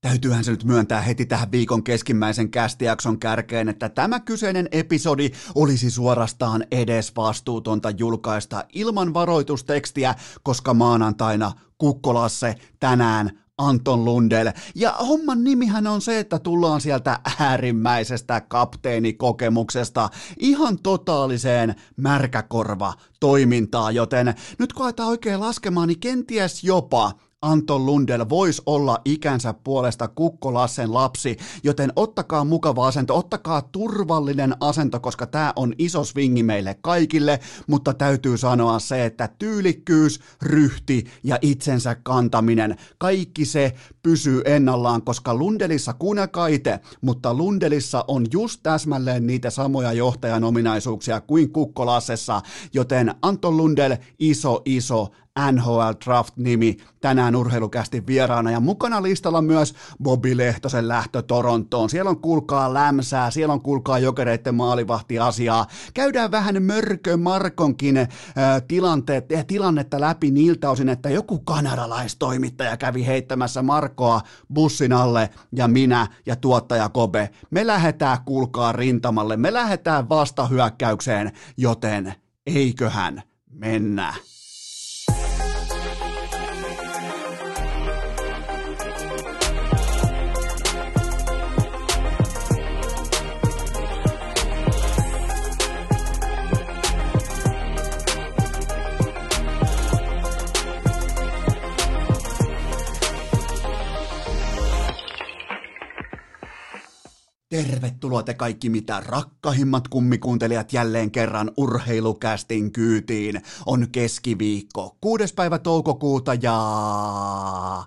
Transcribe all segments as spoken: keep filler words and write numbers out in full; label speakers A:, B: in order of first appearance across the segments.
A: Täytyyhän se nyt myöntää heti tähän viikon keskimmäisen kästijakson kärkeen, että tämä kyseinen episodi olisi suorastaan edesvastuutonta julkaista ilman varoitustekstiä, koska maanantaina Kukkolasse, tänään Anton Lundell. Ja homman nimihän on se, että tullaan sieltä äärimmäisestä kapteenikokemuksesta ihan totaaliseen märkäkorva toimintaa, joten nyt kun aletaan oikein laskemaan, niin kenties jopa Anton Lundell voisi olla ikänsä puolesta Kukkolassen lapsi, joten ottakaa mukava asento, ottakaa turvallinen asento, koska tämä on iso swingi meille kaikille, mutta täytyy sanoa se, että tyylikkyys, ryhti ja itsensä kantaminen, kaikki se pysyy ennallaan, koska Lundellissa, kuunnelkaa itse, mutta Lundellissa on just täsmälleen niitä samoja johtajan ominaisuuksia kuin Kukkolassessa, joten Anton Lundell, iso iso N H L Draft-nimi tänään urheilukästi vieraana ja mukana listalla myös Bobby Lehtosen lähtö Torontoon. Siellä on kuulkaa lämsää, siellä on kuulkaa Jokereiden maalivahtiasiaa. Käydään vähän Mörkö Markonkin äh, tilanteet, äh, tilannetta läpi niiltä osin, että joku kanadalaistoimittaja kävi heittämässä Markoa bussin alle ja minä ja tuottaja Kobe. Me lähdetään kuulkaa rintamalle, me lähdetään vastahyökkäykseen, joten eiköhän mennä. Tervetuloa te kaikki mitä rakkahimmat kummikuuntelijat jälleen kerran urheilukästin kyytiin. On keskiviikko, kuudes päivä toukokuuta ja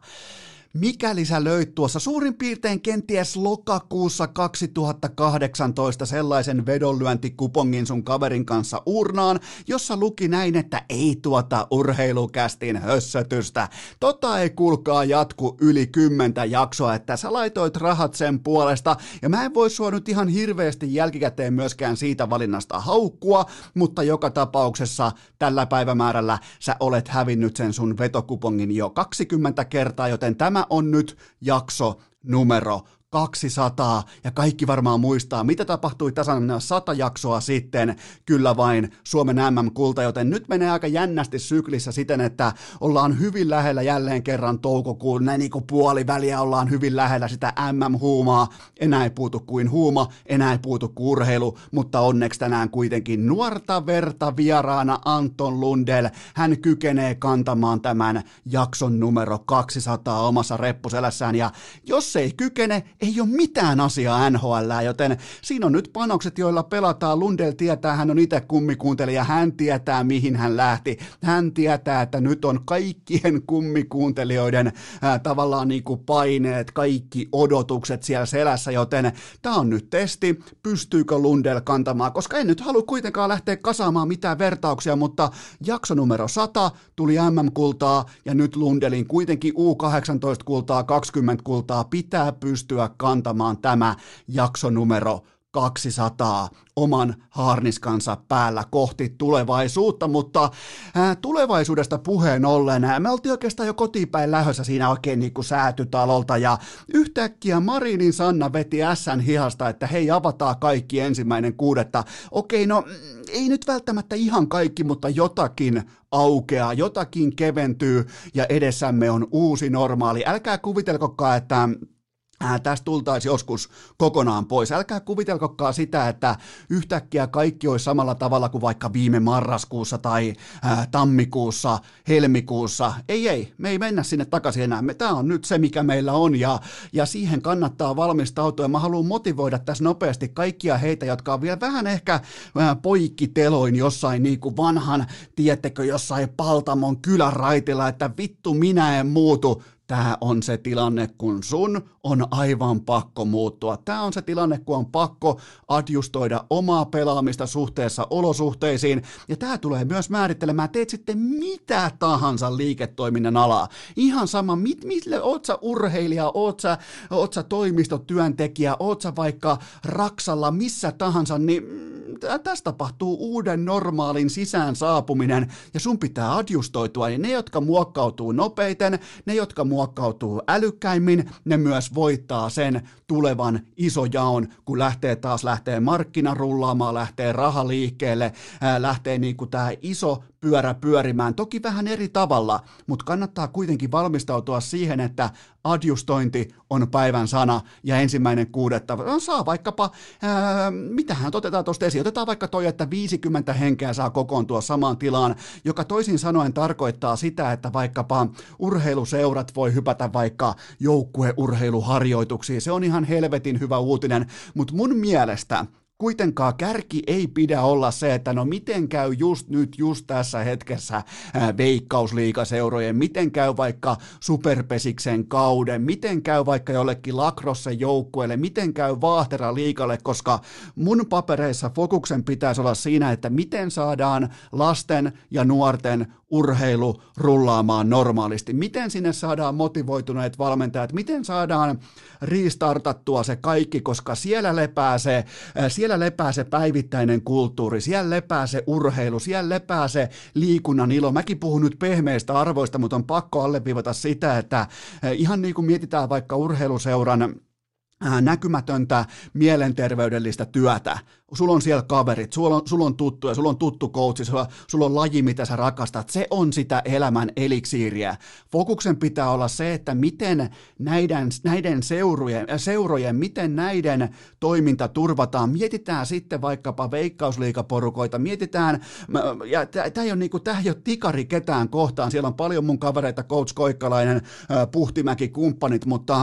A: mikäli sä löit tuossa suurin piirtein kenties lokakuussa kaksituhattakahdeksantoista sellaisen vedonlyöntikupongin sun kaverin kanssa urnaan, jossa luki näin, että ei tuota urheilukästin hössötystä. Tota ei kuulkaa jatku yli kymmentä jaksoa, että sä laitoit rahat sen puolesta, ja mä en voi sua nyt ihan hirveästi jälkikäteen myöskään siitä valinnasta haukkua, mutta joka tapauksessa tällä päivämäärällä sä olet hävinnyt sen sun vetokupongin jo kaksikymmentä kertaa, joten tämä on nyt jakso numero kaksisataa, ja kaikki varmaan muistaa, mitä tapahtui tasan sata jaksoa sitten, kyllä vain Suomen M M-kulta, joten nyt menee aika jännästi syklissä siten, että ollaan hyvin lähellä jälleen kerran toukokuun, näin niin kuin puoliväliä ollaan hyvin lähellä sitä M M-huumaa, enää ei puutu kuin huuma, enää ei puutu kuin urheilu, mutta onneksi tänään kuitenkin nuorta verta vieraana Anton Lundell, hän kykenee kantamaan tämän jakson numero kaksisataa omassa reppuselässään, ja jos ei kykene, ei ole mitään asiaa N H L, joten siinä on nyt panokset, joilla pelataan. Lundell tietää, hän on itse kummikuuntelija, hän tietää, mihin hän lähti. Hän tietää, että nyt on kaikkien kummikuuntelijoiden ää, tavallaan niin kuin paineet, kaikki odotukset siellä selässä, joten tämä on nyt testi, pystyykö Lundell kantamaan, koska en nyt halua kuitenkaan lähteä kasaamaan mitään vertauksia, mutta jakso numero sata tuli M M-kultaa, ja nyt Lundellin kuitenkin U kahdeksantoista-kultaa, kaksikymmentä kultaa pitää pystyä kantamaan tämä jakso numero kaksisataa oman haarniskansa päällä kohti tulevaisuutta, mutta ää, tulevaisuudesta puheen ollen, ää, me oltiin oikeastaan jo kotipäin lähössä siinä oikein niin kuin säätytalolta, ja yhtäkkiä Marinin Sanna veti ässän hihasta, että hei, avataan kaikki ensimmäinen kuudetta. Okei, no ei nyt välttämättä ihan kaikki, mutta jotakin aukeaa, jotakin keventyy, ja edessämme on uusi normaali. Älkää kuvitelkokaan, että Äh, tästä tultaisiin joskus kokonaan pois. Älkää kuvitelkokaan sitä, että yhtäkkiä kaikki olisi samalla tavalla kuin vaikka viime marraskuussa tai äh, tammikuussa, helmikuussa. Ei, ei, me ei mennä sinne takaisin enää. Tämä on nyt se, mikä meillä on, ja, ja siihen kannattaa valmistautua. Ja mä haluan motivoida tässä nopeasti kaikkia heitä, jotka on vielä vähän ehkä äh, poikkiteloin jossain niin kuin vanhan, tiedättekö, jossain Paltamon kyläraitilla, että vittu minä en muutu. Tämä on se tilanne, kun sun on aivan pakko muuttua. Tämä on se tilanne, kun on pakko adjustoida omaa pelaamista suhteessa olosuhteisiin. Ja tämä tulee myös määrittelemään, teet sitten mitä tahansa liiketoiminnan alaa. Ihan sama, mit, mille, oot sä urheilija, oot sä, oot sä toimistotyöntekijä, oot sä vaikka Raksalla, missä tahansa, niin tässä tapahtuu uuden normaalin sisään saapuminen ja sun pitää adjustoitua, niin ne, jotka muokkautuu nopeiten, ne, jotka muokkautuu älykkäimmin, ne myös voittaa sen tulevan isojaon, kun lähtee taas lähtee markkina rullaamaan, lähtee raha liikkeelle, ää, lähtee niinku tää iso pyörä pyörimään, toki vähän eri tavalla, mutta kannattaa kuitenkin valmistautua siihen, että adjustointi on päivän sana ja ensimmäinen kuudetta no, saa vaikkapa, ää, mitähän otetaan tuosta esiin, otetaan vaikka toi, että viisikymmentä henkeä saa kokoontua samaan tilaan, joka toisin sanoen tarkoittaa sitä, että vaikkapa urheiluseurat voi hypätä vaikka joukkueurheiluharjoituksiin, se on ihan helvetin hyvä uutinen, mutta mun mielestä kuitenkaan kärki ei pidä olla se, että no miten käy just nyt, just tässä hetkessä ää, veikkausliigaseurojen, miten käy vaikka Superpesiksen kauden, miten käy vaikka jollekin Lacrossen joukkueelle, miten käy Vaahtera liigalle, koska mun papereissa fokuksen pitäisi olla siinä, että miten saadaan lasten ja nuorten urheilu rullaamaan normaalisti, miten sinne saadaan motivoituneet valmentajat, miten saadaan restartattua se kaikki, koska siellä lepää se, siellä lepää se päivittäinen kulttuuri, siellä lepää se urheilu, siellä lepää se liikunnan ilo. Mäkin puhun nyt pehmeistä arvoista, mutta on pakko alleviivata sitä, että ihan niin kuin mietitään vaikka urheiluseuran näkymätöntä mielenterveydellistä työtä. Sulla on siellä kaverit, sulla on, sulla on tuttuja, sulla on tuttu coachi, sulla, sulla on laji, mitä sä rakastat. Se on sitä elämän eliksiiriä. Fokuksen pitää olla se, että miten näiden, näiden seurojen, seurojen, miten näiden toiminta turvataan. Mietitään sitten vaikkapa veikkausliigaporukoita, mietitään, ja tämä ei ole, niinku, ei ole tikari ketään kohtaan. Siellä on paljon mun kavereita, coach Koikkalainen, Puhtimäki, kumppanit, mutta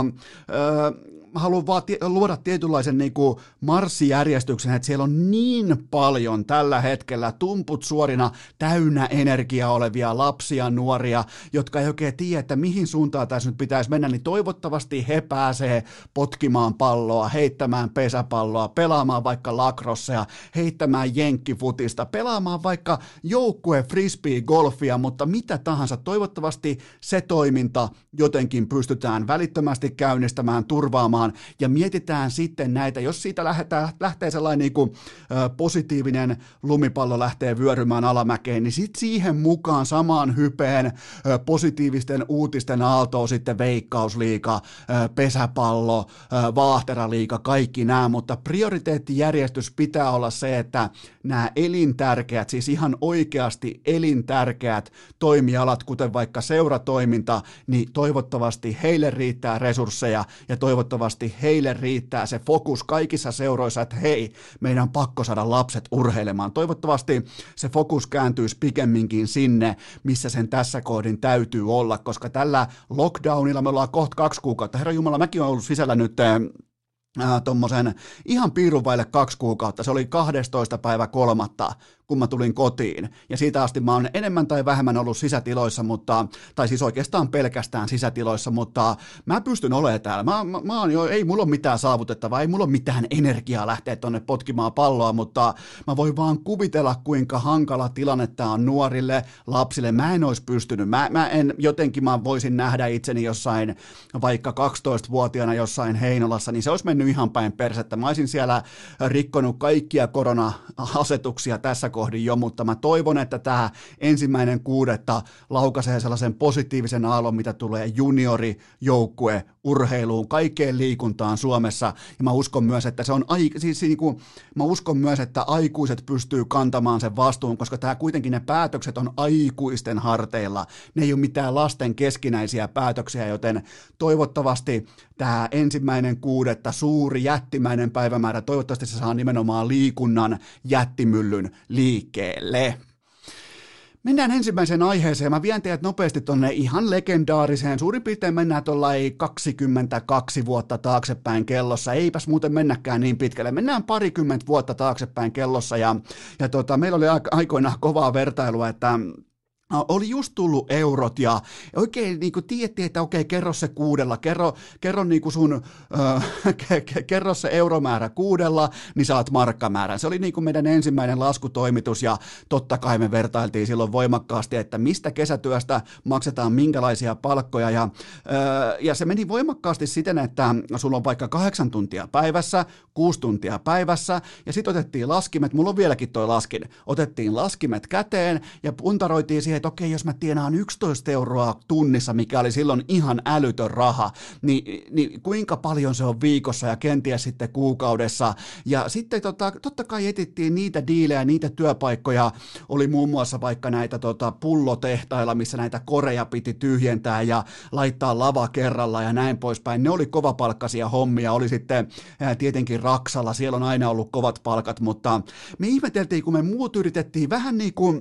A: Öö, mä haluan vaan tie- luoda tietynlaisen niin kuin marssijärjestyksen, että siellä on niin paljon tällä hetkellä tumput suorina täynnä energiaa olevia lapsia, nuoria, jotka ei oikein tiedä, että mihin suuntaan tässä nyt pitäisi mennä, niin toivottavasti he pääsee potkimaan palloa, heittämään pesäpalloa, pelaamaan vaikka lacrossea, heittämään jenkkifutista, pelaamaan vaikka joukkue frisbee-golfia, mutta mitä tahansa. Toivottavasti se toiminta jotenkin pystytään välittömästi käynnistämään, turvaamaan, ja mietitään sitten näitä, jos siitä lähtee, lähtee sellainen niin kuin, ö, positiivinen lumipallo lähtee vyörymään alamäkeen, niin sitten siihen mukaan samaan hypeen ö, positiivisten uutisten aaltoon sitten Veikkausliiga, ö, pesäpallo, ö, Vaahteraliiga, kaikki nämä, mutta prioriteettijärjestys pitää olla se, että nämä elintärkeät, siis ihan oikeasti elintärkeät toimialat, kuten vaikka seuratoiminta, niin toivottavasti heille riittää resursseja ja toivottavasti heille riittää se fokus kaikissa seuroissa, että hei, meidän on pakko saada lapset urheilemaan. Toivottavasti se fokus kääntyisi pikemminkin sinne, missä sen tässä kohdin täytyy olla, koska tällä lockdownilla me ollaan kohta kaksi kuukautta. Herra Jumala, mäkin olen ollut sisällä nyt Äh, tuommoisen ihan piirun vaille kaksi kuukautta, se oli kahdestoista päivä kolmatta, kun mä tulin kotiin, ja siitä asti mä oon enemmän tai vähemmän ollut sisätiloissa, mutta, tai siis oikeastaan pelkästään sisätiloissa, mutta mä pystyn olemaan täällä, mä, mä, mä oon jo, ei mulla ole mitään saavutettavaa, ei mulla ole mitään energiaa lähteä tonne potkimaan palloa, mutta mä voin vaan kuvitella, kuinka hankala tilanne tää on nuorille, lapsille, mä en olisi pystynyt, mä, mä en, jotenkin mä voisin nähdä itseni jossain, vaikka kaksitoistavuotiaana jossain Heinolassa, niin se olisi mennyt ihan päin persettä. Mä olisin siellä rikkonut kaikkia korona-asetuksia tässä kohdin jo, mutta mä toivon, että tämä ensimmäinen kuudetta laukaisee sellaisen positiivisen aallon, mitä tulee juniorijoukkue urheiluun, kaikkeen liikuntaan Suomessa, ja mä uskon myös, että se on, siis niin kuin, mä uskon myös, että aikuiset pystyy kantamaan sen vastuun, koska tämä kuitenkin ne päätökset on aikuisten harteilla, ne ei ole mitään lasten keskinäisiä päätöksiä, joten toivottavasti tämä ensimmäinen kuudetta suuri jättimäinen päivämäärä, toivottavasti se saa nimenomaan liikunnan jättimyllyn liikkeelle. Mennään ensimmäiseen aiheeseen. Mä vien teidät nopeasti tonne ihan legendaariseen. Suurin piirtein mennään tuollain kaksikymmentäkaksi vuotta taaksepäin kellossa. Eipäs muuten mennäkään niin pitkälle. Mennään parikymmentä vuotta taaksepäin kellossa. Ja, ja tota, meillä oli aikoinaan kovaa vertailua, että oli just tullut eurot ja oikein niin kuin tiedettiin, että okei, kerro se kuudella, kerro, kerro, niin kuin sun, äh, kerro se euromäärä kuudella, niin saat markkamäärän. Se oli niin kuin meidän ensimmäinen laskutoimitus ja totta kai me vertailtiin silloin voimakkaasti, että mistä kesätyöstä maksetaan minkälaisia palkkoja ja, äh, ja se meni voimakkaasti siten, että sulla on vaikka kahdeksan tuntia päivässä, kuusi tuntia päivässä ja sitten otettiin laskimet, mulla on vieläkin toi laskin, otettiin laskimet käteen ja puntaroitiin siihen, että okei, jos mä tienaan yksitoista euroa tunnissa, mikä oli silloin ihan älytön raha, niin, niin kuinka paljon se on viikossa ja kenties sitten kuukaudessa. Ja sitten tota, totta kai etittiin niitä diilejä, niitä työpaikkoja, oli muun muassa vaikka näitä tota, pullotehtailla, missä näitä koreja piti tyhjentää ja laittaa lava kerralla ja näin poispäin. Ne oli kovapalkkaisia hommia, oli sitten ää, tietenkin Raksalla, siellä on aina ollut kovat palkat, mutta me ihmeteltiin, kun me muut yritettiin vähän niin kuin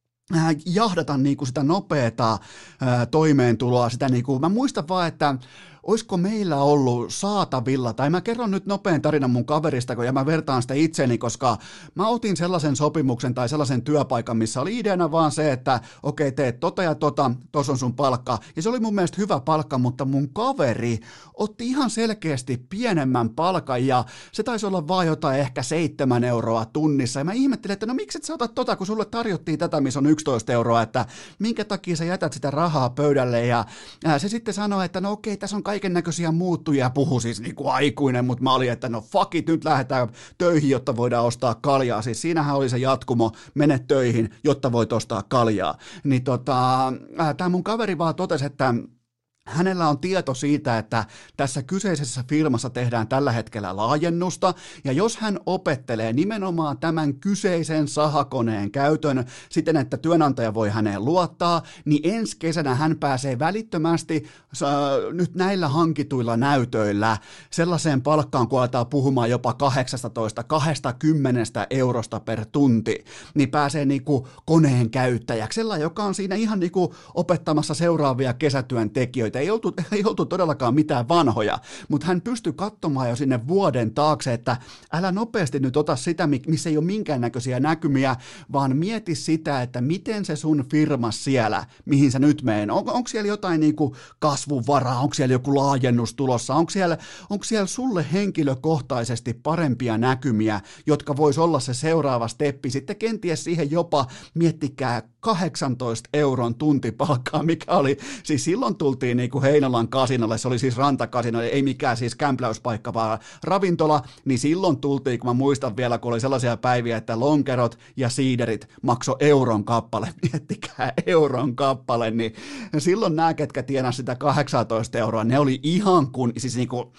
A: jahdata niinku sitä nopeata ää, toimeentuloa, sitä niinku, mä muistan vaan, että olisiko meillä ollut saatavilla, tai mä kerron nyt nopean tarinan mun kaverista, kun ja mä vertaan sitä itseni, koska mä otin sellaisen sopimuksen tai sellaisen työpaikan, missä oli ideana vaan se, että okei, teet tota ja tota, tos on sun palkka, ja se oli mun mielestä hyvä palkka, mutta mun kaveri otti ihan selkeästi pienemmän palkan, ja se taisi olla vaan jotain ehkä seitsemän euroa tunnissa, ja mä ihmettelin, että no miksi et sä otat tota, kun sulle tarjottiin tätä, missä on yksitoista euroa, että minkä takia sä jätät sitä rahaa pöydälle, ja ää, se sitten sanoi, että no okei, tässä on kaiken näköisiä muuttujia, puhu siis niin kuin aikuinen, mutta mä olin, että no fuck it, nyt lähdetään töihin, jotta voidaan ostaa kaljaa. Siis siinähän oli se jatkumo, mene töihin, jotta voit ostaa kaljaa. Niin tota, tämä mun kaveri vaan totesi, että hänellä on tieto siitä, että tässä kyseisessä firmassa tehdään tällä hetkellä laajennusta, ja jos hän opettelee nimenomaan tämän kyseisen sahakoneen käytön siten, että työnantaja voi häneen luottaa, niin ensi kesänä hän pääsee välittömästi äh, nyt näillä hankituilla näytöillä sellaiseen palkkaan, kun aletaan puhumaan jopa kahdeksantoista kaksikymmentä eurosta per tunti, niin pääsee niinku koneen käyttäjäksi, sellainen, joka on siinä ihan niinku opettamassa seuraavia kesätyöntekijöitä. Ei oltu, ei oltu todellakaan mitään vanhoja, mutta hän pystyi katsomaan jo sinne vuoden taakse, että älä nopeasti nyt ota sitä, missä ei ole minkäännäköisiä näkymiä, vaan mieti sitä, että miten se sun firma siellä, mihin sä nyt meen, on, onko siellä jotain niin kuin kasvuvaraa, onko siellä joku laajennus tulossa, onko siellä, onko siellä sulle henkilökohtaisesti parempia näkymiä, jotka vois olla se seuraava steppi, sitten kenties siihen jopa, miettikää, kahdeksantoista euron tuntipalkkaa, mikä oli, siis silloin tultiin niin kuin Heinolan kasinolle, se oli siis rantakasino, ei mikään siis kämpläyspaikka, vaan ravintola, niin silloin tultiin, kun mä muistan vielä, kun oli sellaisia päiviä, että lonkerot ja siiderit maksoi euron kappale, miettikää euron kappale, niin silloin nämä, ketkä tienasi sitä kahdeksantoista euroa, ne oli ihan kuin, siis niin kuin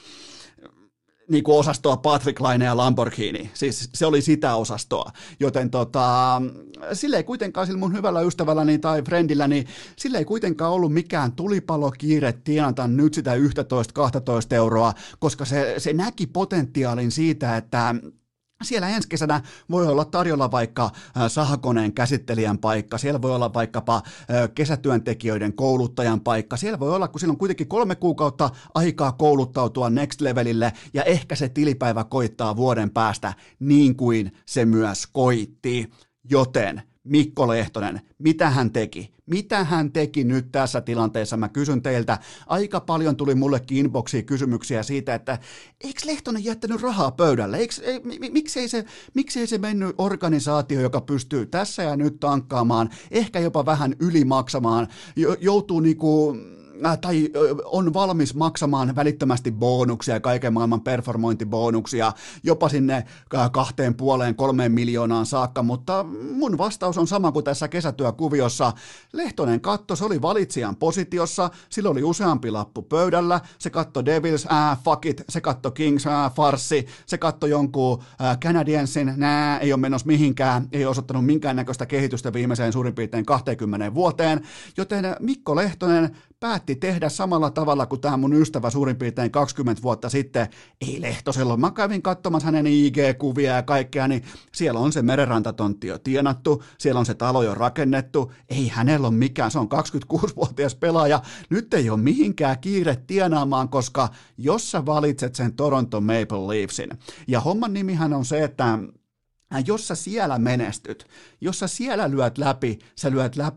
A: niin kuin osastoa Patrick Laine ja Lamborghini, siis se oli sitä osastoa, joten tota, sillä ei kuitenkaan sillä mun hyvällä ystävälläni tai friendilläni, sillä ei kuitenkaan ollut mikään tulipalokiire tienata nyt sitä yksitoista kaksitoista euroa, koska se, se näki potentiaalin siitä, että siellä ensi kesänä voi olla tarjolla vaikka sahakoneen käsittelijän paikka, siellä voi olla vaikkapa kesätyöntekijöiden kouluttajan paikka, siellä voi olla, kun siinä on kuitenkin kolme kuukautta aikaa kouluttautua next levelille ja ehkä se tilipäivä koittaa vuoden päästä niin kuin se myös koitti, joten Mikko Lehtonen, mitä hän teki? Mitä hän teki nyt tässä tilanteessa? Mä kysyn teiltä, aika paljon tuli mullekin inboxiin kysymyksiä siitä, että eikö Lehtonen jättänyt rahaa pöydälle? Eikö, ei, miksei, se, miksei se mennyt organisaatio, joka pystyy tässä ja nyt tankkaamaan, ehkä jopa vähän ylimaksamaan, joutuu niinku tai on valmis maksamaan välittömästi bonuksia, kaiken maailman performointibonuksia, jopa sinne kahteen puoleen, kolmeen miljoonaan saakka, mutta mun vastaus on sama kuin tässä kesätyökuviossa. Lehtonen katto, se oli valitsijan positiossa, sillä oli useampi lappu pöydällä, se katto Devils, äh, fuck it, se katto Kings, äh, farssi, se katto jonkun äh, Canadiensin, nää, ei ole menossa mihinkään, ei ole osoittanut minkäännäköistä kehitystä viimeiseen suurin piirtein kaksikymmentä vuoteen, joten Mikko Lehtonen päätti tehdä samalla tavalla kuin tämä mun ystävä suurin piirtein kaksikymmentä vuotta sitten. Ei Lehtosella, mä kävin katsomassa hänen I G-kuvia ja kaikkea, niin siellä on se merenrantatontti jo tienattu, siellä on se talo jo rakennettu, ei hänellä ole mikään, se on kaksikymmentäkuusivuotias pelaaja, nyt ei ole mihinkään kiire tienaamaan, koska jos sä valitset sen Toronto Maple Leafsin, ja homman nimihän on se, että jos sä siellä menestyt, jos sä siellä lyöt läpi, sä lyöt läpi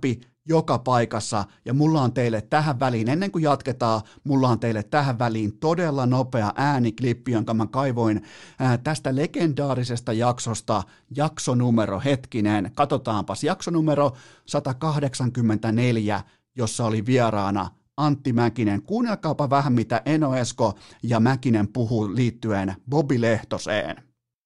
A: joka paikassa, ja mulla on teille tähän väliin, ennen kuin jatketaan, mulla on teille tähän väliin todella nopea ääniklippi, jonka mä kaivoin ää, tästä legendaarisesta jaksosta, jaksonumero, hetkinen, katsotaanpas, jaksonumero sata kahdeksankymmentäneljä, jossa oli vieraana Antti Mäkinen. Kuunnelkaapa vähän, mitä Eno Esko ja Mäkinen puhuu liittyen Bobby Lehtoseen.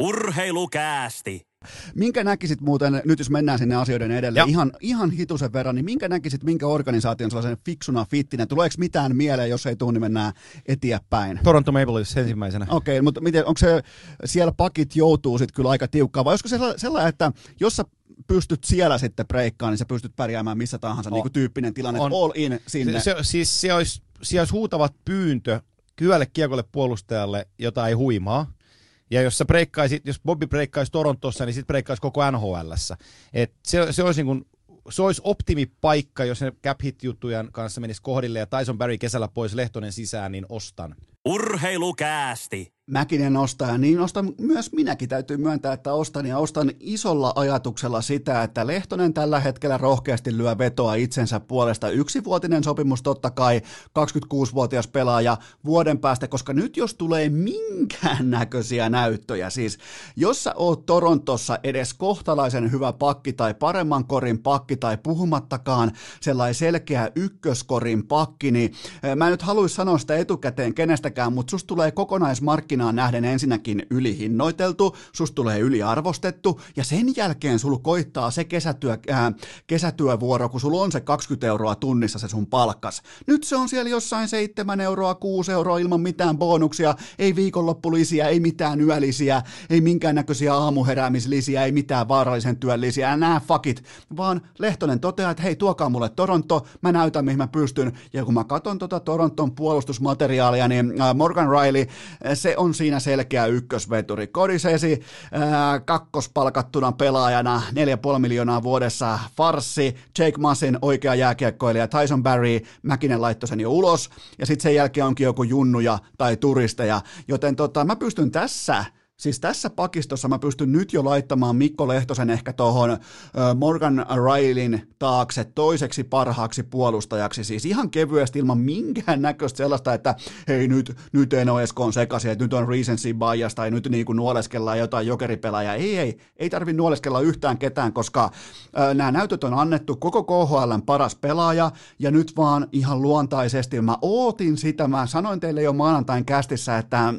B: Urheilukäästi.
A: Minkä näkisit muuten, nyt jos mennään sinne asioiden edelle, ihan, ihan hitusen verran, niin minkä näkisit, minkä organisaation sellaisen fiksuna fittinen? Tuleeko mitään mieleen, jos ei tule, niin mennään eteenpäin?
C: Toronto Maple Leafs ensimmäisenä.
A: Okei, okay, mutta miten, onko se, siellä pakit joutuu sitten kyllä aika tiukkaan, vai olisiko sellainen, sellainen, että jos sä pystyt siellä sitten breikkaan, niin sä pystyt pärjäämään missä tahansa, niin kuin tyyppinen tilanne, on. All in sinne.
C: Se, se, siis se olisi, se olisi huutavat pyyntö hyvälle kiekolle puolustajalle, jota ei huimaa. Ja jos sä breikkaisit, jos Bobby breikkaisi Torontossa, niin sit breikkaisi koko N H L:ssä. Et se, se, olisi niin kuin, se olisi optimipaikka, jos ne cap hit juttujen kanssa menisi kohdille ja Tyson Barrie kesällä pois, Lehtonen sisään, niin ostan.
B: Urheilukäästi.
A: Mäkinen ostaa, ja niin ostan myös minäkin, täytyy myöntää, että ostan ja ostan isolla ajatuksella sitä, että Lehtonen tällä hetkellä rohkeasti lyö vetoa itsensä puolesta. Yksivuotinen sopimus totta kai, kaksikymmentäkuusivuotias pelaaja vuoden päästä, koska nyt jos tulee minkäännäköisiä näyttöjä, siis jos sä oot Torontossa edes kohtalaisen hyvä pakki tai paremman korin pakki tai puhumattakaan sellainen selkeä ykköskorin pakki, niin mä en nyt haluaisi sanoa sitä etukäteen kenestäkään, mutta susta tulee kokonaismarkkina nähden ensinnäkin ylihinnoiteltu, susta tulee yliarvostettu, ja sen jälkeen sulla koittaa se kesätyö, äh, kesätyövuoro, kun sulla on se kaksikymmentä euroa tunnissa se sun palkkas. Nyt se on siellä jossain seitsemän euroa, kuusi euroa ilman mitään bonuksia, ei viikonloppulisiä, ei mitään yölisiä, ei minkäännäköisiä aamuheräämislisiä, ei mitään vaarallisen työn lisiä, nää fuckit, vaan Lehtonen toteaa, että hei, tuokaa mulle Toronto, mä näytän mihin mä pystyn, ja kun mä katson tota Toronton puolustusmateriaalia, niin Morgan Rielly, se on siinä selkeä ykkösveturi. Cody Ceci ää, kakkospalkattuna pelaajana, neljä pilkku viisi miljoonaa vuodessa, farssi, Jake Massin oikea jääkiekkoilija, Tyson Barrie, Mäkinen laittoi sen jo ulos, ja sitten sen jälkeen onkin joku junnuja tai turisteja, joten tota, mä pystyn tässä Siis tässä pakistossa mä pystyn nyt jo laittamaan Mikko Lehtosen ehkä tuohon Morgan Rielyn taakse toiseksi parhaaksi puolustajaksi, siis ihan kevyesti ilman minkään näköistä sellaista, että hei nyt, nyt Eno Esko on sekaisin, että nyt on recency bias tai nyt niin kuin nuoleskellaan jotain jokeripelaajaa. Ei, ei, ei tarvitse nuoleskella yhtään ketään, koska äh, nämä näytöt on annettu koko K H L:n paras pelaaja ja nyt vaan ihan luontaisesti mä ootin sitä, mä sanoin teille jo maanantain kästissä, että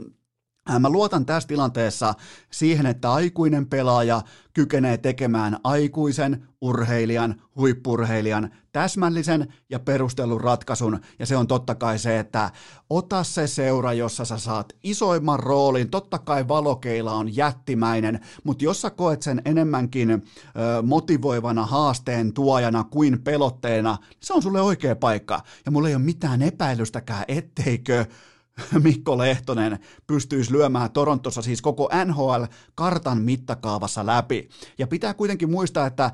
A: mä luotan tässä tilanteessa siihen, että aikuinen pelaaja kykenee tekemään aikuisen urheilijan, huippurheilijan täsmällisen ja perustellun ratkaisun, ja se on totta kai se, että ota se seura, jossa sä saat isoimman roolin, totta kai Valokeila on jättimäinen, mutta jos sä koet sen enemmänkin ö, motivoivana haasteen tuojana kuin pelotteena, se on sulle oikea paikka, ja mulla ei ole mitään epäilystäkään, etteikö Mikko Lehtonen pystyisi lyömään Torontossa siis koko N H L-kartan mittakaavassa läpi. Ja pitää kuitenkin muistaa, että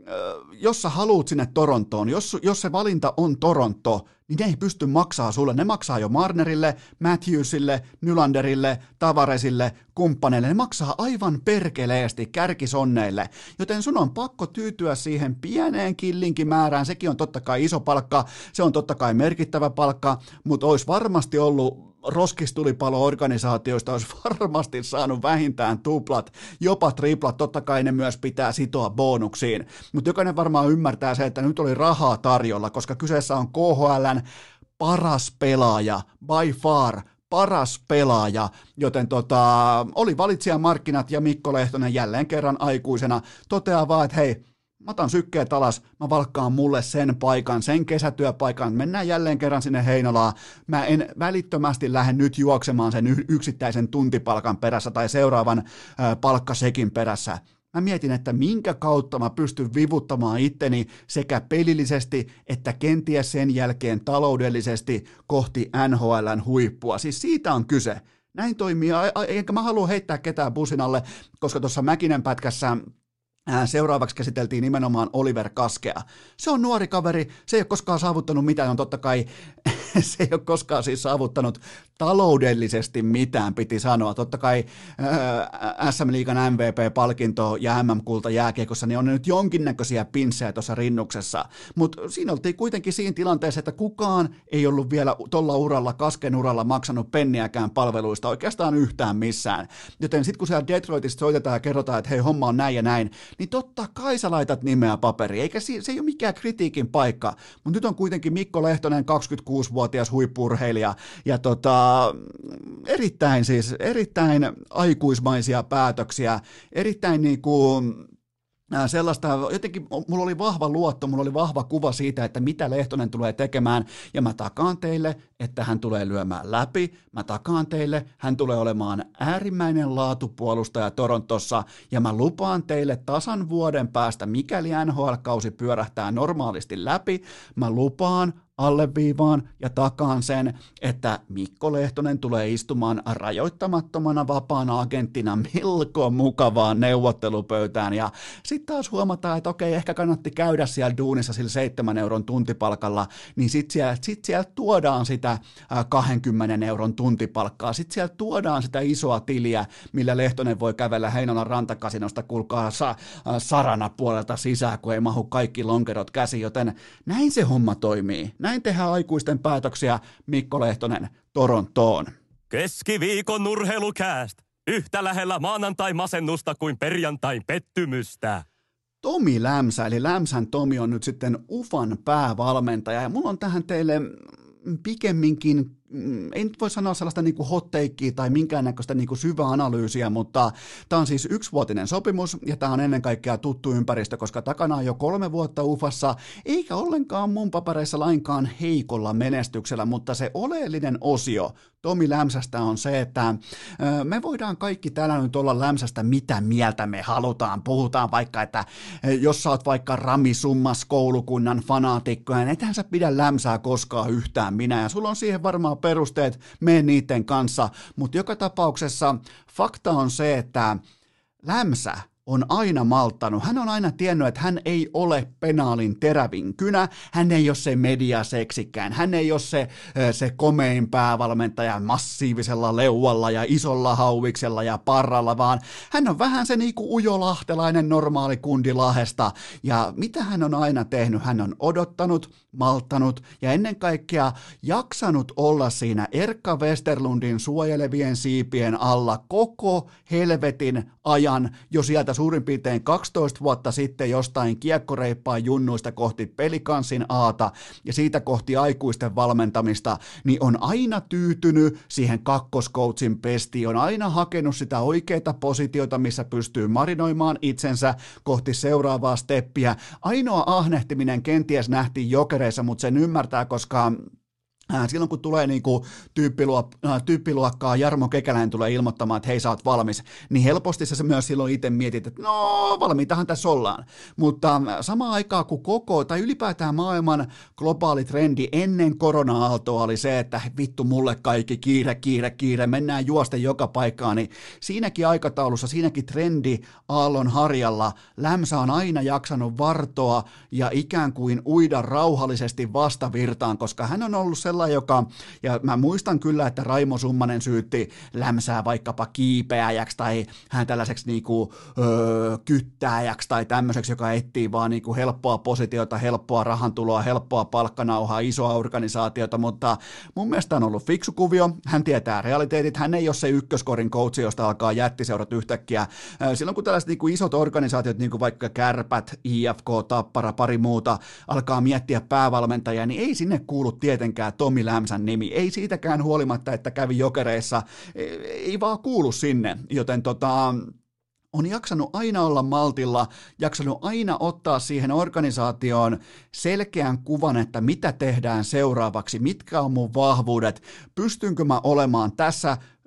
A: jos sä haluut sinne Torontoon, jos, jos se valinta on Toronto, niin ne ei pysty maksaa sulle. Ne maksaa jo Marnerille, Matthewsille, Nylanderille, Tavaresille, kumppaneille. Ne maksaa aivan perkeleesti kärkisonneille. Joten sun on pakko tyytyä siihen pieneen killinkin määrään. Sekin on totta kai iso palkka, se on totta kai merkittävä palkka, mutta olisi varmasti ollut roskistulipalo-organisaatioista olisi varmasti saanut vähintään tuplat, jopa triplat, totta kai ne myös pitää sitoa bonuksiin, mutta jokainen varmaan ymmärtää se, että nyt oli rahaa tarjolla, koska kyseessä on K H L:n paras pelaaja, by far paras pelaaja, joten tota, oli valitsijamarkkinat ja Mikko Lehtonen jälleen kerran aikuisena toteaa vaan, että hei, mä otan sykkeet alas, mä valkkaan mulle sen paikan, sen kesätyöpaikan, mennään jälleen kerran sinne Heinolaan, mä en välittömästi lähde nyt juoksemaan sen yksittäisen tuntipalkan perässä tai seuraavan äh, palkkasekin perässä. Mä mietin, että minkä kautta mä pystyn vivuttamaan itteni sekä pelillisesti että kenties sen jälkeen taloudellisesti kohti N H L:n huippua. Siis siitä on kyse. Näin toimii, enkä mä halua heittää ketään busin alle, koska tuossa Mäkinen pätkässä Seuraavaksi käsiteltiin nimenomaan Oliver Kaskea. Se on nuori kaveri, se ei ole koskaan saavuttanut mitään, on totta kai, se ei ole koskaan siis saavuttanut taloudellisesti mitään, piti sanoa. Totta kai ää, S M-liigan M V P-palkinto ja M M-kulta jääkiekossa, niin on nyt jonkinnäköisiä pinssejä tuossa rinnuksessa. Mutta siinä oltiin kuitenkin siinä tilanteessa, että kukaan ei ollut vielä tuolla uralla, Kasken uralla maksanut penniäkään palveluista oikeastaan yhtään missään. Joten sitten kun siellä Detroitista soitetaan ja kerrotaan, että hei, homma on näin ja näin, niin totta kai sä laitat nimeä paperiin, eikä se, se ei ole mikään kritiikin paikka, mutta nyt on kuitenkin Mikko Lehtonen, kaksikymmentäkuusivuotias huippu-urheilija, ja tota, erittäin siis, erittäin aikuismaisia päätöksiä, erittäin niinku sellaista, jotenkin mulla oli vahva luotto, mulla oli vahva kuva siitä, että mitä Lehtonen tulee tekemään, ja mä takaan teille, että hän tulee lyömään läpi, mä takaan teille, hän tulee olemaan äärimmäinen laatupuolustaja Torontossa, ja mä lupaan teille tasan vuoden päästä, mikäli N H L-kausi pyörähtää normaalisti läpi, mä lupaan, alleviivaan ja takaan sen, että Mikko Lehtonen tulee istumaan rajoittamattomana vapaana agenttina melko mukavaan neuvottelupöytään, ja sitten taas huomataan, että okei, ehkä kannatti käydä siellä duunissa sillä seitsemän euron tuntipalkalla, niin sitten sieltä sit sieltä tuodaan sitä kahdenkymmenen euron tuntipalkkaa, sitten sieltä tuodaan sitä isoa tiliä, millä Lehtonen voi kävellä Heinolan rantakasinosta, kuulkaa sa- sarana puolelta sisään, kun ei mahu kaikki lonkerot käsi, joten näin se homma toimii. Näin tehdään aikuisten päätöksiä, Mikko Lehtonen, Torontoon.
B: Keskiviikon urheilukääst. Yhtä lähellä maanantai-masennusta kuin perjantain pettymystä.
A: Tomi Lämsä, eli Lämsän Tomi on nyt sitten U F A:n päävalmentaja, ja mulla on tähän teille pikemminkin, ei nyt voi sanoa sellaista niin kuin hot-takea tai minkäännäköistä niin kuin syvää analyysiä, mutta tämä on siis yksivuotinen sopimus, ja tämä on ennen kaikkea tuttu ympäristö, koska takana on jo kolme vuotta U F A:ssa, eikä ollenkaan mun papereissa lainkaan heikolla menestyksellä, mutta se oleellinen osio Tomi Lämsästä on se, että me voidaan kaikki täällä nyt olla Lämsästä mitä mieltä me halutaan. Puhutaan vaikka, että jos sä oot vaikka Rami Summas koulukunnan fanaatikko, niin ethän sä pidä Lämsää koskaan yhtään minä, ja sulla on siihen varmaan perusteet, mene niiden kanssa, mutta joka tapauksessa fakta on se, että Lämsä on aina malttanut. Hän on aina tiennyt, että hän ei ole penaalin terävin kynä, hän ei ole se mediaseksikään, hän ei ole se, se komein päävalmentaja massiivisella leualla ja isolla hauviksella ja parralla, vaan hän on vähän se niinku ujolahtelainen normaali kundi Lahdesta. Ja mitä hän on aina tehnyt? Hän on odottanut, malttanut ja ennen kaikkea jaksanut olla siinä Erkka Westerlundin suojelevien siipien alla koko helvetin ajan jo sieltä suurin piirtein kaksitoista vuotta sitten jostain kiekkoreippaan junnuista kohti Pelikansin Aata ja siitä kohti aikuisten valmentamista, niin on aina tyytynyt siihen kakkoskoutsin pestiin, on aina hakenut sitä oikeaa positiota, missä pystyy marinoimaan itsensä kohti seuraavaa steppiä. Ainoa ahnehtiminen kenties nähtiin Jokereissa, mutta sen ymmärtää, koska silloin kun tulee niinku tyyppiluokkaa, tyyppiluokkaa, Jarmo Kekäläinen tulee ilmoittamaan, että hei sä oot valmis, niin helposti sä myös silloin itse mietit, että no valmiitahan tässä ollaan. Mutta samaan aikaan kun koko, tai ylipäätään maailman globaali trendi ennen korona-aaltoa oli se, että vittu mulle kaikki kiire, kiire, kiire, mennään juosten joka paikkaan, niin siinäkin aikataulussa, siinäkin trendi aallon harjalla Lämsä on aina jaksanut vartoa ja ikään kuin uida rauhallisesti vastavirtaan, koska hän on ollut sellainen, joka, ja mä muistan kyllä, että Raimo Summanen syytti Lämsää vaikkapa kiipeäjäksi tai hän tällaiseksi niinku, öö, kyttääjäksi tai tämmöiseksi, joka etsii vaan niinku helppoa positiota, helppoa rahantuloa, helppoa palkkanauhaa, isoa organisaatiota, mutta mun mielestä on ollut fiksu kuvio, hän tietää realiteetit, hän ei ole se ykköskorin coachi, josta alkaa jättiseurat yhtäkkiä. Silloin kun tällaiset niinku isot organisaatiot, niin kuin vaikka Kärpät, I F K, Tappara, pari muuta, alkaa miettiä päävalmentajia, niin ei sinne kuulu tietenkään Tomi Lämsän nimi. Ei siitäkään huolimatta, että kävi Jokereissa, ei vaan kuulu sinne, joten tota, on jaksanut aina olla maltilla, jaksanut aina ottaa siihen organisaatioon selkeän kuvan, että mitä tehdään seuraavaksi, mitkä on mun vahvuudet, pystynkö mä olemaan tässä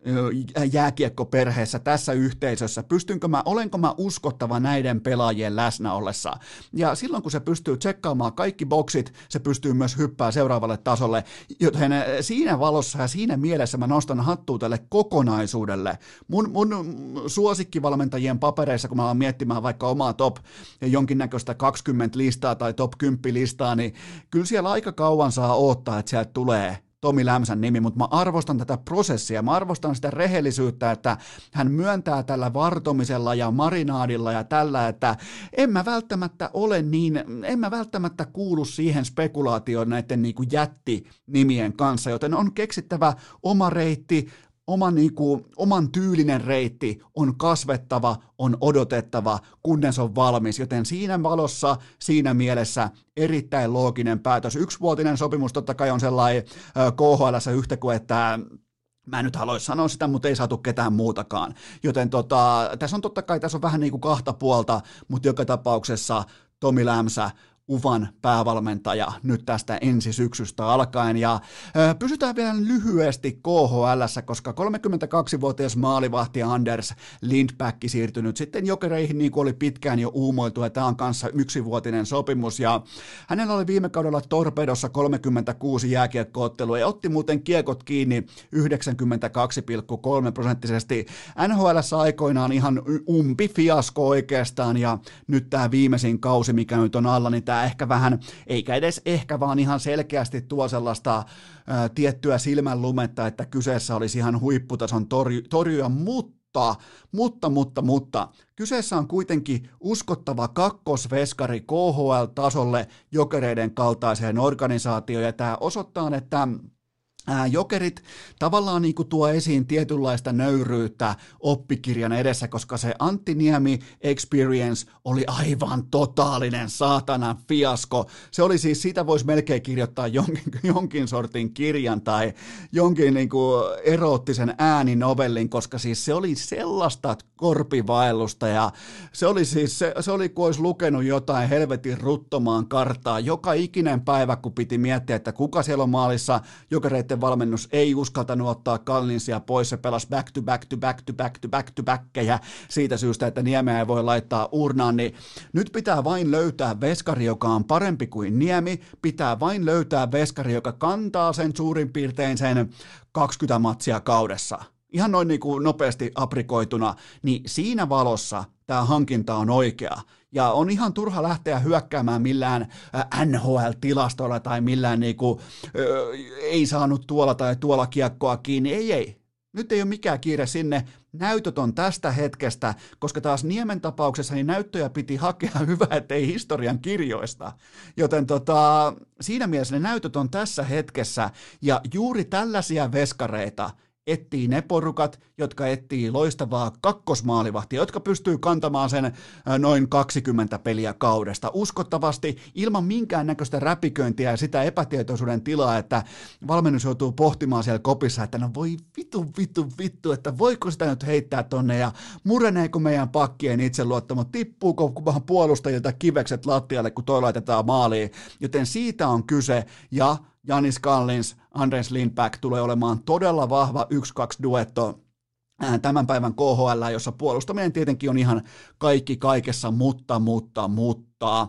A: jääkiekkoperheessä, tässä yhteisössä, pystynkö mä, olenko mä uskottava näiden pelaajien läsnä ollessa. Ja silloin, kun se pystyy tsekkaamaan kaikki boksit, se pystyy myös hyppää seuraavalle tasolle, joten siinä valossa ja siinä mielessä mä nostan hattua tälle kokonaisuudelle. Mun, mun suosikkivalmentajien papereissa, kun mä alan miettimään vaikka omaa top jonkinnäköistä kaksikymmentä listaa tai top kymmenen listaa, niin kyllä siellä aika kauan saa odottaa, että sieltä tulee Tomi Lämsän nimi, mutta mä arvostan tätä prosessia, mä arvostan sitä rehellisyyttä, että hän myöntää tällä vartomisella ja marinaadilla ja tällä, että en mä välttämättä ole niin, en mä välttämättä kuulu siihen spekulaatioon näiden niin kuin jättinimien kanssa, joten on keksittävä oma reitti, Oma, niin kuin, oman tyylinen reitti on kasvettava, on odotettava, kunnes on valmis, joten siinä valossa, siinä mielessä erittäin looginen päätös. Yksivuotinen sopimus totta kai on sellainen K H L:ssä yhtä kuin, että mä en nyt haluaisi sanoa sitä, mutta ei saatu ketään muutakaan. Joten tota, tässä on totta kai, tässä on vähän niin kuin kahta puolta, mutta joka tapauksessa Tomi Lämsä, U V A:n päävalmentaja nyt tästä ensi syksystä alkaen, ja ö, pysytään vielä lyhyesti K H L:ssä, koska kolmekymmentäkaksivuotias maalivahti Anders Lindback siirtynyt sitten Jokereihin, niin kuin oli pitkään jo uumoiltu, että tämä on kanssa yksivuotinen sopimus, ja hänellä oli viime kaudella Torpedossa kolmekymmentäkuusi jääkiekko-ottelua, ja otti muuten kiekot kiinni yhdeksänkymmentäkaksi pilkku kolme prosenttisesti. N H L:ssä aikoinaan ihan umpi fiasko oikeastaan, ja nyt tämä viimeisin kausi, mikä nyt on alla, niin tämä ehkä vähän, eikä edes ehkä, vaan ihan selkeästi tuo sellaista ää, tiettyä silmänlumetta, että kyseessä olisi ihan huipputason torju, torjuja, mutta, mutta, mutta, mutta, kyseessä on kuitenkin uskottava kakkosveskari K H L-tasolle Jokereiden kaltaiseen organisaatioon, ja tämä osoittaa, että Ää, Jokerit tavallaan niin kuin tuo esiin tietynlaista nöyryyttä oppikirjan edessä, koska se Antti Niemi experience oli aivan totaalinen saatanan fiasko. Se oli siis, siitä voisi melkein kirjoittaa jonkin, jonkin sortin kirjan tai jonkin niin kuin eroottisen ääninovellin, koska siis se oli sellaista korpivaellusta, ja se oli siis, se, se oli kuin olisi lukenut jotain helvetin ruttomaan karttaa joka ikinen päivä, kun piti miettiä, että kuka siellä on maalissa. Jokereiden valmennus ei uskaltanut ottaa Kallinsia pois, se pelasi back to back to back to back to back to backkejä siitä syystä, että Niemeä ei voi laittaa urnaan, niin nyt pitää vain löytää veskari, joka on parempi kuin Niemi, pitää vain löytää veskari, joka kantaa sen suurin piirtein sen kaksikymmentä matsia kaudessa. Ihan noin niin kuin nopeasti aprikoituna, niin siinä valossa tämä hankinta on oikea. Ja on ihan turha lähteä hyökkäämään millään N H L-tilastoilla tai millään niinku, ö, ei saanut tuolla tai tuolla kiekkoa kiinni. Ei, ei. Nyt ei ole mikään kiire sinne. Näytöt on tästä hetkestä, koska taas Niemen tapauksessa niin näyttöjä piti hakea, hyvä, ettei historian kirjoista. Joten tota, siinä mielessä ne näytöt on tässä hetkessä, ja juuri tällaisia veskareita etsii ne porukat, jotka etsii loistavaa kakkosmaalivahtia, jotka pystyy kantamaan sen noin kaksikymmentä peliä kaudesta uskottavasti, ilman minkäännäköistä räpiköintiä ja sitä epätietoisuuden tilaa, että valmennus joutuu pohtimaan siellä kopissa, että no voi vitu, vitu, vitu, että voiko sitä nyt heittää tonne, ja mureneeko meidän pakkien itseluottamus, tippuuko puolustajilta kivekset lattialle, kun toi laitetaan maaliin, joten siitä on kyse, ja Janis Kallins, Anders Lindback tulee olemaan todella vahva yksi kaksi duetto tämän päivän K H L, jossa puolustaminen tietenkin on ihan kaikki kaikessa, mutta, mutta, mutta.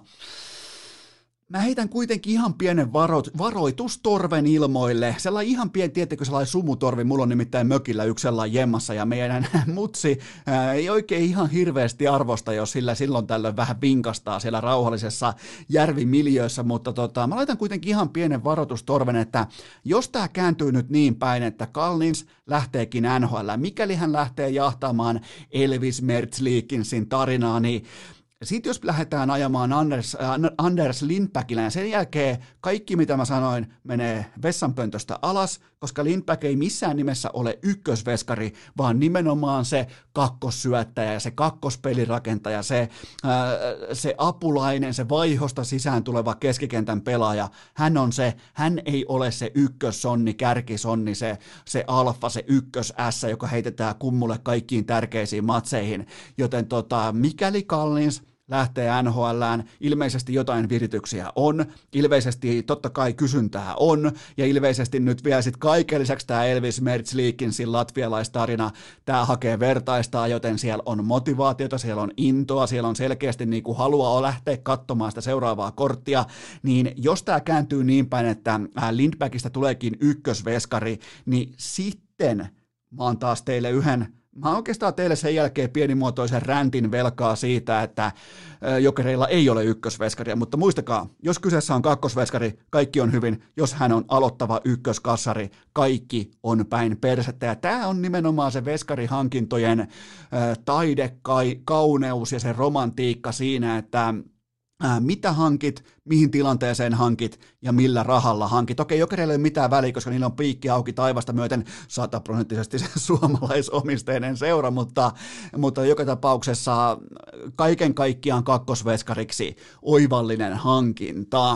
A: Mä heitän kuitenkin ihan pienen varo, varoitustorven ilmoille, sellainen ihan pieni, tietenkin sellainen sumutorvi, mulla on nimittäin mökillä yksi sellainen jemmassa, ja meidän mutsi ää, ei oikein ihan hirveästi arvosta, jos sillä silloin tällöin vähän vinkastaa siellä rauhallisessa järvimiljöössä, mutta tota, mä laitan kuitenkin ihan pienen varoitustorven, että jos tää kääntyy nyt niin päin, että Kallins lähteekin N H L, mikäli hän lähtee jahtamaan Elvis Mertzlikinsin tarinaa, niin sitten jos lähdetään ajamaan Anders, äh, Anders Lindbackillä, ja sen jälkeen kaikki, mitä mä sanoin, menee vessanpöntöstä alas, koska Lindback ei missään nimessä ole ykkösveskari, vaan nimenomaan se kakkossyöttäjä ja se kakkospelirakentaja, se, äh, se apulainen, se vaihosta sisään tuleva keskikentän pelaaja. Hän on se, hän ei ole se ykkössonni, kärkisonni, se, se alfa, se ykkösässä, joka heitetään kummulle kaikkiin tärkeisiin matseihin. Joten tota, mikäli Kallins lähtee N H L:ään, ilmeisesti jotain virityksiä on, ilmeisesti totta kai kysyntää on, ja ilmeisesti nyt vielä sitten kaiken lisäksi tämä Elvis Mertz-Leakinsin latvialaistarina, tämä hakee vertaistaa, joten siellä on motivaatiota, siellä on intoa, siellä on selkeästi niin kuin halua lähteä katsomaan sitä seuraavaa korttia, niin jos tämä kääntyy niin päin, että Lindbäckistä tuleekin ykkösveskari, niin sitten mä oon taas teille yhden Mä oon oikeastaan teille sen jälkeen pienimuotoisen räntin velkaa siitä, että Jokereilla ei ole ykkösveskaria, mutta muistakaa, jos kyseessä on kakkosveskari, kaikki on hyvin. Jos hän on aloittava ykköskassari, kaikki on päin persettä. Ja tämä on nimenomaan se veskarihankintojen taide, kauneus ja se romantiikka siinä, että mitä hankit, mihin tilanteeseen hankit ja millä rahalla hankit. Okei, Jokereilla ei ole mitään väliä, koska niillä on piikki auki taivasta myöten sataprosenttisesti se suomalaisomisteinen seura, mutta, mutta joka tapauksessa kaiken kaikkiaan kakkosveskariksi oivallinen hankinta.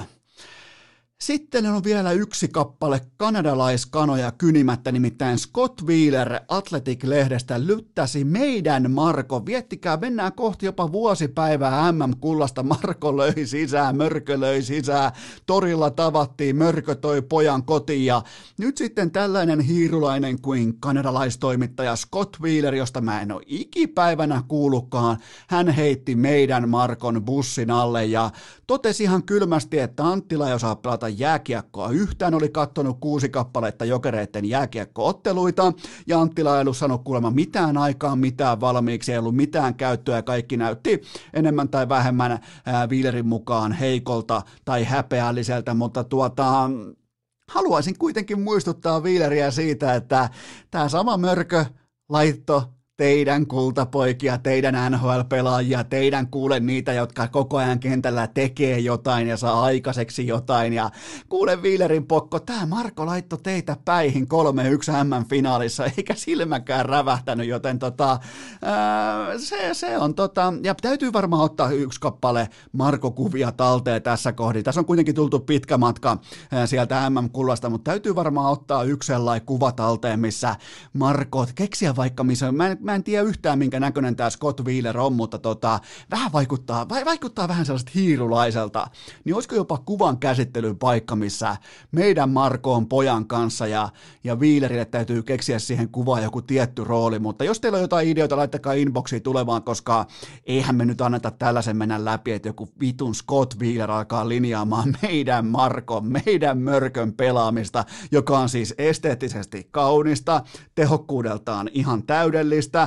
A: Sitten on vielä yksi kappale kanadalaiskanoja kynimättä, nimittäin Scott Wheeler Athletic-lehdestä lyttäsi meidän Marko. Viettikää, mennään kohti jopa vuosipäivää M M-kullasta. Marko löi sisään, Mörkö löi sisään, torilla tavattiin, Mörkö toi pojan kotiin ja nyt sitten tällainen hiirulainen kuin kanadalaistoimittaja Scott Wheeler, josta mä en ole ikipäivänä kuullutkaan, hän heitti meidän Markon bussin alle ja totesi ihan kylmästi, että Anttila ei osaa pelata jääkiekkoa yhtään, oli kattonut kuusi kappaletta Jokereiden jääkiekko-otteluita, ja Anttila ei ollut sanonut kuulemma mitään aikaa, mitään valmiiksi, ei ollut mitään käyttöä, ja kaikki näytti enemmän tai vähemmän ää, Wheelerin mukaan heikolta tai häpeälliseltä, mutta tuota, haluaisin kuitenkin muistuttaa Wheeleria siitä, että tämä sama Mörkö laitto teidän kultapoikia, teidän N H L-pelaajia, teidän kuule niitä, jotka koko ajan kentällä tekee jotain ja saa aikaiseksi jotain. Ja kuule Wheelerin pokko, tämä Marko laitto teitä päihin kolme yksi M M-finaalissa, eikä silmäkään rävähtänyt, joten tota, ää, se, se on tota, ja täytyy varmaan ottaa yksi kappale Marko-kuvia talteen tässä kohdin. Tässä on kuitenkin tultu pitkä matka ää, sieltä M M-kullasta, mutta täytyy varmaan ottaa yksi sellainen kuva talteen, missä Marko, keksiä vaikka missä, mä en, Mä en tiedä yhtään, minkä näköinen tämä Scott Wheeler on, mutta tota, vähän vaikuttaa, vaikuttaa vähän sellaista hiirulaiselta. Niin olisiko jopa kuvan käsittelyn paikka, missä meidän Marko on pojan kanssa ja, ja Wheelerille täytyy keksiä siihen kuvaan joku tietty rooli. Mutta jos teillä on jotain ideoita, laittakaa inboxiin tulevaan, koska eihän me nyt anneta tällaisen mennä läpi, että joku vitun Scott Wheeler alkaa linjaamaan meidän Marko, meidän Mörkön pelaamista, joka on siis esteettisesti kaunista, tehokkuudeltaan ihan täydellistä,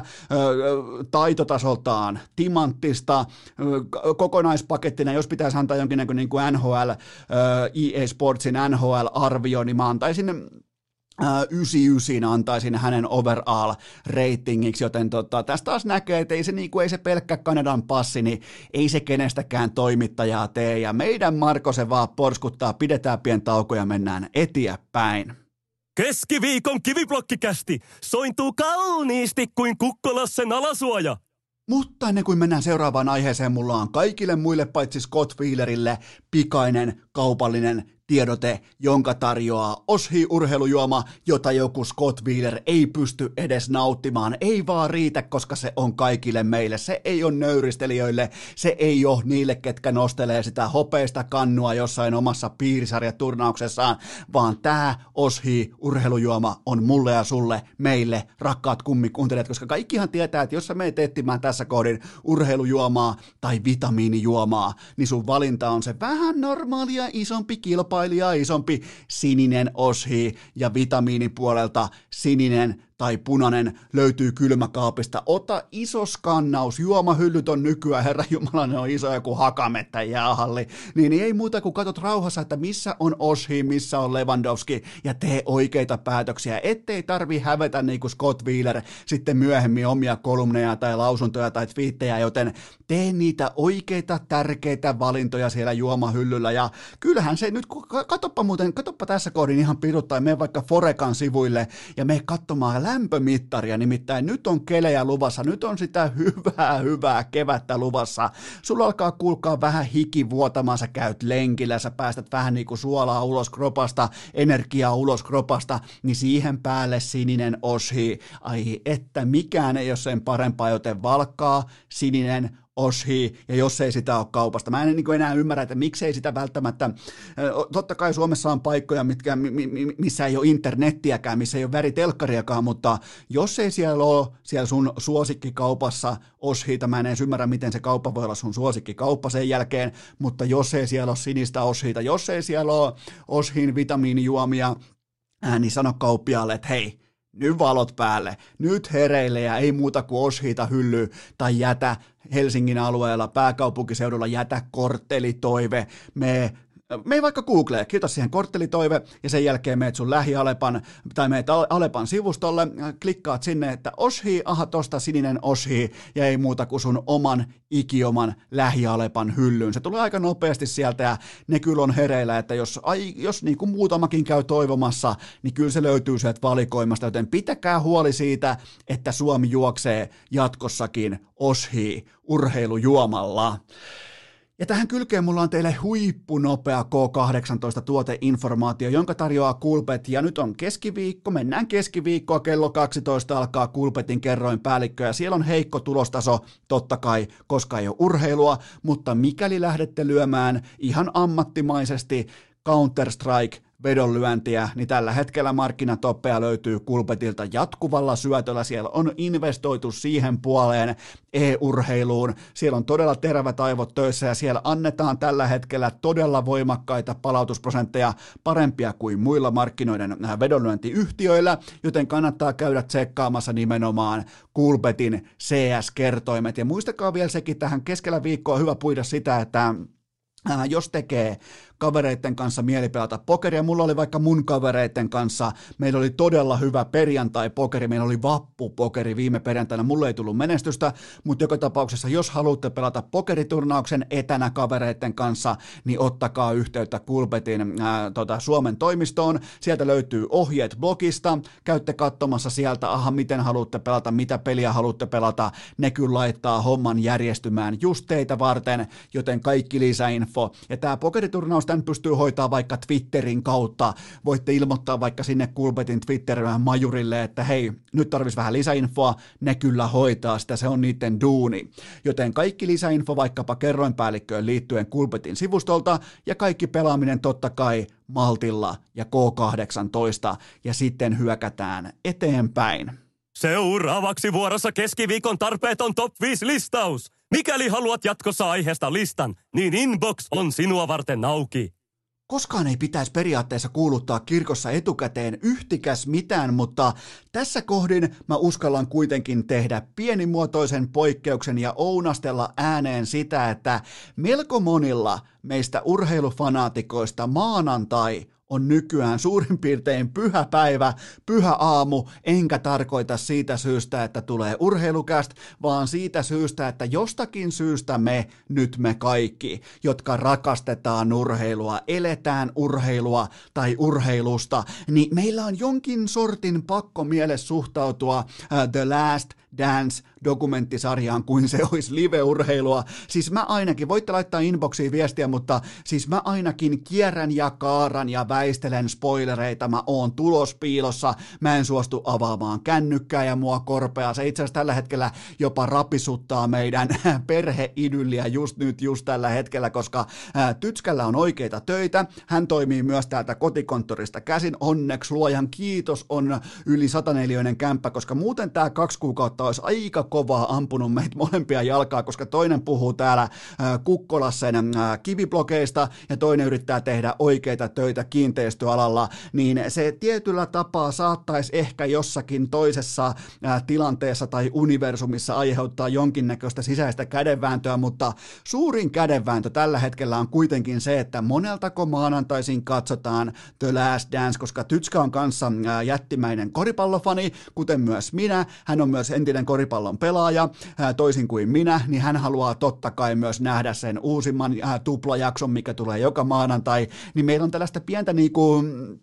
A: taitotasoltaan timanttista, kokonaispakettina, jos pitäisi antaa jonkinnäköinen niin kuin N H L, E A Sportsin N H L-arvio, niin mä antaisin yhdeksänkymmentäyhdeksän antaisin hänen overall-ratingiksi, joten tota, tästä taas näkee, että ei se, niin kuin, ei se pelkkä Kanadan passi, niin ei se kenestäkään toimittajaa tee, ja meidän Marko se vaan porskuttaa, pidetään pieni tauko ja mennään eteenpäin.
B: Keskiviikon kiviblokkikästi sointuu kauniisti kuin Kukkolassen alasuoja.
A: Mutta ennen kuin mennään seuraavaan aiheeseen, mulla on kaikille muille paitsi Scott Wheelerille pikainen kaupallinen tiedote, jonka tarjoaa Oshi urheilujuoma, jota joku Scott Wheeler ei pysty edes nauttimaan. Ei vaan riitä, koska se on kaikille meille. Se ei ole nöyristelijöille, se ei ole niille, ketkä nostelee sitä hopeista kannua jossain omassa piirisarjaturnauksessaan, vaan tämä Oshi urheilujuoma on mulle ja sulle, meille, rakkaat kummikuuntelijat, koska kaikkihan tietää, että jos sä meet etsimään tässä kohdin urheilujuomaa tai vitamiinijuomaa, niin sun valinta on se vähän normaalia isompi kilpailu, isompi sininen Oshi ja vitamiinipuolelta sininen tai punainen löytyy kylmäkaapista. Ota iso skannaus, juomahyllyt on nykyään, herra jumala, ne on iso joku Hakamettä jäähalli, niin ei muuta kuin katot rauhassa, että missä on Oshi, missä on Lewandowski ja tee oikeita päätöksiä, ettei tarvi hävetä niin kuin Scott Wheeler sitten myöhemmin omia kolumneja tai lausuntoja tai twiittejä, joten tee niitä oikeita tärkeitä valintoja siellä juomahyllyllä ja kyllähän se nyt, katoppa muuten, katoppa tässä kohdin ihan piruttaa, mene vaikka Forekan sivuille ja mene katsomaan lämpömittaria, nimittäin nyt on kelejä luvassa, nyt on sitä hyvää, hyvää kevättä luvassa. Sulla alkaa kuulkaa vähän hiki vuotamaan, sä käyt lenkillä, sä päästät vähän niin kuin suolaa ulos kropasta, energiaa ulos kropasta, niin siihen päälle sininen Oshi. Ai että mikään ei ole sen parempaa, joten valkkaa sininen Oshii, ja jos ei sitä ole kaupasta. Mä en niin kuin enää ymmärrä, että miksei sitä välttämättä, totta kai Suomessa on paikkoja, mitkä, missä ei ole internettiäkään, missä ei ole väritelkkariakaan, mutta jos ei siellä ole siellä sun suosikkikaupassa Oshiita, mä en edes ymmärrä, miten se kauppa voi olla sun suosikkikauppa sen jälkeen, mutta jos ei siellä ole sinistä Oshiita, jos ei siellä ole Oshiin vitamiinijuomia, ää, niin sano kauppiaalle, että hei, nyt valot päälle, nyt hereille ja ei muuta kuin Oshiita hyllyy tai jätä Helsingin alueella, pääkaupunkiseudulla jätä korttelitoive, me Mene vaikka Googleen, kirjoita siihen korttelitoive ja sen jälkeen meet sun lähi-Alepan tai meet Alepan sivustolle, klikkaat sinne, että Oshii, aha tosta sininen Oshii ja ei muuta kuin sun oman ikioman lähi-Alepan hyllyyn. Se tulee aika nopeasti sieltä ja ne kyllä on hereillä, että jos, ai, jos niin kuin muutamakin käy toivomassa, niin kyllä se löytyy sieltä valikoimasta, joten pitäkää huoli siitä, että Suomi juoksee jatkossakin Oshii urheilujuomalla. Ja tähän kylkeen mulla on teille huippunopea K kahdeksantoista tuoteinformaatio, jonka tarjoaa Coolbet. Ja nyt on keskiviikko, mennään keskiviikkoa, kello kaksitoista alkaa Coolbetin kerroin päällikkö. Ja siellä on heikko tulostaso, totta kai, koska ei ole urheilua. Mutta mikäli lähdette lyömään ihan ammattimaisesti Counter-Strike, vedonlyöntiä, niin tällä hetkellä markkinatoppeja löytyy Coolbetilta jatkuvalla syötöllä. Siellä on investoitu siihen puoleen e-urheiluun. Siellä on todella terävät aivot töissä ja siellä annetaan tällä hetkellä todella voimakkaita palautusprosentteja, parempia kuin muilla markkinoiden vedonlyöntiyhtiöillä, joten kannattaa käydä tsekkaamassa nimenomaan Coolbetin C S-kertoimet. Ja muistakaa vielä sekin, tähän keskellä viikkoa hyvä puida sitä, että Äh, jos tekee kavereiden kanssa mieli pelata pokeria, mulla oli vaikka mun kavereiden kanssa, meillä oli todella hyvä perjantai-pokeri, meillä oli vappupokeri viime perjantaina, mulle ei tullut menestystä, mutta joka tapauksessa, jos haluatte pelata pokeriturnauksen etänä kavereiden kanssa, niin ottakaa yhteyttä Coolbetin äh, tota, Suomen toimistoon, sieltä löytyy ohjeet blogista, käytte katsomassa sieltä, aha, miten haluatte pelata, mitä peliä haluatte pelata, ne kyllä laittaa homman järjestymään just teitä varten, joten kaikki lisäinfo. Ja tämä pokeriturnaus tämän pystyy hoitaa vaikka Twitterin kautta. Voitte ilmoittaa vaikka sinne Coolbetin Twitter-majurille, että hei, nyt tarvitsisi vähän lisäinfoa, ne kyllä hoitaa sitä, se on niiden duuni. Joten kaikki lisäinfo vaikkapa kerroinpäällikköön liittyen Coolbetin sivustolta ja kaikki pelaaminen totta kai maltilla ja K kahdeksantoista ja sitten hyökätään eteenpäin.
B: Seuraavaksi vuorossa keskiviikon tarpeeton top viisi listaus. Mikäli haluat jatkossa aiheesta listan, niin inbox on sinua varten auki.
A: Koskaan ei pitäisi periaatteessa kuuluttaa kirkossa etukäteen yhtikäs mitään, mutta tässä kohdin mä uskallan kuitenkin tehdä pienimuotoisen poikkeuksen ja ounastella ääneen sitä, että melko monilla meistä urheilufanaatikoista maanantai on nykyään suurin piirtein pyhä päivä, pyhä aamu, enkä tarkoita siitä syystä, että tulee urheilukäst, vaan siitä syystä, että jostakin syystä me, nyt me kaikki, jotka rakastetaan urheilua, eletään urheilua tai urheilusta, niin meillä on jonkin sortin pakko mielessä suhtautua uh, The Last Dance-dokumenttisarjaan kuin se olisi live-urheilua. Siis mä ainakin, voitte laittaa inboxiin viestiä, mutta siis mä ainakin kierrän ja kaaran ja väistelen spoilereita, mä oon tulospiilossa, mä en suostu avaamaan kännykkää ja mua korpeaa. Se itse asiassa tällä hetkellä jopa rapisuttaa meidän perheidylliä just nyt, just tällä hetkellä, koska ää, Tytskällä on oikeita töitä, hän toimii myös täältä kotikonttorista käsin, onneksi luojan kiitos on yli sataneliöinen kämppä, koska muuten tää kaksi kuukautta olisi aika kovaa ampunut meitä molempia jalkaa, koska toinen puhuu täällä Kukkolassen kiviblogeista ja toinen yrittää tehdä oikeita töitä kiinteistöalalla, niin se tietyllä tapaa saattaisi ehkä jossakin toisessa tilanteessa tai universumissa aiheuttaa jonkinnäköistä sisäistä kädenvääntöä, mutta suurin kädenvääntö tällä hetkellä on kuitenkin se, että moneltako maanantaisin katsotaan The Last Dance, koska Tytskä on kanssa jättimäinen koripallofani, kuten myös minä. Hän on myös entinen koripallon pelaaja, toisin kuin minä, niin hän haluaa totta kai myös nähdä sen uusimman tuplajakson, mikä tulee joka maanantai, niin meillä on tällaista pientä niinku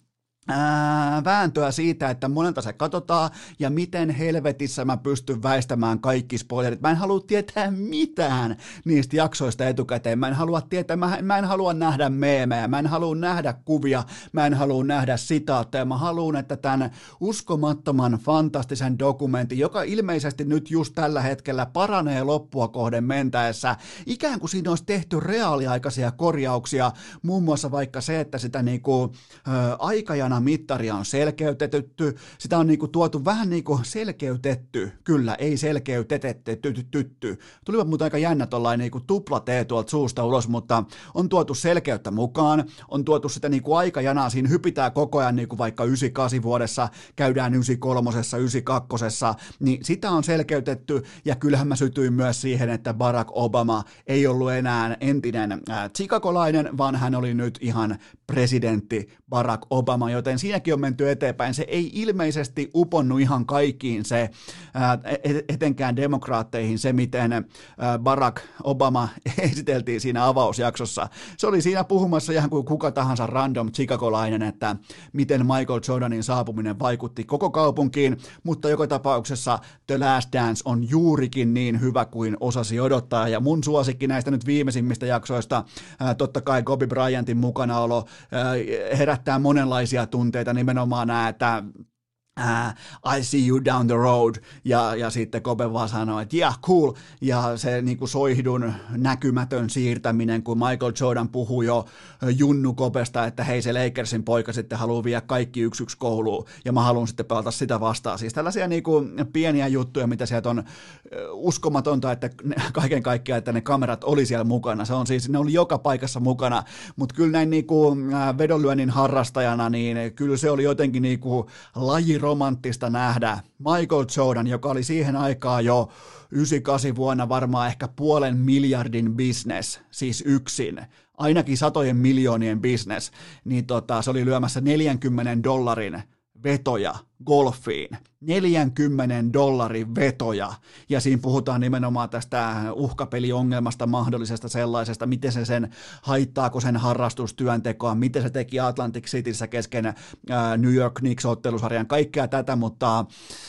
A: Ää, vääntöä siitä, että monelta se katsotaan ja miten helvetissä mä pystyn väistämään kaikki spoilerit. Mä en halua tietää mitään niistä jaksoista etukäteen. Mä en halua tietää, mä en, mä en halua nähdä meemejä, mä en halua nähdä kuvia, mä en halua nähdä sitaatteja. Mä haluan, että tämän uskomattoman, fantastisen dokumentin, joka ilmeisesti nyt just tällä hetkellä paranee loppua kohden mentäessä, ikään kuin siinä olisi tehty reaaliaikaisia korjauksia, muun muassa vaikka se, että sitä niinku, ä, aikajana mittaria on selkeytetty, sitä on niinku tuotu vähän niinku selkeytetty, kyllä, ei selkeytetetty, tulivat muuten aika jännä tollain niinku tupla T tuolta suusta ulos, mutta on tuotu selkeyttä mukaan, on tuotu sitä niinku aikajanaa, siinä hypitään koko ajan niinku vaikka yhdeksänkymmentäkahdeksan vuodessa, käydään yhdeksänkymmentäkolme, yhdeksänkymmentäkaksi, niin sitä on selkeytetty, ja kyllähän mä sytyin myös siihen, että Barack Obama ei ollut enää entinen äh, chicagolainen, vaan hän oli nyt ihan presidentti Barack Obama, joten siinäkin on menty eteenpäin. Se ei ilmeisesti uponnut ihan kaikkiin se, ää, etenkään demokraatteihin se, miten ää, Barack Obama esiteltiin siinä avausjaksossa. Se oli siinä puhumassa ihan kuin kuka tahansa random chicagolainen, että miten Michael Jordanin saapuminen vaikutti koko kaupunkiin, mutta joka tapauksessa The Last Dance on juurikin niin hyvä kuin osasi odottaa, ja mun suosikki näistä nyt viimeisimmistä jaksoista, ää, totta kai Kobe Bryantin mukanaolo, ää, herättää monenlaisia tunteita, nimenomaan nämä, että Uh, I see you down the road, ja, ja sitten Kobe vaan sanoo, että yeah, cool, ja se niin kuin soihdun näkymätön siirtäminen, kun Michael Jordan puhuu jo Junnu Kobesta, että hei, se Lakersin poika sitten haluaa viedä kaikki yksi yksi kouluun, ja mä haluan sitten pelata sitä vastaan. Siis tällaisia niin kuin pieniä juttuja, mitä sieltä on uskomatonta, että kaiken kaikkiaan, että ne kamerat oli siellä mukana. Se on siis, ne oli joka paikassa mukana, mutta kyllä näin niin kuin vedonlyönnin harrastajana, niin kyllä se oli jotenkin niin kuin laji romanttista nähdä Michael Jordan, joka oli siihen aikaan jo yhdeksänkymmentäkahdeksan vuonna varmaan ehkä puolen miljardin business, siis yksin, ainakin satojen miljoonien business, niin tota, se oli lyömässä neljänkymmenen dollarin vetoja golfiin, neljänkymmenen dollarin vetoja, ja siinä puhutaan nimenomaan tästä uhkapeliongelmasta, mahdollisesta sellaisesta, miten se sen, haittaako sen harrastustyöntekoa, miten se teki Atlantic Cityssä kesken ää, New York Knicks-ottelusarjan, kaikkea tätä, mutta ää,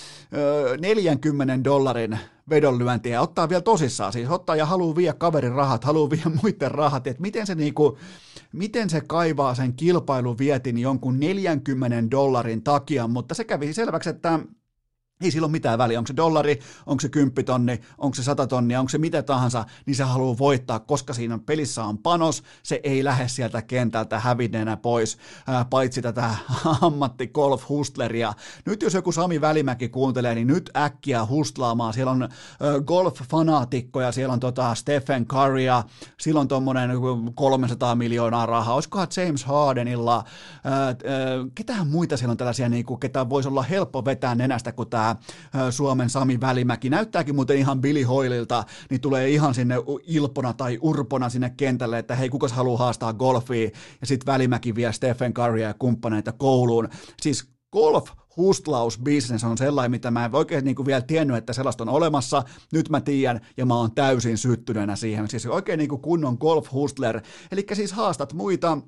A: neljänkymmenen dollarin vedonlyöntiä ja ottaa vielä tosissaan, siis ottaa ja haluaa viedä kaverin rahat, haluaa viedä muiden rahat, että miten se niinku, miten se kaivaa sen kilpailuvietin jonkun neljänkymmenen dollarin takia, mutta se kävi selväksi, että ei sillä ole mitään väliä, onko se dollari, onko se kymppitonni, onko se sata tonnia, onko se mitä tahansa, niin se haluaa voittaa, koska siinä pelissä on panos, se ei lähde sieltä kentältä hävinneenä pois, ää, paitsi tätä ammatti golf hustleria. Nyt jos joku Sami Välimäki kuuntelee, niin nyt äkkiä hustlaamaan, siellä on ää, golf-fanaatikkoja, siellä on tota Stephen Currya, siellä on tuommoinen kolmesataa miljoonaa rahaa, olisikohan James Hardenilla, ää, ää, ketään muita siellä on tällaisia, niin kuin, ketä voisi olla helppo vetää nenästä, kun tämä Suomen Sami Välimäki, näyttääkin muuten ihan Billy Hoylilta, niin tulee ihan sinne ilpona tai urpona sinne kentälle, että hei, kukas haluaa haastaa golfia, ja sitten Välimäki vie Stephen Currya ja kumppaneita kouluun. Siis golf hustlausbusiness on sellainen, mitä mä en oikein niin kuin vielä tiennyt, että sellaista on olemassa. Nyt mä tiedän, ja mä oon täysin syttyneenä siihen. Siis oikein niin kuin kunnon golf hustler, eli siis haastat muita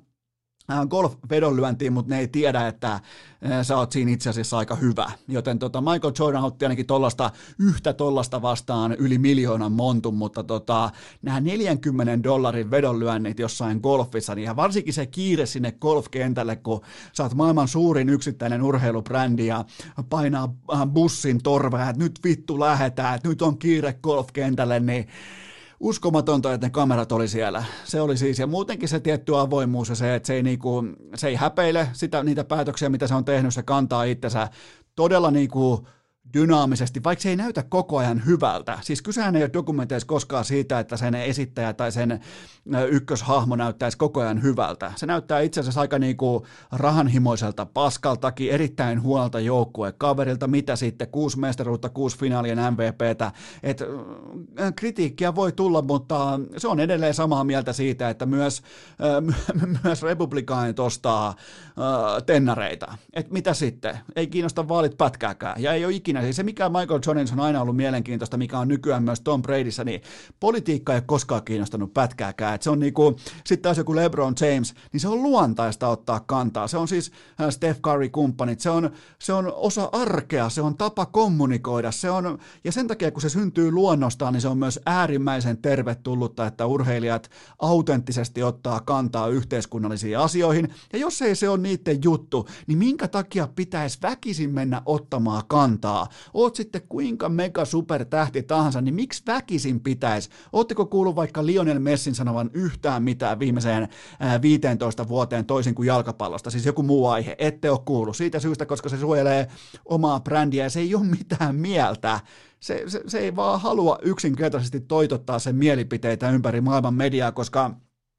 A: golf-vedonlyöntiin, mutta ne ei tiedä, että sä oot siinä itse asiassa aika hyvä. Joten tota, Michael Jordan otti ainakin tollasta, yhtä tollasta vastaan yli miljoonan montun, mutta tota, nämä neljänkymmenen dollarin vedonlyönnit jossain golfissa, niin varsinkin se kiire sinne golfkentälle, kun sä oot maailman suurin yksittäinen urheilubrändi ja painaa bussin torvea, että nyt vittu lähetään, että nyt on kiire golfkentälle, niin uskomatonta, että ne kamerat oli siellä. Se oli siis, ja muutenkin se tietty avoimuus ja se, että se ei, niinku, se ei häpeile sitä, niitä päätöksiä, mitä se on tehnyt, se kantaa itsensä todella niinku dynaamisesti, vaikka se ei näytä koko ajan hyvältä. Siis kysehän ei ole dokumenteissa koskaan siitä, että sen esittäjä tai sen ykköshahmo näyttäisi koko ajan hyvältä. Se näyttää itse asiassa aika niinku rahanhimoiselta paskaltakin, erittäin huolta joukkuekaverilta, mitä sitten, kuusi mestaruutta, kuusi finaalien M V P:tä. Et, äh, kritiikkiä voi tulla, mutta se on edelleen samaa mieltä siitä, että myös, äh, myös republikaanit ostaa äh, tennareita. Et mitä sitten? Ei kiinnosta vaalit pätkääkään, ja ei ole ikinä ikinä, siis se mikä Michael Jordanissa on aina ollut mielenkiintoista, mikä on nykyään myös Tom Bradyssä, niin politiikka ei ole koskaan kiinnostanut pätkääkään. Et se on niinku, sitten taas joku LeBron James, niin se on luontaista ottaa kantaa. Se on siis Steph Curry-kumppanit, se on, se on osa arkea, se on tapa kommunikoida, se on, ja sen takia kun se syntyy luonnostaan, niin se on myös äärimmäisen tervetullutta, että urheilijat autenttisesti ottaa kantaa yhteiskunnallisiin asioihin, ja jos ei se ole niiden juttu, niin minkä takia pitäisi väkisin mennä ottamaan kantaa? Oot sitten kuinka mega supertähti tahansa, niin miksi väkisin pitäisi? Ootteko kuullut vaikka Lionel Messin sanovan yhtään mitään viimeiseen viisitoista vuoteen toisin kuin jalkapallosta, siis joku muu aihe, ette ole kuullut siitä syystä, koska se suojelee omaa brändiä ja se ei ole mitään mieltä. Se, se, se ei vaan halua yksinkertaisesti toitottaa sen mielipiteitä ympäri maailman mediaa, koska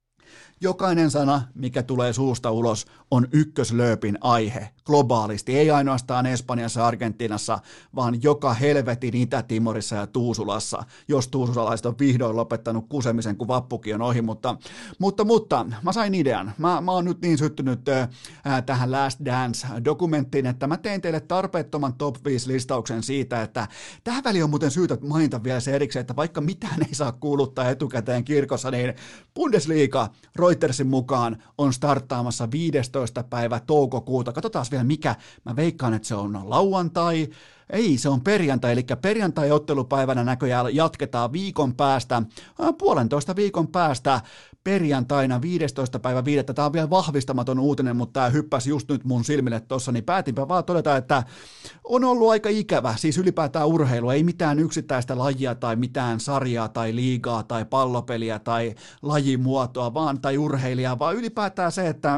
A: jokainen sana, mikä tulee suusta ulos, on ykköslööpin aihe globaalisti, ei ainoastaan Espanjassa, Argentiinassa, vaan joka helvetin Itä-Timorissa ja Tuusulassa, jos tuususalaiset on vihdoin lopettanut kusemisen, kun vappukin on ohi, mutta, mutta, mutta mä sain idean. Mä, mä oon nyt niin syttynyt äh, tähän Last Dance-dokumenttiin, että mä tein teille tarpeettoman top viisi listauksen siitä, että tähän väliin on muuten syytä mainita vielä se erikseen, että vaikka mitään ei saa kuuluttaa etukäteen kirkossa, niin Bundesliga Reutersin mukaan on starttaamassa viidestoista päivä toukokuuta. Katsotaan vielä mikä. Mä veikkaan, että se on lauantai. Ei, se on perjantai, eli perjantai-ottelupäivänä näköjään jatketaan viikon päästä, puolentoista viikon päästä perjantaina viidestoista päivä viidettä. Tämä on vielä vahvistamaton uutinen, mutta tämä hyppäsi just nyt mun silmille tuossa, niin päätinpä vaan todeta, että on ollut aika ikävä, siis ylipäätään urheilu, ei mitään yksittäistä lajia tai mitään sarjaa tai liigaa tai pallopeliä tai lajimuotoa vaan tai urheilijaa, vaan ylipäätään se, että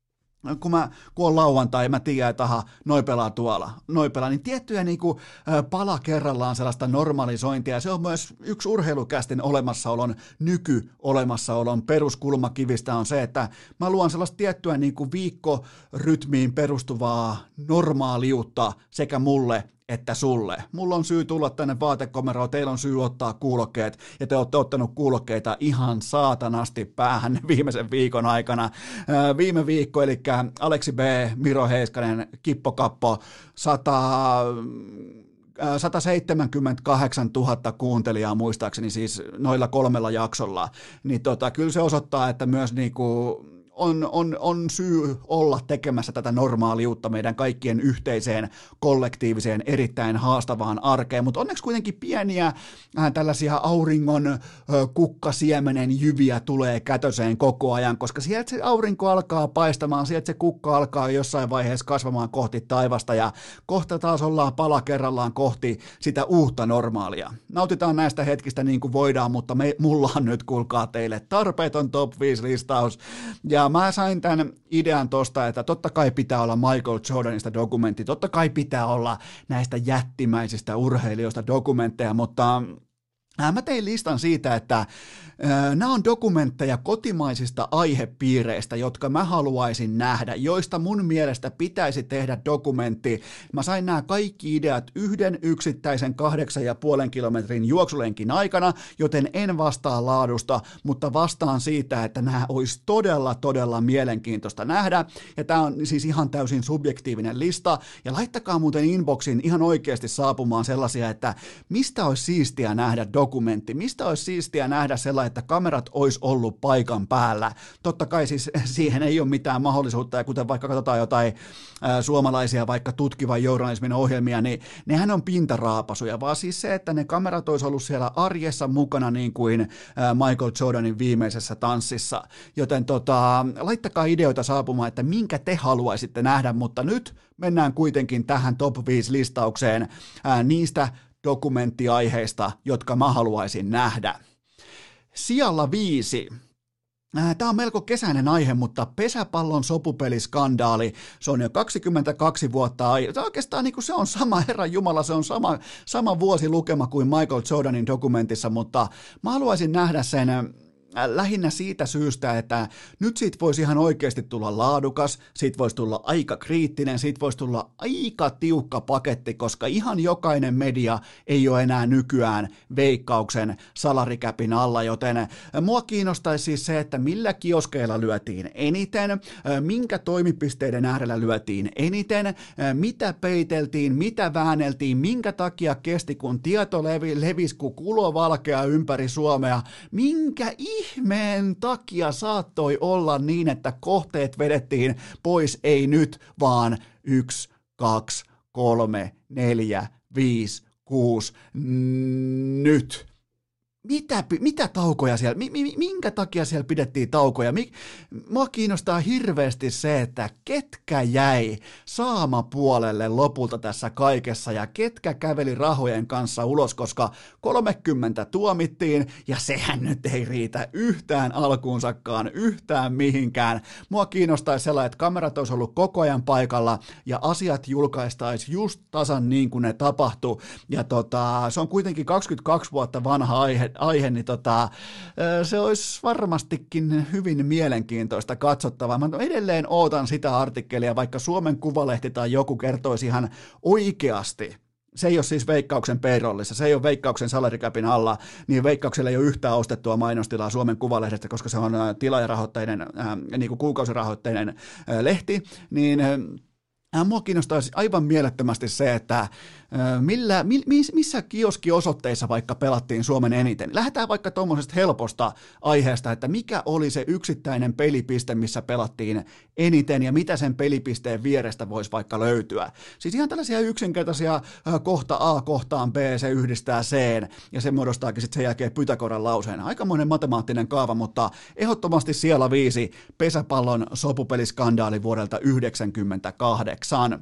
A: kun, mä, kun on lauantai, mä tiedän, että aha, noi pelaa tuolla, noi pelaa, niin tiettyjä niin kuin, pala kerrallaan sellaista normalisointia, ja se on myös yksi urheilukästin olemassaolon, nykyolemassaolon peruskulmakivistä on se, että mä luon sellaista tiettyä niin kuin viikkorytmiin perustuvaa normaaliutta sekä mulle että sulle. Mulla on syy tulla tänne vaatekomeroon, teillä on syy ottaa kuulokkeet, ja te olette ottanut kuulokkeita ihan saatanasti päähän viimeisen viikon aikana. Ää, viime viikko, eli Aleksi B, Miro Heiskanen, Kippo Kappo, sata... sataseitsemänkymmentäkahdeksantuhatta kuuntelijaa muistaakseni siis noilla kolmella jaksolla, niin tota, kyllä se osoittaa, että myös niinku On, on, on syy olla tekemässä tätä normaaliutta meidän kaikkien yhteiseen, kollektiiviseen, erittäin haastavaan arkeen, mutta onneksi kuitenkin pieniä äh, tällaisia auringon äh, kukkasiemenen jyviä tulee kätöseen koko ajan, koska sieltä se aurinko alkaa paistamaan, sieltä se kukka alkaa jossain vaiheessa kasvamaan kohti taivasta ja kohta taas ollaan pala kerrallaan kohti sitä uutta normaalia. Nautitaan näistä hetkistä niin kuin voidaan, mutta me, mulla on nyt, kuulkaa teille, tarpeeton top viisi listaus ja mä sain tämän idean tosta, että totta kai pitää olla Michael Jordanista dokumentti, totta kai pitää olla näistä jättimäisistä urheilijoista dokumentteja, mutta mä tein listan siitä, että nämä on dokumentteja kotimaisista aihepiireistä, jotka mä haluaisin nähdä, joista mun mielestä pitäisi tehdä dokumentti. Mä sain nämä kaikki ideat yhden yksittäisen kahdeksan ja puolen kilometrin juoksulenkin aikana, joten en vastaa laadusta, mutta vastaan siitä, että nämä olisi todella, todella mielenkiintoista nähdä. Ja tämä on siis ihan täysin subjektiivinen lista. Ja laittakaa muuten inboxiin ihan oikeasti saapumaan sellaisia, että mistä olisi siistiä nähdä dokumentti, mistä olisi siistiä nähdä sellainen, että kamerat olisi ollut paikan päällä. Totta kai siis siihen ei ole mitään mahdollisuutta, ja kuten vaikka katsotaan jotain ä, suomalaisia vaikka tutkivan journalismin ohjelmia, niin nehän on pintaraapasuja, vaan siis se, että ne kamerat olisi ollut siellä arjessa mukana niin kuin ä, Michael Jordanin viimeisessä tanssissa. Joten tota, laittakaa ideoita saapumaan, että minkä te haluaisitte nähdä, mutta nyt mennään kuitenkin tähän top viisi listaukseen ä, niistä dokumenttiaiheista, jotka mä haluaisin nähdä. Sijalla viisi. Tämä on melko kesäinen aihe, mutta pesäpallon sopupeliskandaali, se on jo kaksikymmentäkaksi vuotta aihe. Oikeastaan niin kuin se on sama, Herran Jumala, se on sama, sama vuosilukema kuin Michael Jordanin dokumentissa, mutta mä haluaisin nähdä sen lähinnä siitä syystä, että nyt siitä voisi ihan oikeasti tulla laadukas, siitä voisi tulla aika kriittinen, siitä voisi tulla aika tiukka paketti, koska ihan jokainen media ei ole enää nykyään Veikkauksen salarikäpin alla, joten mua kiinnostaisi siis se, että millä kioskeilla lyötiin eniten, minkä toimipisteiden äärellä lyötiin eniten, mitä peiteltiin, mitä väänneltiin, minkä takia kesti, kun tieto levi, levisi kuin kulovalkea ympäri Suomea, minkä ihmeen takia saattoi olla niin, että kohteet vedettiin pois ei nyt, vaan yksi, kaksi, kolme, neljä, viisi, kuusi, nyt. Mitä, mitä taukoja siellä, minkä takia siellä pidettiin taukoja? Mua kiinnostaa hirveästi se, että ketkä jäi saamapuolelle lopulta tässä kaikessa ja ketkä käveli rahojen kanssa ulos, koska kolmekymmentä tuomittiin ja sehän nyt ei riitä yhtään alkuunsakaan, yhtään mihinkään. Mua kiinnostaisi sellainen, että kamerat olisi ollut koko ajan paikalla ja asiat julkaistaisi just tasan niin kuin ne tapahtui. Ja tota, se on kuitenkin kaksikymmentäkaksi vuotta vanha aihe, aihe, niin tota, se olisi varmastikin hyvin mielenkiintoista katsottavaa. Mä edelleen ootan sitä artikkelia, vaikka Suomen Kuvalehti tai joku kertoisi ihan oikeasti. Se ei ole siis Veikkauksen payrollissa, se ei ole Veikkauksen salarikäpin alla, niin Veikkauksella ei ole yhtään ostettua mainostilaa Suomen Kuvalehdestä, koska se on tilaajarahoitteinen, äh, niin kuin kuukausirahoitteinen äh, lehti, niin äh, mua kiinnostaisi aivan mielettömästi se, että Millä, missä kioskiosoitteissa vaikka pelattiin Suomen eniten? Lähdetään vaikka tuommoisesta helposta aiheesta, että mikä oli se yksittäinen pelipiste, missä pelattiin eniten ja mitä sen pelipisteen vierestä voisi vaikka löytyä. Siis ihan tällaisia yksinkertaisia kohta A kohtaan B, se yhdistää C ja se muodostaakin sitten sen jälkeen Pythagoran lauseen. Aikamoinen matemaattinen kaava, mutta ehdottomasti siellä viisi pesäpallon sopupeliskandaali vuodelta yhdeksänkymmentäkahdeksan.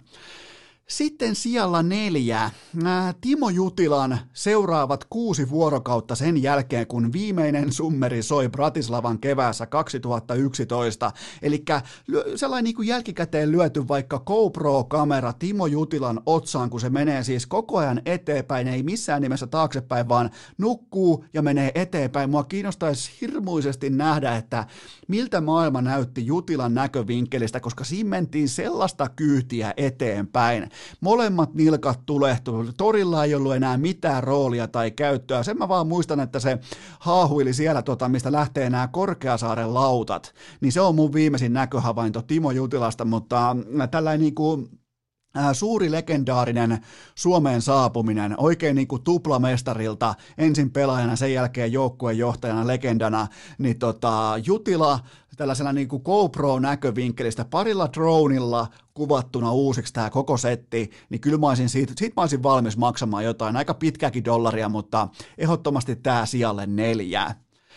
A: Sitten sijalla neljä. Timo Jutilan seuraavat kuusi vuorokautta sen jälkeen, kun viimeinen summeri soi Bratislavan keväässä kaksituhattayksitoista. Eli sellainen niin kuin jälkikäteen lyöty vaikka GoPro-kamera Timo Jutilan otsaan, kun se menee siis koko ajan eteenpäin, ei missään nimessä taaksepäin, vaan nukkuu ja menee eteenpäin. Mua kiinnostaisi hirmuisesti nähdä, että miltä maailma näytti Jutilan näkövinkkelistä, koska siinä mentiin sellaista kyytiä eteenpäin. Molemmat nilkat tulehtu, torilla ei ollut enää mitään roolia tai käyttöä. Sen mä vaan muistan, että se haahuili siellä, tota, mistä lähtee nämä Korkeasaaren lautat. Niin se on mun viimeisin näköhavainto Timo Jutilasta, mutta tällainen niin kuin suuri legendaarinen Suomeen saapuminen, oikein niin kuin tuplamestarilta, ensin pelaajana, sen jälkeen joukkueenjohtajana, legendana, niin tota, Jutila tällaisella niin kuin GoPro-näkövinkkelistä, parilla dronilla kuvattuna uusiksi tämä koko setti, niin kyllä mä olisin siitä, siitä mä olisin valmis maksamaan jotain, aika pitkäkin dollaria, mutta ehdottomasti tämä sijalle neljä.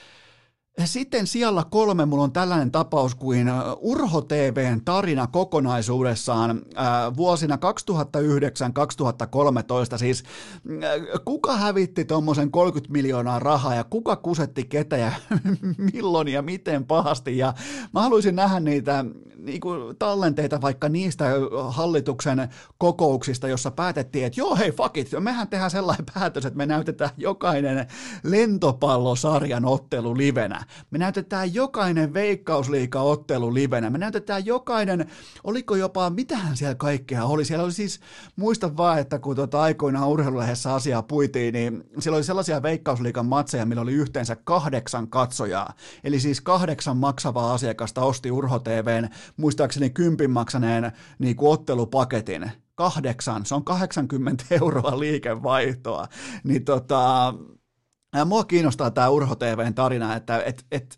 A: Sitten sijalla kolme mulla on tällainen tapaus kuin Urho T V:n tarina kokonaisuudessaan äh, vuosina kaksituhattayhdeksän kaksituhattakolmetoista. Siis äh, kuka hävitti tuommoisen kolmekymmentä miljoonaa rahaa ja kuka kusetti ketä ja milloin ja miten pahasti. Ja mä haluaisin nähdä niitä niin kuin tallenteita vaikka niistä hallituksen kokouksista, jossa päätettiin, että joo hei fuck it, mehän tehdään sellainen päätös, että me näytetään jokainen lentopallosarjan ottelu livenä. Me näytetään jokainen Veikkausliiga-ottelu livenä. Me näytetään jokainen, oliko jopa, mitähän siellä kaikkea oli. Siellä oli siis, muista vaan, että kun tuota aikoinaan urheilulehdessä asiaa puitiin, niin siellä oli sellaisia Veikkausliigan matseja, millä oli yhteensä kahdeksan katsojaa. Eli siis kahdeksan maksavaa asiakasta osti Urho T V:n, muistaakseni kympin maksaneen niin kuin ottelupaketin. Kahdeksan, se on kahdeksankymmentä euroa liikevaihtoa. Niin tota... Ja mua kiinnostaa tämä Urho T V:n tarina, että et, et,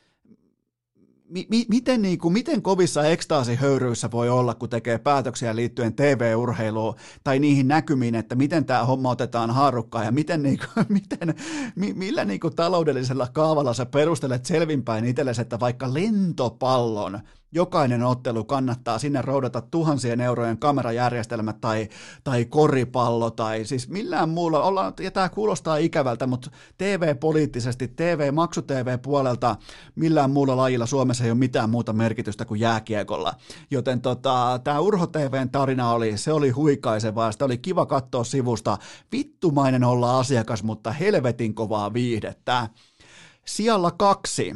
A: mi, mi, miten, niin kuin, miten kovissa ekstaasihöyryissä voi olla, kun tekee päätöksiä liittyen T V-urheiluun tai niihin näkymiin, että miten tämä homma otetaan haarukkaan ja miten, niin kuin, miten, mi, millä niin kuin taloudellisella kaavalla sä perustelet selvinpäin itsellesi, että vaikka lentopallon jokainen ottelu kannattaa sinne roudata tuhansien eurojen kamerajärjestelmät tai, tai koripallo tai siis millään muulla, ollaan, ja tämä kuulostaa ikävältä, mutta T V-poliittisesti, T V, maksu-T V-puolelta millään muulla lajilla Suomessa ei ole mitään muuta merkitystä kuin jääkiekolla. Joten tota, tämä Urho T V:n tarina oli, se oli huikaisevaa, sitä oli kiva katsoa sivusta, vittumainen olla asiakas, mutta helvetin kovaa viihdettä. Sijalla kaksi.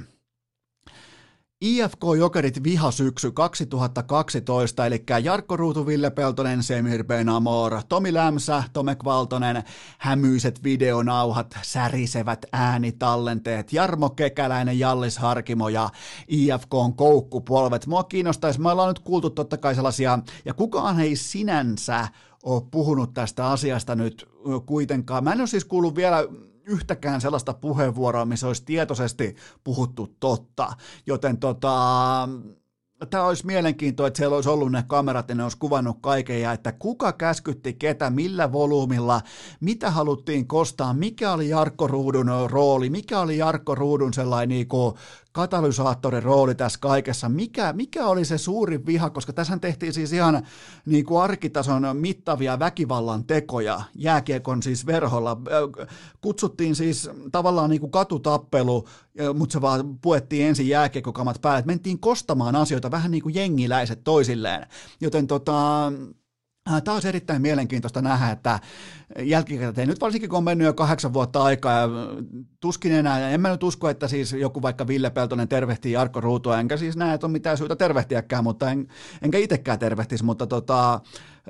A: I F K Jokerit vihasyksy kaksituhattakaksitoista, eli Jarkko Ruutu, Ville Peltonen, Semir Ben-Amor, Tomi Lämsä, Tomek Valtonen, hämyiset videonauhat, särisevät äänitallenteet, Jarmo Kekäläinen, Jallis Harkimo ja I F K:n koukkupolvet. Mua kiinnostaisi, me ollaan nyt kuultu totta kai sellaisia, ja kukaan ei sinänsä ole puhunut tästä asiasta nyt kuitenkaan. Mä en ole siis kuullut vielä yhtäkään sellaista puheenvuoroa, missä olisi tietoisesti puhuttu totta, joten tota, tämä olisi mielenkiintoista, että siellä olisi ollut ne kamerat ja ne olisi kuvannut kaiken ja että kuka käskytti ketä, millä volyymilla, mitä haluttiin kostaa, mikä oli Jarkko Ruudun rooli, mikä oli Jarkko Ruudun sellainen niin kuin katalysaattorin rooli tässä kaikessa, mikä, mikä oli se suurin viha, koska tässä tehtiin siis ihan niin kuin arkitason mittavia väkivallan tekoja jääkiekon siis verholla, kutsuttiin siis tavallaan niin kuin katutappelu, mutta se vaan puettiin ensin jääkiekkokamat päälle, että mentiin kostamaan asioita vähän niin kuin jengiläiset toisilleen, joten tota... Tämä olisi erittäin mielenkiintoista nähdä, että jälkikäteen, nyt varsinkin kun on mennyt jo kahdeksan vuotta aikaa ja tuskin enää, en mä nyt usko, että siis joku vaikka Ville Peltonen tervehtii Jarkko Ruutua, enkä siis näe, että on mitään syytä tervehtiäkään, mutta en, enkä itsekään tervehtisi, mutta tota, äh,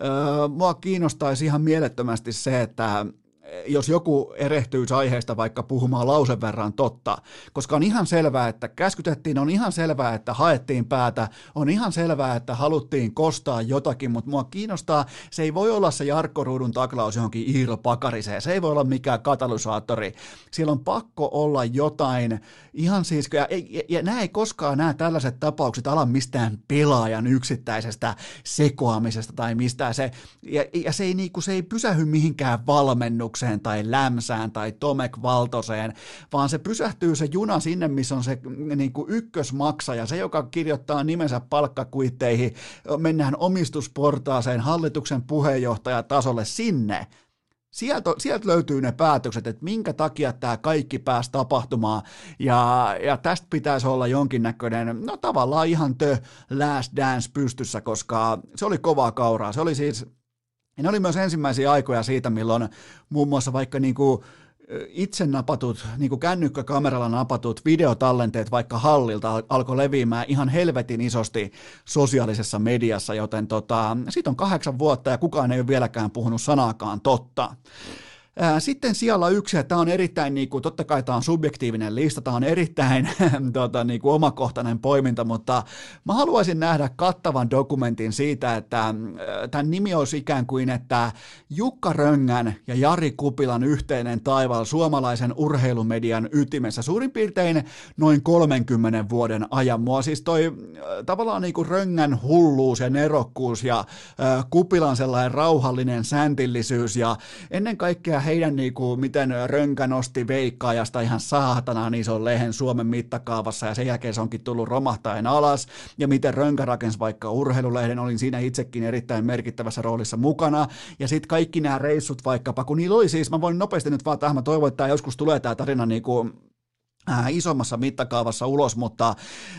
A: mua kiinnostaisi ihan mielettömästi se, että jos joku erehtyisi aiheesta vaikka puhumaan lausen verran totta, koska on ihan selvää, että käskytettiin, on ihan selvää, että haettiin päätä, on ihan selvää, että haluttiin kostaa jotakin, mutta mua kiinnostaa, se ei voi olla se Jarkko Ruudun taklaus johonkin Iiro Pakariseen, se ei voi olla mikään katalysaattori, siellä on pakko olla jotain, ihan siis, ja, ja, ja nämä ei koskaan nämä tällaiset tapaukset ala mistään pelaajan yksittäisestä sekoamisesta tai mistään, se, ja, ja se, ei, niinku, se ei pysähy mihinkään valmennukseen, tai Lämsään tai Tomek Valtoseen, vaan se pysähtyy se juna sinne, missä on se niin kuin ykkösmaksaja, se, joka kirjoittaa nimensä palkkakuitteihin, mennään omistusportaaseen hallituksen puheenjohtajatasolle sinne. Sieltä, sieltä löytyy ne päätökset, että minkä takia tämä kaikki pääsi tapahtumaan, ja, ja tästä pitäisi olla jonkinnäköinen, no tavallaan ihan the last dance pystyssä, koska se oli kovaa kauraa, se oli siis. Ja ne oli myös ensimmäisiä aikoja siitä, milloin muun muassa vaikka niinku itse napatut, niinku kännykkäkameralla napatut videotallenteet vaikka hallilta alkoi leviämään ihan helvetin isosti sosiaalisessa mediassa, joten tota, siitä on kahdeksan vuotta ja kukaan ei ole vieläkään puhunut sanaakaan totta. Sitten sijalla yksi, ja tämä on erittäin, niin kuin, totta kai tämä on subjektiivinen lista, tämä on erittäin tota, niin kuin omakohtainen poiminta, mutta mä haluaisin nähdä kattavan dokumentin siitä, että tämän nimi olisi ikään kuin, että Jukka Röngän ja Jari Kupilan yhteinen taival suomalaisen urheilumedian ytimessä suurin piirtein noin kolmenkymmenen vuoden ajan. Mua siis toi tavallaan niin kuin Röngän hulluus ja nerokkuus ja äh, Kupilan sellainen rauhallinen säntillisyys ja ennen kaikkea heidän niinku, miten Rönkä nosti Veikkaajasta ihan saatanaan ison lehen Suomen mittakaavassa ja sen jälkeen se onkin tullut romahtaen alas ja miten Rönkä rakensi vaikka urheilulehden, olin siinä itsekin erittäin merkittävässä roolissa mukana ja sitten kaikki nämä reissut vaikkapa, kun niillä oli siis, mä voin nopeasti nyt vaan tähän, mä toivon, että joskus tulee tämä tarina niinku Äh, isommassa mittakaavassa ulos, mutta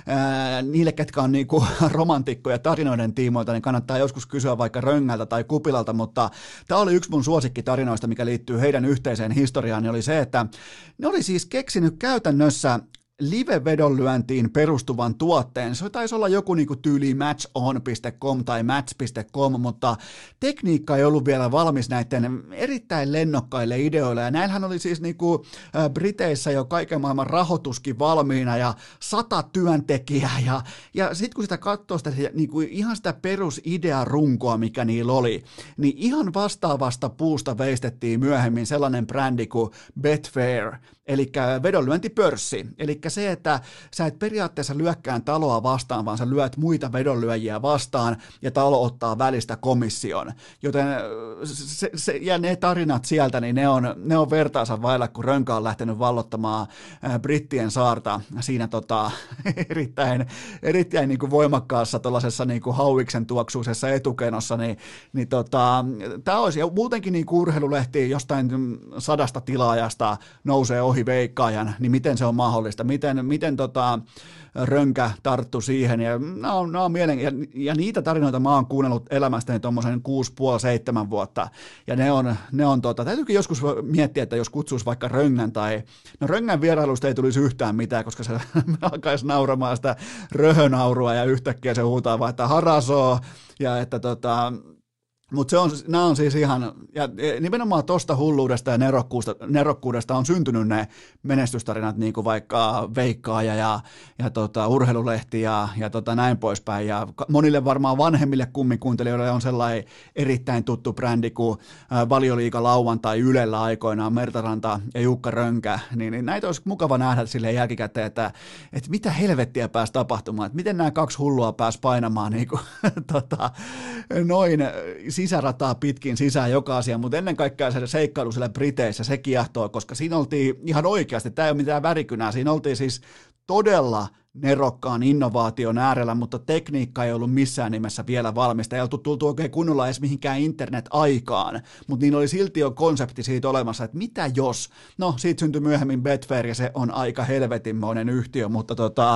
A: äh, niille, ketkä on niinku romantikkoja tarinoiden tiimoilta, niin kannattaa joskus kysyä vaikka Röngältä tai Kupilalta, mutta tämä oli yksi mun suosikkitarinoista, mikä liittyy heidän yhteiseen historiaan, niin oli se, että ne oli siis keksinyt käytännössä live-vedonlyöntiin perustuvan tuotteen. Se taisi olla joku niinku tyyli matchon piste com tai match piste com, mutta tekniikka ei ollut vielä valmis näiden erittäin lennokkaille ideoille. Ja näillähän oli siis niinku äh, Briteissä jo kaiken maailman rahoituskin valmiina ja sata työntekijää. Ja, ja sitten kun sitä katsoo sitä niinku ihan sitä perusidearunkoa, mikä niillä oli, niin ihan vastaavasta puusta veistettiin myöhemmin sellainen brändi kuin Betfair, eli vedonlyöntipörssi. Eli se, että sä et periaatteessa lyökkään taloa vastaan, vaan sä lyöt muita vedonlyöjiä vastaan ja talo ottaa välistä komission. Joten se, se, ja ne tarinat sieltä, niin ne on, ne on vertaansa vailla, kun Rönkä on lähtenyt vallottamaan brittien saarta siinä tota, erittäin, erittäin niin kuin voimakkaassa tuollaisessa niin kuin hauiksen tuoksuisessa etukenossa, niin, niin tota, tämä olisi, ja muutenkin niin kuin urheilulehti jostain sadasta tilaajasta nousee ohi Veikkaajan, niin miten se on mahdollista? miten, miten tota, Rönkä tarttu siihen, ja, nämä on, nämä on mielen... ja, ja niitä tarinoita mä oon kuunnellut elämästäni tuommoisen kuusi, puoli, seitsemän vuotta, ja ne on, ne on tota, täytyykin joskus miettiä, että jos kutsuisi vaikka Röngän tai, no Röngän vierailusta ei tulisi yhtään mitään, koska se alkaisi nauramaan sitä röhönaurua, ja yhtäkkiä se huutaa vaan, että harasoo, ja että tota, mutta nämä on siis ihan, ja nimenomaan tuosta hulluudesta ja nerokkuudesta, nerokkuudesta on syntynyt ne menestystarinat, niin kuin vaikka Veikkaaja ja, ja tota, Urheilulehti ja, ja tota, näin poispäin. Ja monille varmaan vanhemmille kummikuuntelijoille on sellainen erittäin tuttu brändi kuin Valioliiga lauantai Ylellä aikoinaan, Mertaranta ja Jukka Rönkä. Niin, niin näitä olisi mukava nähdä silleen jälkikäteen, että, että mitä helvettiä pääsi tapahtumaan, että miten nämä kaksi hullua pääsi painamaan niin kuin, tota, noin sisärataa pitkin sisään joka asia, mutta ennen kaikkea se seikkailu siellä Briteissä, se kiehtoo, koska siinä oltiin ihan oikeasti, tämä ei ole mitään värikynää, siinä oltiin siis todella nerokkaan innovaation äärellä, mutta tekniikka ei ollut missään nimessä vielä valmista, ei oltu tultu oikein kunnolla edes mihinkään internet-aikaan, mutta niin oli silti jo konsepti siitä olemassa, että mitä jos, no siitä syntyi myöhemmin Betfair ja se on aika helvetinmoinen yhtiö, mutta tota,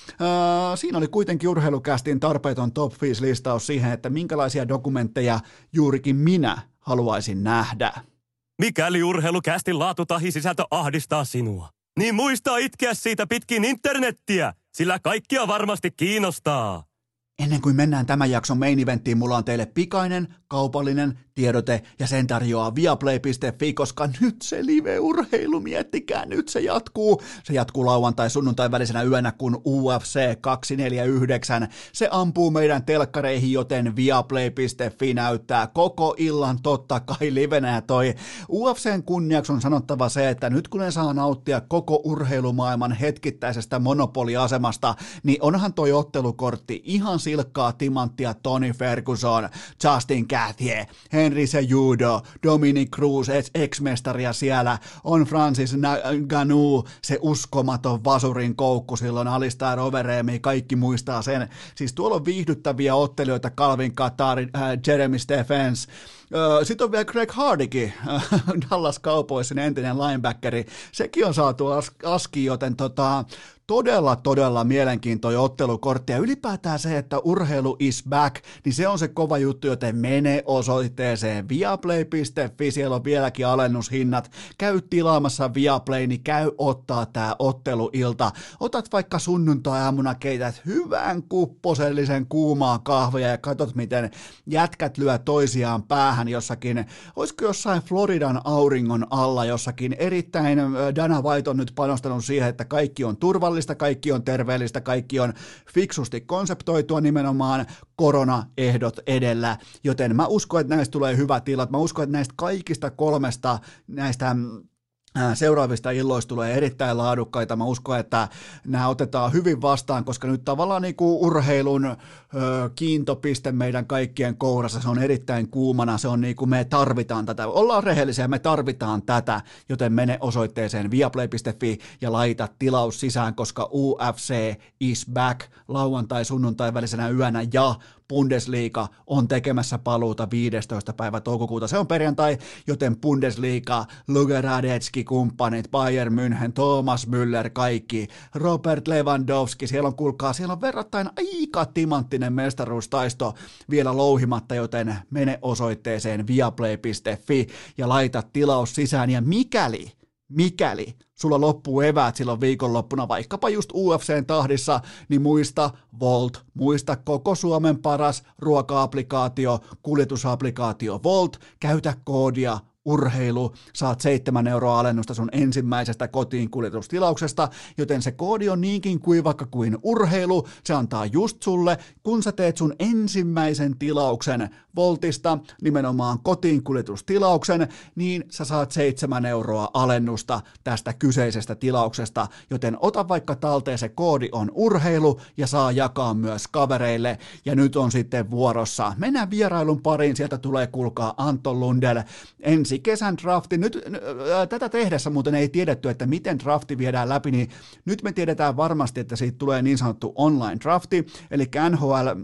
A: äh, siinä oli kuitenkin Urheilukästin tarpeeton top viisi listaus siihen, että minkälaisia dokumentteja juurikin minä haluaisin nähdä.
B: Mikäli Urheilukästin laatu tahi sisältö ahdistaa sinua, niin muista itkeä siitä pitkin internettiä, sillä kaikkia varmasti kiinnostaa.
A: Ennen kuin mennään tämän jakson main eventtiin, mulla on teille pikainen, kaupallinen tiedote ja sen tarjoaa viaplay piste fi, koska nyt se live-urheilu, miettikää, nyt se jatkuu. Se jatkuu lauantai sunnuntai välisenä yönä, kun U F C kaksisataaneljäkymmentäyhdeksän. Se ampuu meidän telkkareihin, joten viaplay piste fi näyttää koko illan totta kai livenä. Ja toi U F C:n kunniaksi on sanottava se, että nyt kun ne saa nauttia koko urheilumaailman hetkittäisestä monopoliasemasta, niin onhan toi ottelukortti ihan silkkaa timanttia. Tony Ferguson, Justin Gaethje, Henry Cejudo, Dominic Cruz, ex-mestaria siellä, on Francis Ngannou, se uskomaton vasurin koukku silloin, Alistair Overeemi, kaikki muistaa sen. Siis tuolla on viihdyttäviä ottelijoita, Calvin Kattar, äh, Jeremy Stephens. Sitten on vielä Greg Hardikin, Dallas Cowboysin entinen linebackeri, sekin on saatu as- askiin, joten tota, todella, todella mielenkiintoinen ottelukortti, ja ylipäätään se, että urheilu is back, niin se on se kova juttu, joten mene osoitteeseen viaplay piste fi, siellä on vieläkin alennushinnat, käy tilaamassa Viaplay, niin käy ottaa tää otteluilta, otat vaikka sunnuntai-aamuna, keität hyvän kupposellisen kuumaa kahvia ja katsot, miten jätkät lyö toisiaan päähän jossakin, olisiko jossain Floridan auringon alla jossakin, erittäin Dana White on nyt panostanut siihen, että kaikki on turvallista, kaikki on terveellistä, kaikki on fiksusti konseptoitua nimenomaan koronaehdot edellä, joten mä uskon, että näistä tulee hyvä tilat, mä uskon, että näistä kaikista kolmesta näistä seuraavista illoista tulee erittäin laadukkaita. Mä uskon, että nämä otetaan hyvin vastaan, koska nyt tavallaan niin kuin urheilun ö, kiintopiste meidän kaikkien kourassa, se on erittäin kuumana, se on niin kuin me tarvitaan tätä. Ollaan rehellisiä, me tarvitaan tätä, joten mene osoitteeseen viaplay piste fi ja laita tilaus sisään, koska U F C is back lauantai sunnuntai välisenä yönä ja Bundesliga on tekemässä paluuta viidestoista päivä toukokuuta. Se on perjantai, joten Bundesliga, Luka Radetski, kumppanit, Bayern München, Thomas Müller, kaikki, Robert Lewandowski, siellä on, kuulkaa, siellä on verrattain aika timanttinen mestaruustaisto vielä louhimatta, joten mene osoitteeseen viaplay piste fi ja laita tilaus sisään, ja mikäli, mikäli sulla loppuu eväät silloin viikonloppuna, vaikkapa just U F C:n tahdissa, niin muista Volt, muista koko Suomen paras ruoka-applikaatio, kuljetusapplikaatio Volt, käytä koodia urheilu, saat seitsemän euroa alennusta sun ensimmäisestä kotiin kuljetustilauksesta, joten se koodi on niinkin kuivakka kuin urheilu, se antaa just sulle, kun sä teet sun ensimmäisen tilauksen Voltista, nimenomaan kotiin kuljetustilauksen, niin sä saat seitsemän euroa alennusta tästä kyseisestä tilauksesta, joten ota vaikka talteen, se koodi on urheilu ja saa jakaa myös kavereille, ja nyt on sitten vuorossa. Mennään vierailun pariin, sieltä tulee kuulkaa Anton Lundell, ensi kesän drafti. Nyt äh, tätä tehdessä muuten ei tiedetty, että miten drafti viedään läpi, niin nyt me tiedetään varmasti, että siitä tulee niin sanottu online drafti, eli N H L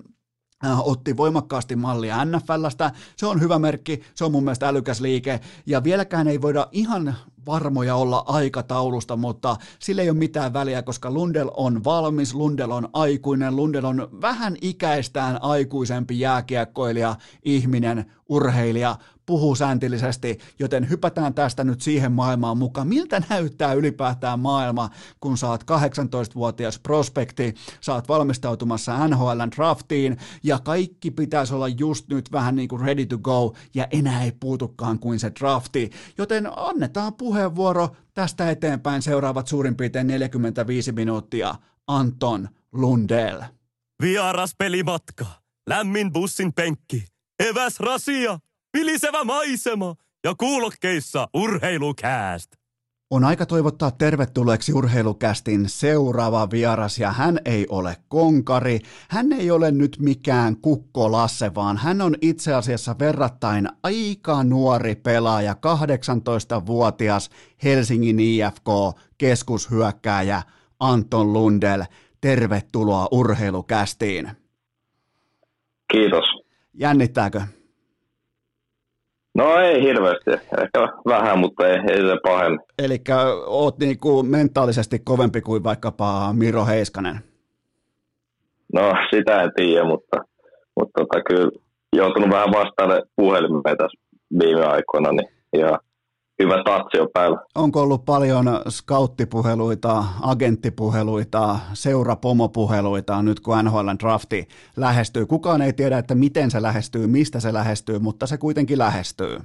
A: otti voimakkaasti mallia N F L:stä, se on hyvä merkki, se on mun mielestä älykäs liike, ja vieläkään ei voida ihan varmoja olla aikataulusta, mutta sillä ei ole mitään väliä, koska Lundell on valmis, Lundell on aikuinen, Lundell on vähän ikäistään aikuisempi jääkiekkoilija, ihminen, urheilija, puhuu säntillisesti, joten hypätään tästä nyt siihen maailmaan mukaan. Miltä näyttää ylipäätään maailma, kun sä oot kahdeksantoistavuotias prospekti, sä oot valmistautumassa N H L:n draftiin, ja kaikki pitäisi olla just nyt vähän niin kuin ready to go, ja enää ei puutukaan kuin se drafti. Joten annetaan puheenvuoro tästä eteenpäin seuraavat suurin piirtein neljäkymmentäviisi minuuttia. Anton Lundell.
B: Vieras pelimatka, lämmin bussin penkki, eväs rasia, vilisevä maisema ja kuulokkeissa urheilukääst.
A: On aika toivottaa tervetulleeksi Urheilukästin seuraava vieras, ja hän ei ole konkari, hän ei ole nyt mikään Kukko Lasse, vaan hän on itse asiassa verrattain aika nuori pelaaja, kahdeksantoistavuotias Helsingin I F K-keskushyökkääjä Anton Lundell. Tervetuloa Urheilukästiin.
D: Kiitos.
A: Jännittääkö?
D: No ei hirveästi, ehkä vähän, mutta ei, ei se pahemmin.
A: Eli oot niinku mentaalisesti kovempi kuin vaikkapa Miro Heiskanen?
D: No sitä en tiedä, mutta, mutta tota, kyllä joutunut vähän vastaamaan puhelimeen tässä viime aikoina, niin ja hyvä tatsi on päällä.
A: Onko ollut paljon skauttipuheluita, agenttipuheluita, seurapomopuheluita nyt kun N H L:n drafti lähestyy? Kukaan ei tiedä, että miten se lähestyy, mistä se lähestyy, mutta se kuitenkin lähestyy.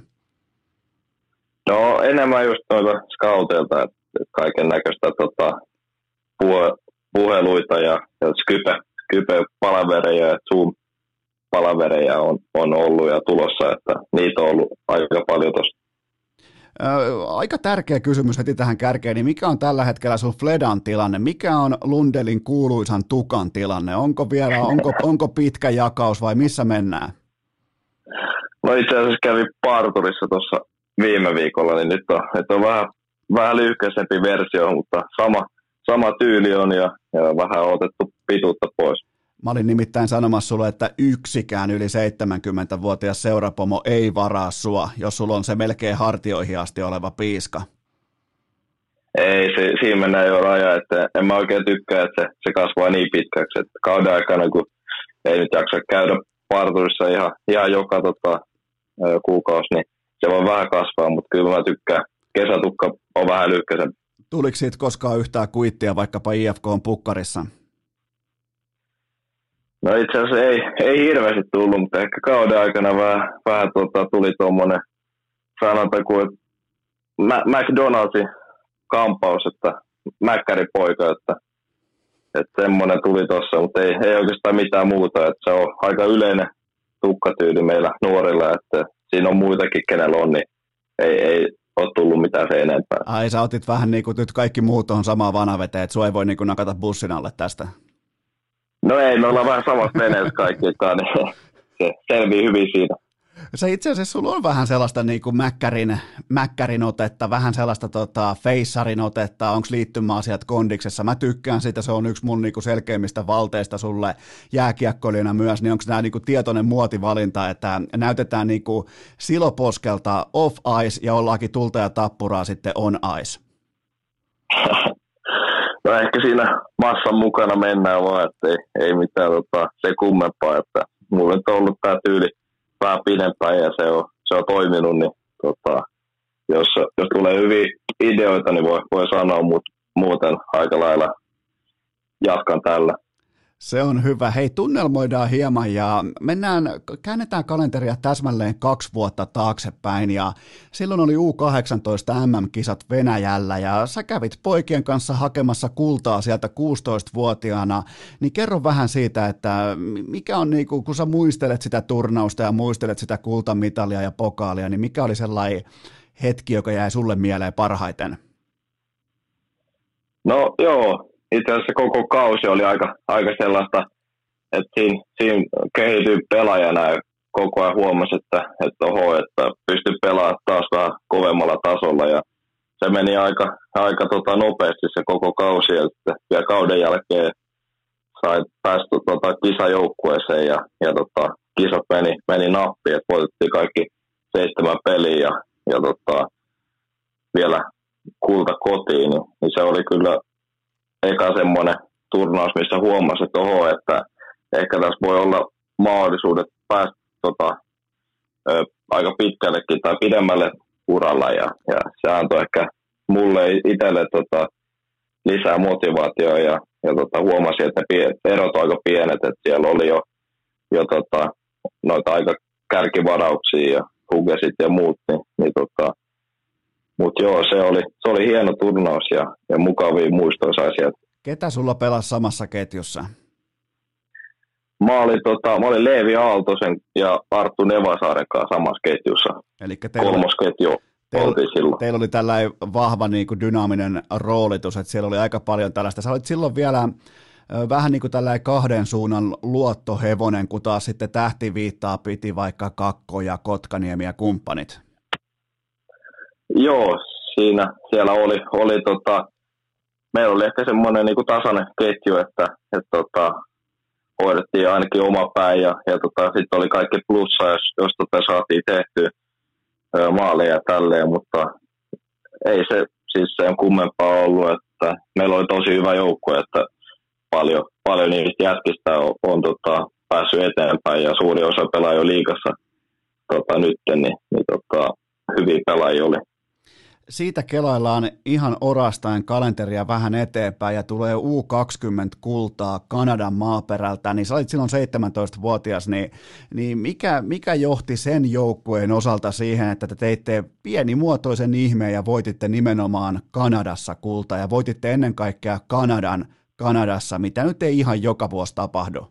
D: No enemmän just noita skauteilta, että kaiken näköistä tota, puhe, puheluita ja, ja skype, skype-palavereja ja Zoom-palavereja on, on ollut ja tulossa, että niitä on ollut aika paljon tuossa.
A: Aika tärkeä kysymys heti tähän kärkeen, niin mikä on tällä hetkellä sun Fledan tilanne? Mikä on Lundellin kuuluisan tukan tilanne? Onko vielä, onko, onko pitkä jakaus vai missä mennään?
D: No itse asiassa kävin parturissa tuossa viime viikolla, niin nyt on, nyt on vähän, vähän lyhkäisempi versio, mutta sama, sama tyyli on ja, ja vähän otettu pituutta pois.
A: Mä olin nimittäin sanomassa sulle, että yksikään yli seitsemänkymmentävuotias seurapomo ei varaa sua, jos sulla on se melkein hartioihin asti oleva piiska.
D: Ei, se, siinä mennään jo raja, että en mä oikein tykkää, että se, se kasvaa niin pitkäksi, että kauden aikana, kun ei nyt jaksa käydä parturissa ihan, ihan joka tota, kuukausi, niin se voi vähän kasvaa, mutta kyllä mä tykkään. Kesätukka on vähän lyhkäisempi.
A: Tuliko siitä koskaan yhtään kuittia vaikkapa I F K:n pukkarissa? No
D: itse asiassa ei, ei hirveästi tullut, mutta ehkä kauden aikana vähän, vähän tota, tuli tuommoinen sanonta kuin McDonaldsin kampaus, että mäkkäripoika, että, että semmoinen tuli tuossa, mutta ei, ei oikeastaan mitään muuta, että se on aika yleinen tukkatyyli meillä nuorilla, että siinä on muitakin, kenellä on, niin ei, ei ole tullut mitään se enempää. Ai sä otit vähän niin kuin nyt kaikki muut on samaa vanaveteen, että sua ei voi niin kuin nakata bussin alle tästä. No ei, me ollaan vähän samassa veneessä kaikkikaan, niin se selvii hyvin siinä. Se itse asiassa sulla on vähän sellaista niin kuin mäkkärin, mäkkärin otetta, vähän sellaista tota, feissarin otetta, onko liittymäasiat kondiksessa. Mä tykkään siitä, se on yksi mun niin kuin selkeimmistä valteista sulle jääkiekkoilijana myös, niin onko nämä niin kuin tietoinen muotivalinta, että näytetään niin kuin siloposkelta off ice ja ollaankin tulta ja tappuraa sitten on ice? No ehkä siinä massan mukana mennään vaan, että ei, ei mitään tota, se kummempaa, että mulla nyt on ollut tämä tyyli vähän pidempään ja se on, se on toiminut, niin tota, jos, jos tulee hyviä ideoita, niin voi, voi sanoa, mutta muuten aika lailla jatkan tällä. Se on hyvä. Hei, tunnelmoidaan hieman ja mennään, käännetään kalenteria täsmälleen kaksi vuotta taaksepäin ja silloin oli U kahdeksantoista M M-kisat Venäjällä ja sä kävit poikien kanssa hakemassa kultaa sieltä kuusitoistavuotiaana, niin kerro vähän siitä, että mikä on, niin kun sä muistelet sitä turnausta ja muistelet sitä kultamitalia ja pokaalia, niin mikä oli sellainen hetki, joka jäi sulle mieleen parhaiten? No joo. Itse asiassa koko kausi oli aika, aika sellaista, että siinä, siinä kehityi pelaajana ja koko ajan huomasi, että, että, oho, että pystyi pelaamaan taas vähän kovemmalla tasolla. Ja se meni aika, aika tota, nopeasti se koko kausi ja sitten vielä kauden jälkeen sai päästä tota, kisajoukkueeseen ja, ja tota, kisat meni, meni nappiin, että voitettiin kaikki seitsemän peliä ja, ja tota, vielä kulta kotiin, niin, niin se oli kyllä eka semmoinen turnaus, missä huomasi, että oho, että ehkä tässä voi olla mahdollisuudet päästä tota, ö, aika pitkällekin tai pidemmälle uralla, ja, ja se antoi ehkä mulle itselle tota, lisää motivaatiota, ja, ja tota, huomasin, että ne erot aika pienet, että siellä oli jo, jo tota, noita aika kärkivarauksia ja hugesit ja muut, niin, niin tota, mutta joo, se oli, se oli hieno turnaus ja, ja mukavia muistoja sai sieltä.
A: Ketä sulla pelasi samassa ketjussa?
D: Mä olin, tota, mä olin Leevi Aaltosen ja Arttu Nevasaaren kanssa samassa ketjussa. Kolmosketju oltiin silloin.
A: Teillä oli tällainen vahva niin kuin dynaaminen roolitus, että siellä oli aika paljon tällaista. Sä olit silloin vielä vähän niin kuin tällainen kahden suunnan luottohevonen, kun taas sitten tähtiviittaa piti vaikka Kakko ja Kotkaniemi ja kumppanit.
D: Joo, siinä siellä oli, oli tota, meillä oli ehkä semmoinen niin kuin tasainen ketju, että, että tota, hoidettiin ainakin oma pää ja, ja tota, sitten oli kaikki plussa, jos, jos tota, saatiin tehtyä ö, maaleja ja tälleen, mutta ei se siis sen kummempaa ollut, että meillä oli tosi hyvä joukkue, että paljon, paljon niistä jätkistä on, on tota, päässyt eteenpäin ja suuri osa pelaajia on liigassa tota, nyt, niin, niin tota, hyviä pelaajia oli.
A: Siitä kelaillaan ihan orastaen kalenteria vähän eteenpäin ja tulee U kaksikymmentä kultaa Kanadan maaperältä, niin sä olit silloin seitsemäntoistavuotias, niin, niin mikä, mikä johti sen joukkueen osalta siihen, että te teitte pienimuotoisen ihmeen ja voititte nimenomaan Kanadassa kultaa ja voititte ennen kaikkea Kanadan Kanadassa, mitä nyt ei ihan joka vuosi tapahdu?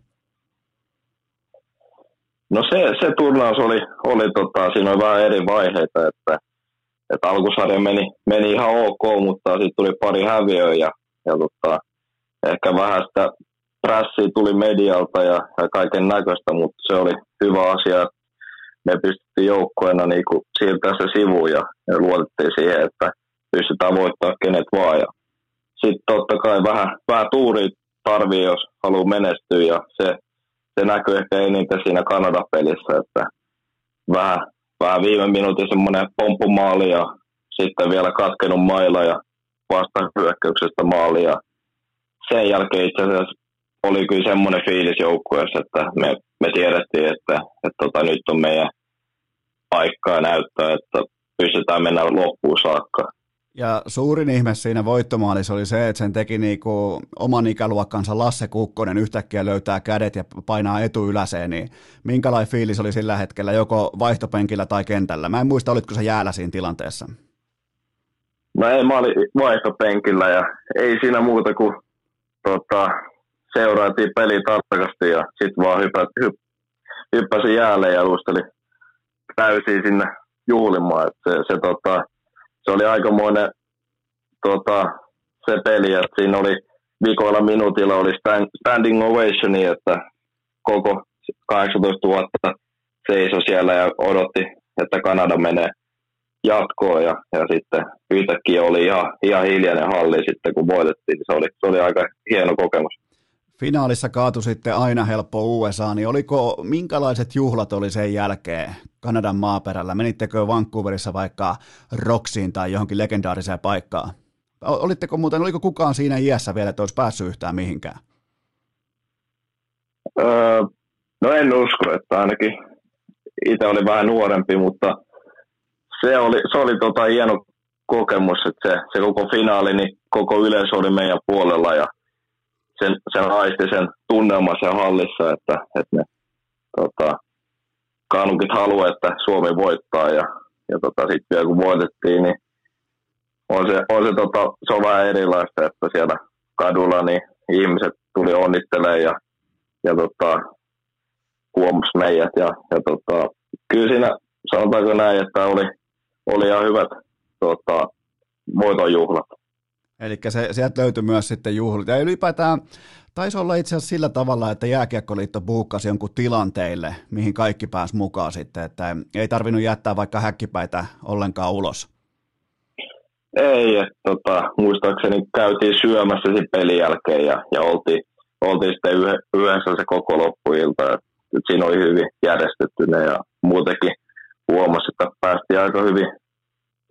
D: No se, se turnaus oli, oli tota, siinä oli vähän eri vaiheita, että että alkusarja meni, meni ihan ok, mutta sitten tuli pari häviöä ja, ja tota, ehkä vähän sitä prässiä tuli medialta ja, ja kaiken näköistä, mutta se oli hyvä asia, että me pystyttiin joukkoina niinku siirtää se sivuun ja, ja luotettiin siihen, että pystytään voittamaan kenet vaan. Sitten totta kai vähän, vähän tuuria tarvii, jos haluaa menestyä ja se, se näkyy ehkä eniten siinä Kanada-pelissä, että vähän Vähän viime minuutin semmoinen pomppumaali ja sitten vielä katkenut maila ja vastahyökkäyksestä maali. Ja sen jälkeen itse asiassa oli kyllä semmoinen fiilis joukkueessa, että me, me tiedettiin, että, että tota, nyt on meidän paikkaa näyttää, että pystytään mennä loppuun saakka.
A: Ja suurin ihme siinä voittomaalissa oli se, että sen teki niinku oman ikäluokkansa Lasse Kukkonen yhtäkkiä löytää kädet ja painaa etuyläseen, niin minkälainen fiilis oli sillä hetkellä joko vaihtopenkillä tai kentällä? Mä en muista, olitko se jäällä siinä tilanteessa?
D: No ei, mä olin vaihtopenkillä ja ei siinä muuta kuin tota, seuraatiin peli tarkasti ja sitten vaan hyppä, hypp, hyppäsin jäälle ja luistelin täysin sinne juhlimaan. Se, se, tota, se oli aikamoinen tota, se peli, että siinä oli vikoilla minuutilla oli stand, standing ovation, että koko kahdeksantoistatuhatta seisoi siellä ja odotti, että Kanada menee jatkoon ja, ja sitten yhtäkkiä oli ihan, ihan hiljainen halli sitten kun voitettiin. Se oli, se oli aika hieno kokemus.
A: Finaalissa kaatui sitten aina helppo U S A, niin oliko, minkälaiset juhlat oli sen jälkeen Kanadan maaperällä? Menittekö Vancouverissa vaikka Rocksiin tai johonkin legendaariseen paikkaan? Olitteko muuten, oliko kukaan siinä iässä vielä, että olisi päässyt yhtään mihinkään?
D: Öö, no en usko, että ainakin itse oli vähän nuorempi, mutta se oli, se oli tota hieno kokemus, että se, se koko finaali, niin koko yleisö oli meidän puolella ja sen, sen aisti sen tunnelman sen hallissa, että, että ne tota, kanukit haluaa, että Suomi voittaa ja, ja tota, sitten vielä kun voitettiin, niin on se, on se, tota, se on vähän erilaista, että siellä kadulla niin ihmiset tuli onnittelemaan ja, ja tota, huomasi meidät ja, ja tota, kyllä siinä sanotaanko näin, että oli, oli ihan hyvät tota, voitonjuhlat.
A: Eli se, sieltä löytyi myös sitten juhlit. Ja ylipäätään taisi olla itse asiassa sillä tavalla, että Jääkiekkoliitto buukkasi jonkun tilanteille, mihin kaikki pääsi mukaan sitten, että ei tarvinnut jättää vaikka häkkipäitä ollenkaan ulos.
D: Ei, että tota, muistaakseni käytiin syömässä sen pelin jälkeen ja, ja oltiin, oltiin sitten yhdessä se koko loppuilta. Et, et siinä oli hyvin järjestetty ja muutenkin huomasi, että päästiin aika hyvin,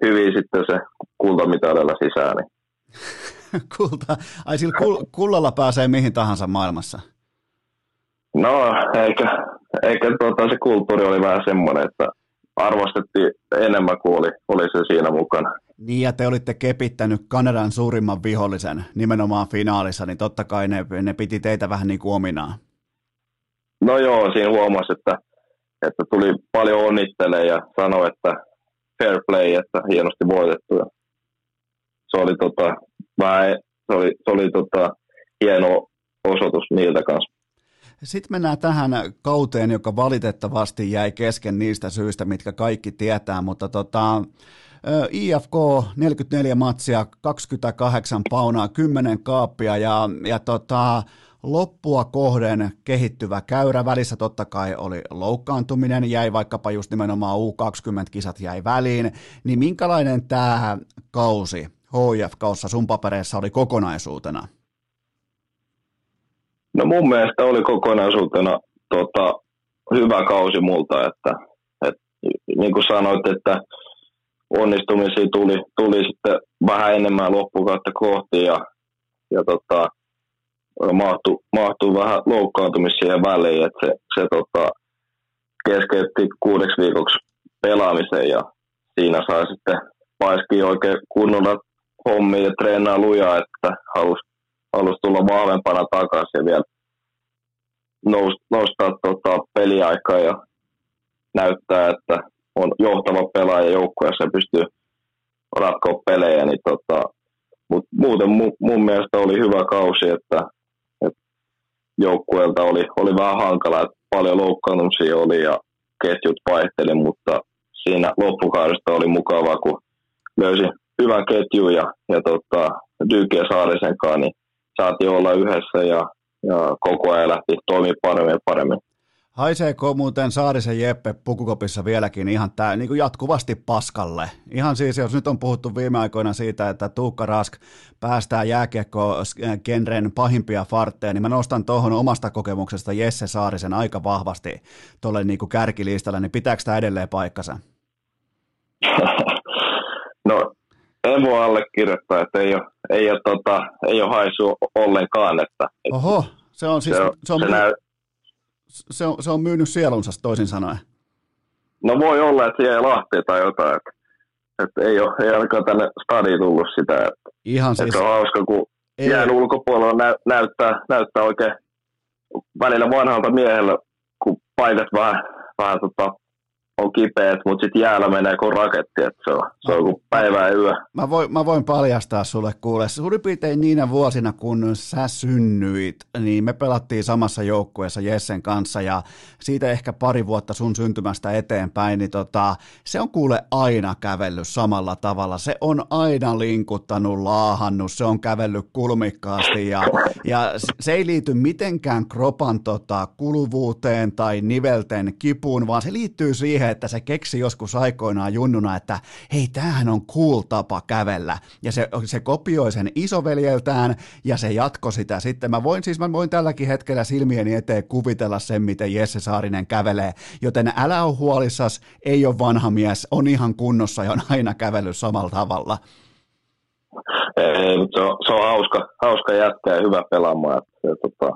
D: hyvin sitten se kultamitalilla sisään. Niin.
A: Kulta. Ai sillä kul- kullalla pääsee mihin tahansa maailmassa?
D: No, eikä, eikä tuota, se kulttuuri oli vähän semmoinen, että arvostettiin enemmän kuin oli, oli se siinä mukana.
A: Niin, ja te olitte kepittänyt Kanadan suurimman vihollisen nimenomaan finaalissa, niin totta kai ne, ne piti teitä vähän niin kuin ominaan.
D: No joo, siinä huomasi, että, että tuli paljon onnittelemaan ja sanoi, että fair play, että hienosti voitettu. Ja se oli, tota, vähän, se oli, se oli tota, hieno osoitus niiltä kanssa.
A: Sitten mennään tähän kauteen, joka valitettavasti jäi kesken niistä syistä, mitkä kaikki tietää, mutta tota, I F K neljäkymmentäneljä matsia, kaksikymmentäkahdeksan paunaa, kymmenen kaappia ja, ja tota, loppua kohden kehittyvä käyrä. Välissä totta kai oli loukkaantuminen, jäi vaikkapa just nimenomaan U kaksikymmentä-kisat jäi väliin. Niin minkälainen tämä kausi H I F K:ssa sun papereissa oli kokonaisuutena?
D: No mun mielestä oli kokonaisuutena tota, hyvä kausi multa, että, että niin kuin sanoit, että onnistumisia tuli, tuli sitten vähän enemmän loppukautta kohti ja, ja tota, mahtui, mahtui vähän loukkaantumisia siihen väliin, että se, se tota, keskeytti kuudeksi viikoksi pelaamisen ja siinä sai sitten paiski oikein kunnolla hommia ja treenaa lujaa, että halusi halus tulla vahvempana takaisin ja vielä nostaa tota, peliaikaa ja näyttää, että on johtava pelaaja joukkueessa ja pystyy ratkoa pelejä, niin tota, mut muuten mu, mun mielestä oli hyvä kausi, että, että joukkueelta oli, oli vähän hankala, että paljon loukkaantumisia oli ja ketjut vaihteli, mutta siinä loppukaudesta oli mukavaa, kun löysi hyvän ketjun ja, ja tota, Dyki ja Saarisen kanssa, niin saatiin olla yhdessä ja, ja koko ajan lähti toimia paremmin ja paremmin.
A: Haiseeko muuten Saarisen Jeppe pukukopissa vieläkin ihan tää, niin kuin jatkuvasti paskalle? Ihan siis, jos nyt on puhuttu viime aikoina siitä, että Tuukka Rask päästää jääkiekko-genren pahimpia fartteja, niin mä nostan tuohon omasta kokemuksesta Jesse Saarisen aika vahvasti tuolle niin kuin kärkilistalle, niin pitääkö tämä edelleen paikkansa?
D: No, en voi allekirjoittaa, että ei ole, ei ole, tota, ei ole haisu ollenkaan. Että,
A: Oho, se on siis...
D: Se on,
A: se on,
D: se
A: myy-
D: näy...
A: se on, se on myynyt sielunsa toisin sanoen.
D: No voi olla, että siellä ei Lahti tai jotain. Että, että ei, ole, ei ainakaan tänne stadiin tullut sitä. Että,
A: Ihan siis...
D: että se on hauska, kun
A: ei.
D: jään ulkopuolella nä, näyttää, näyttää oikein välillä vanhalta miehellä, kun paikat vähän, vähän tota, on kipeät, mutta sitten jäällä menee kuin raketti, että se on, se on kuin päivä ja yö.
A: Mä voin, mä voin paljastaa sulle, kuule, suurin piirtein niinä vuosina, kun sä synnyit, niin me pelattiin samassa joukkueessa Jessen kanssa, ja siitä ehkä pari vuotta sun syntymästä eteenpäin, niin tota, se on kuule aina kävellyt samalla tavalla, se on aina linkuttanut, laahannut, se on kävellyt kulmikkaasti, ja, ja se ei liity mitenkään kropan tota, kuluvuuteen tai nivelten kipuun, vaan se liittyy siihen, että se keksi joskus aikoinaan junnuna, että hei, tämähän on cool tapa kävellä. Ja se, se kopioi sen isoveljeltään ja se jatkoi sitä sitten. Mä voin siis, mä voin tälläkin hetkellä silmieni eteen kuvitella sen, miten Jesse Saarinen kävelee. Joten älä ole huolissas, ei ole vanha mies, on ihan kunnossa ja on aina kävellyt samalla tavalla.
D: Ei, mutta se on, se on hauska, hauska jätkä ja hyvä pelaamaan. Se, tota,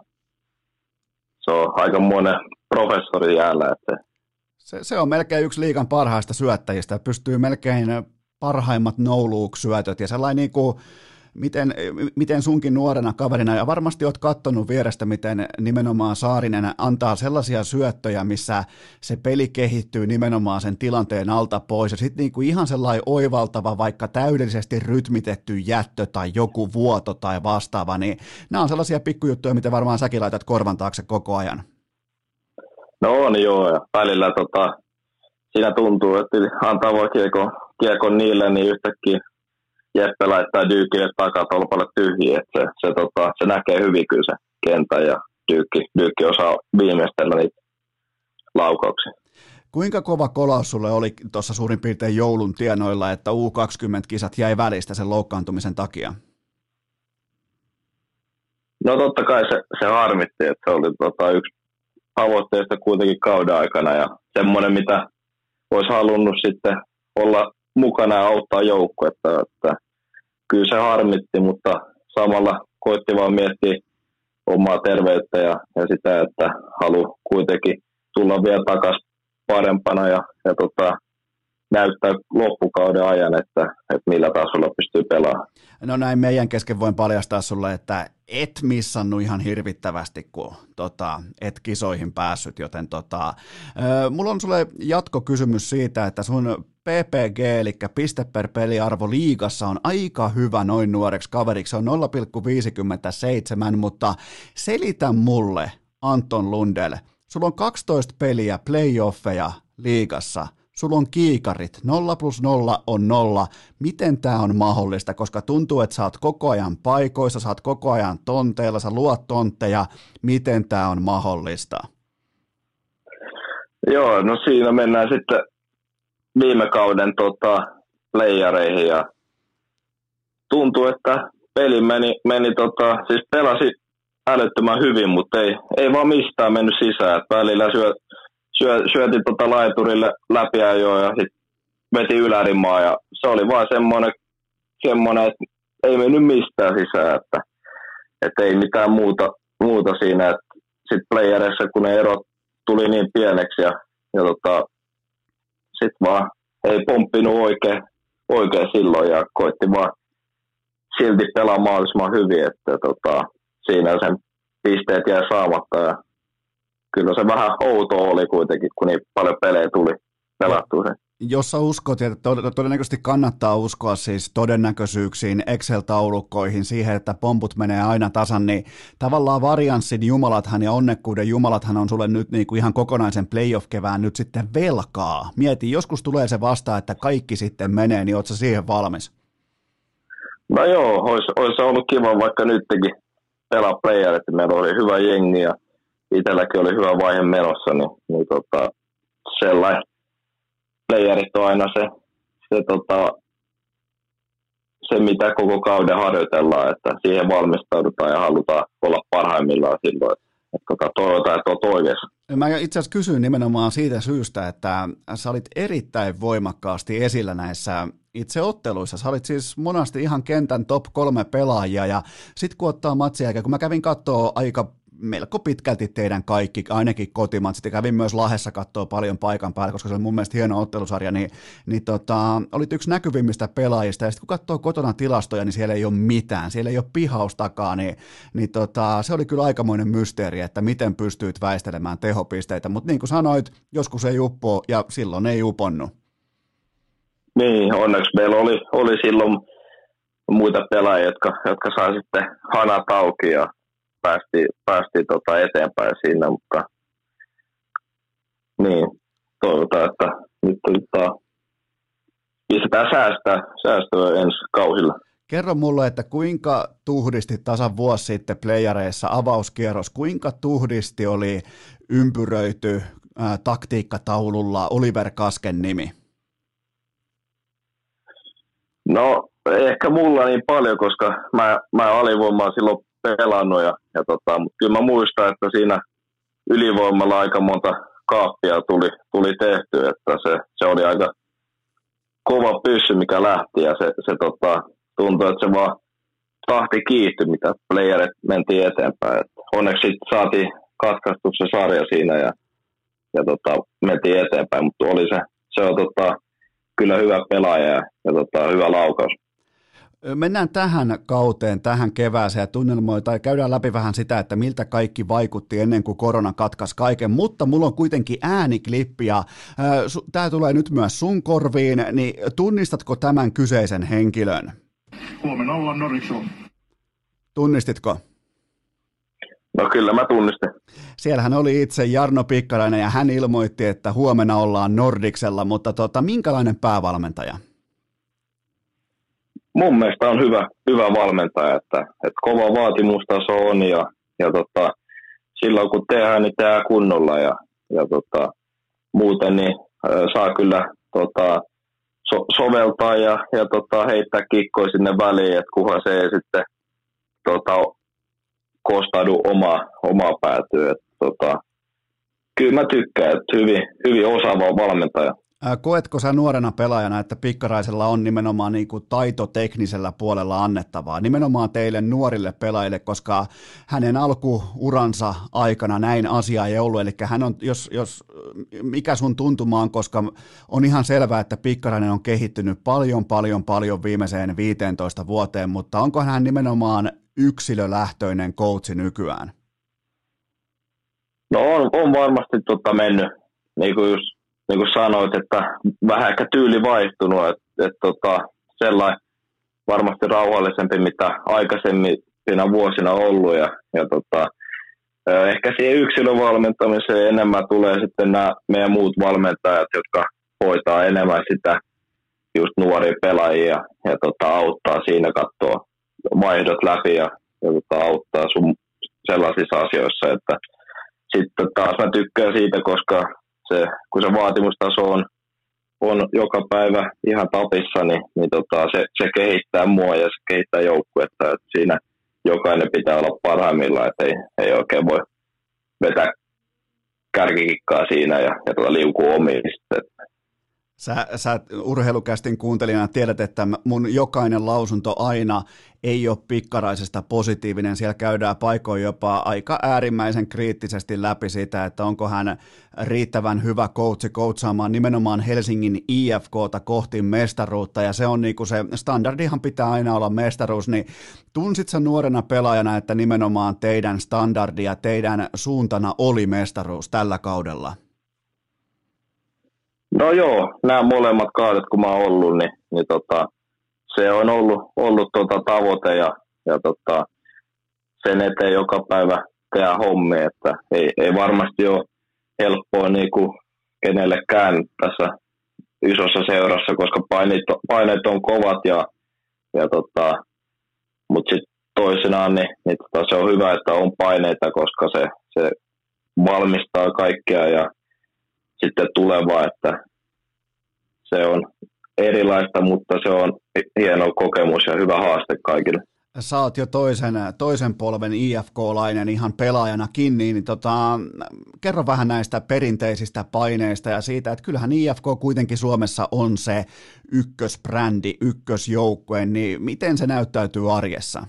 D: se on aika monen professori jäällä, että
A: Se, se on melkein yksi liigan parhaista syöttäjistä, pystyy melkein parhaimmat no-look-syötöt ja sellainen niin kuin, miten, miten sunkin nuorena kaverina, ja varmasti oot kattonut vierestä, miten nimenomaan Saarinen antaa sellaisia syöttöjä, missä se peli kehittyy nimenomaan sen tilanteen alta pois, ja sitten niin ihan sellainen oivaltava, vaikka täydellisesti rytmitetty jättö tai joku vuoto tai vastaava, niin nämä on sellaisia pikkujuttuja, mitä varmaan säkin laitat korvan taakse koko ajan.
D: No on joo, ja välillä tota, siinä tuntuu, että antaa voi kiekon, kiekon niille, niin yhtäkkiä Jeppe laittaa Dykille takatolpalle tyhjiä, että se, se, tota, se näkee hyvin kyllä se kentän, ja Dykki, Dykki osaa viimeistellä niitä laukauksia.
A: Kuinka kova kolaus sulle oli tuossa suurin piirtein joulun tienoilla, että U kaksikymmentä-kisat jäi välistä sen loukkaantumisen takia?
D: No totta kai se, se harmitti, että se oli tota, yksi tavoitteesta kuitenkin kauden aikana ja semmoinen, mitä olisi halunnut sitten olla mukana ja auttaa joukkuetta. Että kyllä se harmitti, mutta samalla koitti vaan miettiä omaa terveyttä ja, ja sitä, että haluaa kuitenkin tulla vielä takaisin parempana ja, ja tota, näyttää loppukauden ajan, että, että millä tasolla pystyy pelaamaan.
A: No näin meidän kesken voin paljastaa sulle, että et missannut ihan hirvittävästi, kun tota, et kisoihin päässyt, joten tota, äh, mulla on sulle jatkokysymys siitä, että sun P P G, eli piste per peliarvo liigassa on aika hyvä noin nuoreksi kaveriksi, se on nolla pilkku viisikymmentäseitsemän, mutta selitä mulle, Anton Lundell, sulla on kaksitoista peliä playoffeja liigassa, sulla on kiikarit, nolla plus nolla on nolla. Miten tämä on mahdollista? Koska tuntuu, että sä oot koko ajan paikoissa, sä oot koko ajan tonteilla, sä luot tontteja. Miten tämä on mahdollista?
D: Joo, no siinä mennään sitten viime kauden tota, playereihin ja tuntuu, että peli meni, meni tota, siis pelasi älyttömän hyvin, mutta ei, ei vaan mistään mennyt sisään. Et välillä syö, syö, syötiin tota laiturille läpi ja joo, ja sitten veti ylärimaa ja se oli vaan semmoinen, semmoinen että ei mennyt mistään sisään, että, että ei mitään muuta, muuta siinä. Sitten playereissa, kun ne erot tuli niin pieneksi ja, ja tota, sitten vaan ei pomppinut oikein, oikein silloin ja koitti vaan silti pelaa mahdollisimman hyvin, että tota, siinä sen pisteet jäi saamatta ja kyllä se vähän outoa oli kuitenkin, kun niin paljon pelejä tuli pelattua sen.
A: Jos sä uskot, ja todennäköisesti kannattaa uskoa siis todennäköisyyksiin, Excel-taulukkoihin, siihen, että pomput menee aina tasan, niin tavallaan varianssin jumalathan ja onnekkuuden jumalathan on sulle nyt niin kuin ihan kokonaisen playoff-kevään nyt sitten velkaa. Mieti, joskus tulee se vastaan, että kaikki sitten menee, niin ootko sä siihen valmis?
D: No joo, olisi, olisi ollut kiva vaikka nytkin pelaa playerit, meillä oli hyvä jengi ja itselläkin oli hyvä vaihe menossa, niin, niin tota, sellainen. Playerit on aina se, se, tota, se, mitä koko kauden harjoitellaan, että siihen valmistaudutaan ja halutaan olla parhaimmillaan silloin. Että, että toivotaan, että olet oikeassa.
A: Mä itse asiassa kysyin nimenomaan siitä syystä, että sä olit erittäin voimakkaasti esillä näissä itse otteluissa. Sä olit siis monasti ihan kentän top kolme pelaajia ja sit kun ottaa matsia, kun mä kävin kattoo aika melko pitkälti teidän kaikki, ainakin kotimatsit, ja kävin myös Lahdessa katsoa paljon paikan päällä, koska se oli mun mielestä hieno ottelusarja, niin, niin tota, olit yksi näkyvimmistä pelaajista, ja sitten kun katsoo kotona tilastoja, niin siellä ei ole mitään, siellä ei ole pihaustakaan, niin, niin tota, se oli kyllä aikamoinen mysteeri, että miten pystyit väistelemään tehopisteitä, mutta niin kuin sanoit, joskus ei uppo, ja silloin ei uponnut.
D: Niin, onneksi meillä oli, oli silloin muita pelaajia, jotka, jotka saa sitten hanat auki, ja päästiin, päästiin tota eteenpäin siinä, mutta niin, toivotaan, että nyt tota, pistetään säästää, säästöä ensi kausilla.
A: Kerro mulle, että kuinka tuhdisti tasan vuosi sitten playareissa avauskierros, kuinka tuhdisti oli ympyröity ää, taktiikkataululla Oliver Kasken nimi?
D: No, ehkä mulla niin paljon, koska mä, mä alivoimaa silloin pelannut ja, ja tota, mutta kyllä mä muistan, että siinä ylivoimalla aika monta kaappia tuli, tuli tehty, että se, se oli aika kova pyssy, mikä lähti ja se, se tota, tuntui, että se vaan tahti kiihtyi, mitä playerit mentiin eteenpäin. Et onneksi saatiin katkaistu se sarja siinä ja, ja tota, mentiin eteenpäin, mutta oli se, se on tota, kyllä hyvä pelaaja ja, ja tota, hyvä laukaus.
A: Mennään tähän kauteen, tähän kevääseen ja tunnelmoitaan tai käydään läpi vähän sitä, että miltä kaikki vaikutti ennen kuin korona katkaisi kaiken, mutta mulla on kuitenkin ääniklippi ja tämä tulee nyt myös sun korviin, niin tunnistatko tämän kyseisen henkilön?
E: Huomenna ollaan Nordicsilla.
A: Tunnistitko?
D: No kyllä mä tunnistin.
A: Siellähän oli itse Jarno Pikkarainen ja hän ilmoitti, että huomenna ollaan Nordicsella, mutta tota, minkälainen päävalmentaja?
D: Mun mielestä on hyvä, hyvä valmentaja, että, että kova vaatimustaso on ja, ja tota, silloin kun tehdään, niin tehdään kunnolla ja, ja tota, muuten niin äh, saa kyllä tota, so, soveltaa ja, ja tota, heittää kikkoja sinne väliin, että kunhan se ei sitten tota, kostaudu omaa, omaa päätyä. Että, tota, kyllä mä tykkään, että hyvin, hyvin osaava valmentaja.
A: Koetko sä nuorena pelaajana, että Pikkaraisella on nimenomaan niin kuin taitoteknisellä puolella annettavaa, nimenomaan teille nuorille pelaajille, koska hänen alkuuransa aikana näin asia ei ollut, eli hän on, jos, jos mikä sun tuntumaan, koska on ihan selvää, että Pikkarainen on kehittynyt paljon, paljon, paljon viimeiseen viisitoista vuoteen, mutta onko hän nimenomaan yksilölähtöinen coachi nykyään?
D: No on, on varmasti tota mennyt, niin kuin just niin kuin sanoit, että vähän ehkä tyyli vaihtunut, että, että tota, sellainen varmasti rauhallisempi, mitä aikaisemmin siinä vuosina ollut. Ja, ja tota, ehkä siihen yksilövalmentamiseen enemmän tulee sitten nämä meidän muut valmentajat, jotka hoitaa enemmän sitä just nuoria pelaajia ja tota, auttaa siinä katsoa vaihdot läpi ja, ja tota, auttaa sun sellaisissa asioissa, että sitten taas mä tykkään siitä, koska se, kun se vaatimustaso on, on joka päivä ihan tapissa, niin, niin tota, se, se kehittää mua ja se kehittää joukkuetta. Että siinä jokainen pitää olla parhaimmillaan, että ei, ei oikein voi vetää kärkikikkaa siinä ja, ja tota, liukua omiin.
A: Sä, sä urheilukästin kuuntelijana tiedät, että mun jokainen lausunto aina ei ole Pikkaraisesta positiivinen. Siellä käydään paikoin jopa aika äärimmäisen kriittisesti läpi sitä, että onko hän riittävän hyvä coachi coachaamaan nimenomaan Helsingin I F K:ta kohti mestaruutta. Ja se on niinku se, standardihan pitää aina olla mestaruus, niin tunsit sä nuorena pelaajana, että nimenomaan teidän standardi ja teidän suuntana oli mestaruus tällä kaudella?
D: No joo, nämä molemmat kaudet, kun mä oon ollut, niin, niin tota, se on ollut, ollut tota tavoite ja, ja tota, sen eteen joka päivä tehdä hommia, että ei, ei varmasti ole helppoa niin kuin kenellekään tässä isossa seurassa, koska paineet, paineet on kovat, ja, ja tota, mutta sitten toisinaan niin, niin tota, se on hyvä, että on paineita, koska se, se valmistaa kaikkea ja sitten tulevaa, että se on erilaista, mutta se on hieno kokemus ja hyvä haaste kaikille.
A: Sä oot jo toisen, toisen polven I F K-lainen ihan pelaajanakin, niin tota, kerro vähän näistä perinteisistä paineista ja siitä, että kyllähän I F K kuitenkin Suomessa on se ykkösbrändi, ykkösjoukkue, niin miten se näyttäytyy arjessa?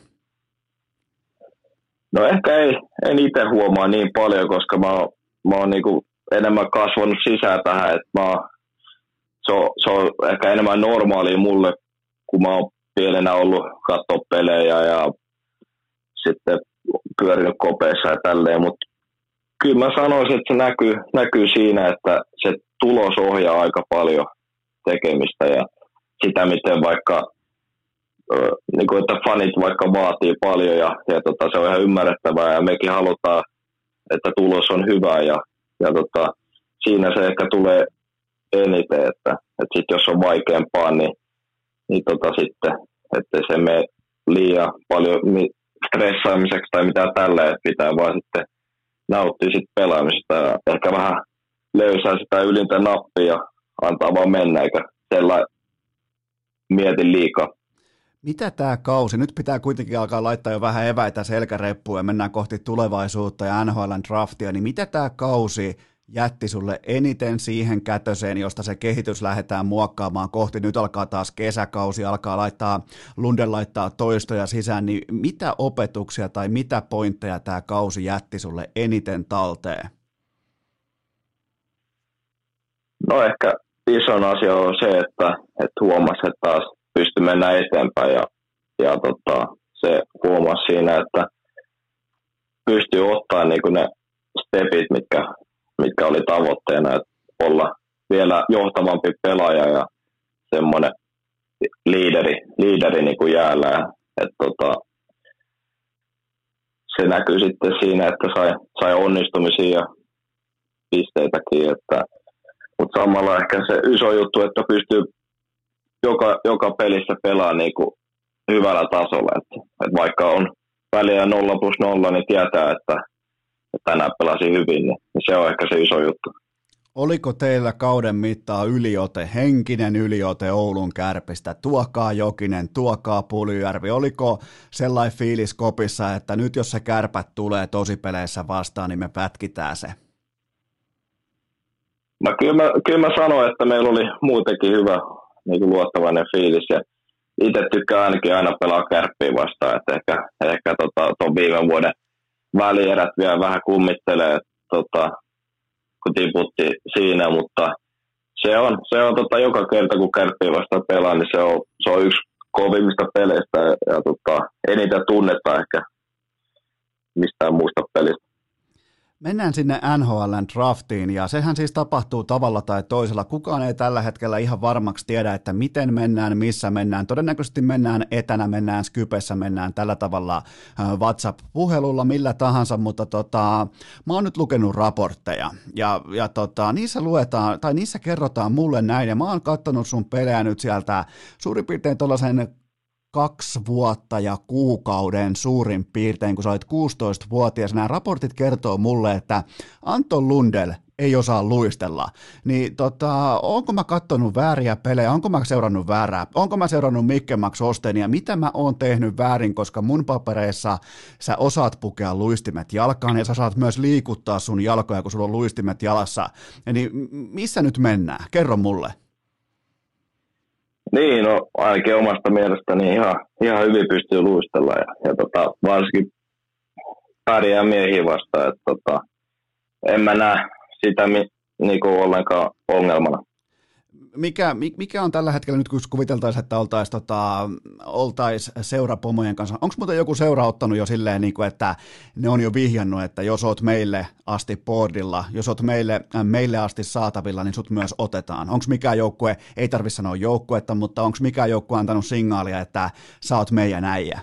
D: No ehkä ei, en itse huomaa niin paljon, koska mä oon, mä oon niinku enemmän kasvanut sisään tähän, että mä oon, se, on, se on ehkä enemmän normaalia mulle, kun mä oon pienenä ollut katsoa pelejä ja sitten pyörinyt kopeissa ja tälleen, mutta kyllä mä sanoisin, että se näkyy, näkyy siinä, että se tulos ohjaa aika paljon tekemistä ja sitä, miten vaikka niin kuin, että fanit vaikka vaatii paljon ja, ja tota, se on ihan ymmärrettävää ja mekin halutaan, että tulos on hyvä ja, ja tota, siinä se ehkä tulee eniten, että, että sit jos on vaikeampaa, niin, niin tota, sitten, ettei se mene liian paljon stressaamiseksi tai mitään tällä, että pitää vaan sitten nauttia sit pelaamisesta ja ehkä vähän löysää sitä ylintä nappia ja antaa vaan mennä, eikä sellainen mieti liikaa.
A: Mitä tämä kausi, nyt pitää kuitenkin alkaa laittaa jo vähän eväitä selkäreppuun ja mennään kohti tulevaisuutta ja N H L:n draftia, niin mitä tämä kausi jätti sulle eniten siihen kätöseen, josta se kehitys lähdetään muokkaamaan kohti, nyt alkaa taas kesäkausi, alkaa laittaa, Lunden laittaa toistoja sisään, niin mitä opetuksia tai mitä pointteja tämä kausi jätti sulle eniten talteen?
D: No ehkä isoin asia on se, että, että huomasi, että taas pystyi mennä eteenpäin ja, ja tota, se huomasi siinä, että pystyy ottaa niin ne stepit, mitkä, mitkä oli tavoitteena, että olla vielä johtavampi pelaaja ja semmoinen liideri, liideri niin kuin jäällä. Et tota, se näkyy sitten siinä, että sai, sai onnistumisia ja pisteitäkin, että, mutta samalla ehkä se iso juttu, että pystyy joka, joka pelissä pelaa niin kuin hyvällä tasolla. Että, että vaikka on väliä nolla plus nolla, niin tietää, että, että tänään pelasi hyvin, niin se on ehkä se iso juttu.
A: Oliko teillä kauden mittaa yliote, henkinen yliote Oulun Kärpistä? Tuokaa Jokinen, tuokaa Puljujärvi. Oliko sellainen fiilis kopissa, että nyt jos se Kärpät tulee tosipeleissä vastaan, niin me pätkitään se?
D: Mä, kyllä, mä, kyllä mä sanoin, että meillä oli muutenkin hyvä niin kuin luottavainen fiilis ja itse tykkään ainakin aina pelaa Kärppiä vastaan, että ehkä, ehkä tota, ton viime vuoden välierät vielä vähän kummittelee, tota, kun tiputti siinä, mutta se on, se on tota, joka kerta kun Kärppiä vastaan pelaa, niin se on, se on yksi kovimmista peleistä ja, ja tota, eniten tunnetta ehkä mistään muusta pelistä.
A: Mennään sinne N H L:n draftiin, ja sehän siis tapahtuu tavalla tai toisella. Kukaan ei tällä hetkellä ihan varmaksi tiedä, että miten mennään, missä mennään. Todennäköisesti mennään etänä, mennään Skypessä, mennään tällä tavalla WhatsApp-puhelulla, millä tahansa, mutta tota, mä oon nyt lukenut raportteja, ja, ja tota, niissä luetaan, tai niissä kerrotaan mulle näin, ja mä oon katsonut sun pelejä nyt sieltä suurin piirtein tuollaisen kaksi vuotta ja kuukauden suurin piirtein, kun sä olet kuusitoistavuotias. Nämä raportit kertoo mulle, että Anton Lundell ei osaa luistella. Niin tota, onko mä kattonut vääriä pelejä, onko mä seurannut väärää, onko mä seurannut Mikke Max Ostenia, mitä mä oon tehnyt väärin, koska mun papereissa sä osaat pukea luistimet jalkaan ja sä saat myös liikuttaa sun jalkoja, kun sulla on luistimet jalassa. Eli missä nyt mennään? Kerro mulle.
D: Niin, no ainakin omasta mielestäni ihan, ihan hyvin pystyy luistella ja, ja tota, varsinkin pärjää miehiä vastaan, että tota, en mä näe sitä mi, niinku ollenkaan ongelmana.
A: Mikä, mikä on tällä hetkellä nyt, kun kuviteltaisiin, että oltaisiin tota, oltais seurapomojen kanssa, onko muuten joku seura ottanut jo silleen, niin kuin, että ne on jo vihjannut, että jos oot meille asti boardilla, jos oot meille, äh, meille asti saatavilla, niin sut myös otetaan. Onko mikään joukkue, ei tarvitse sanoa joukkuetta, mutta onko mikään joukkue antanut signaalia, että sä oot meidän äijä?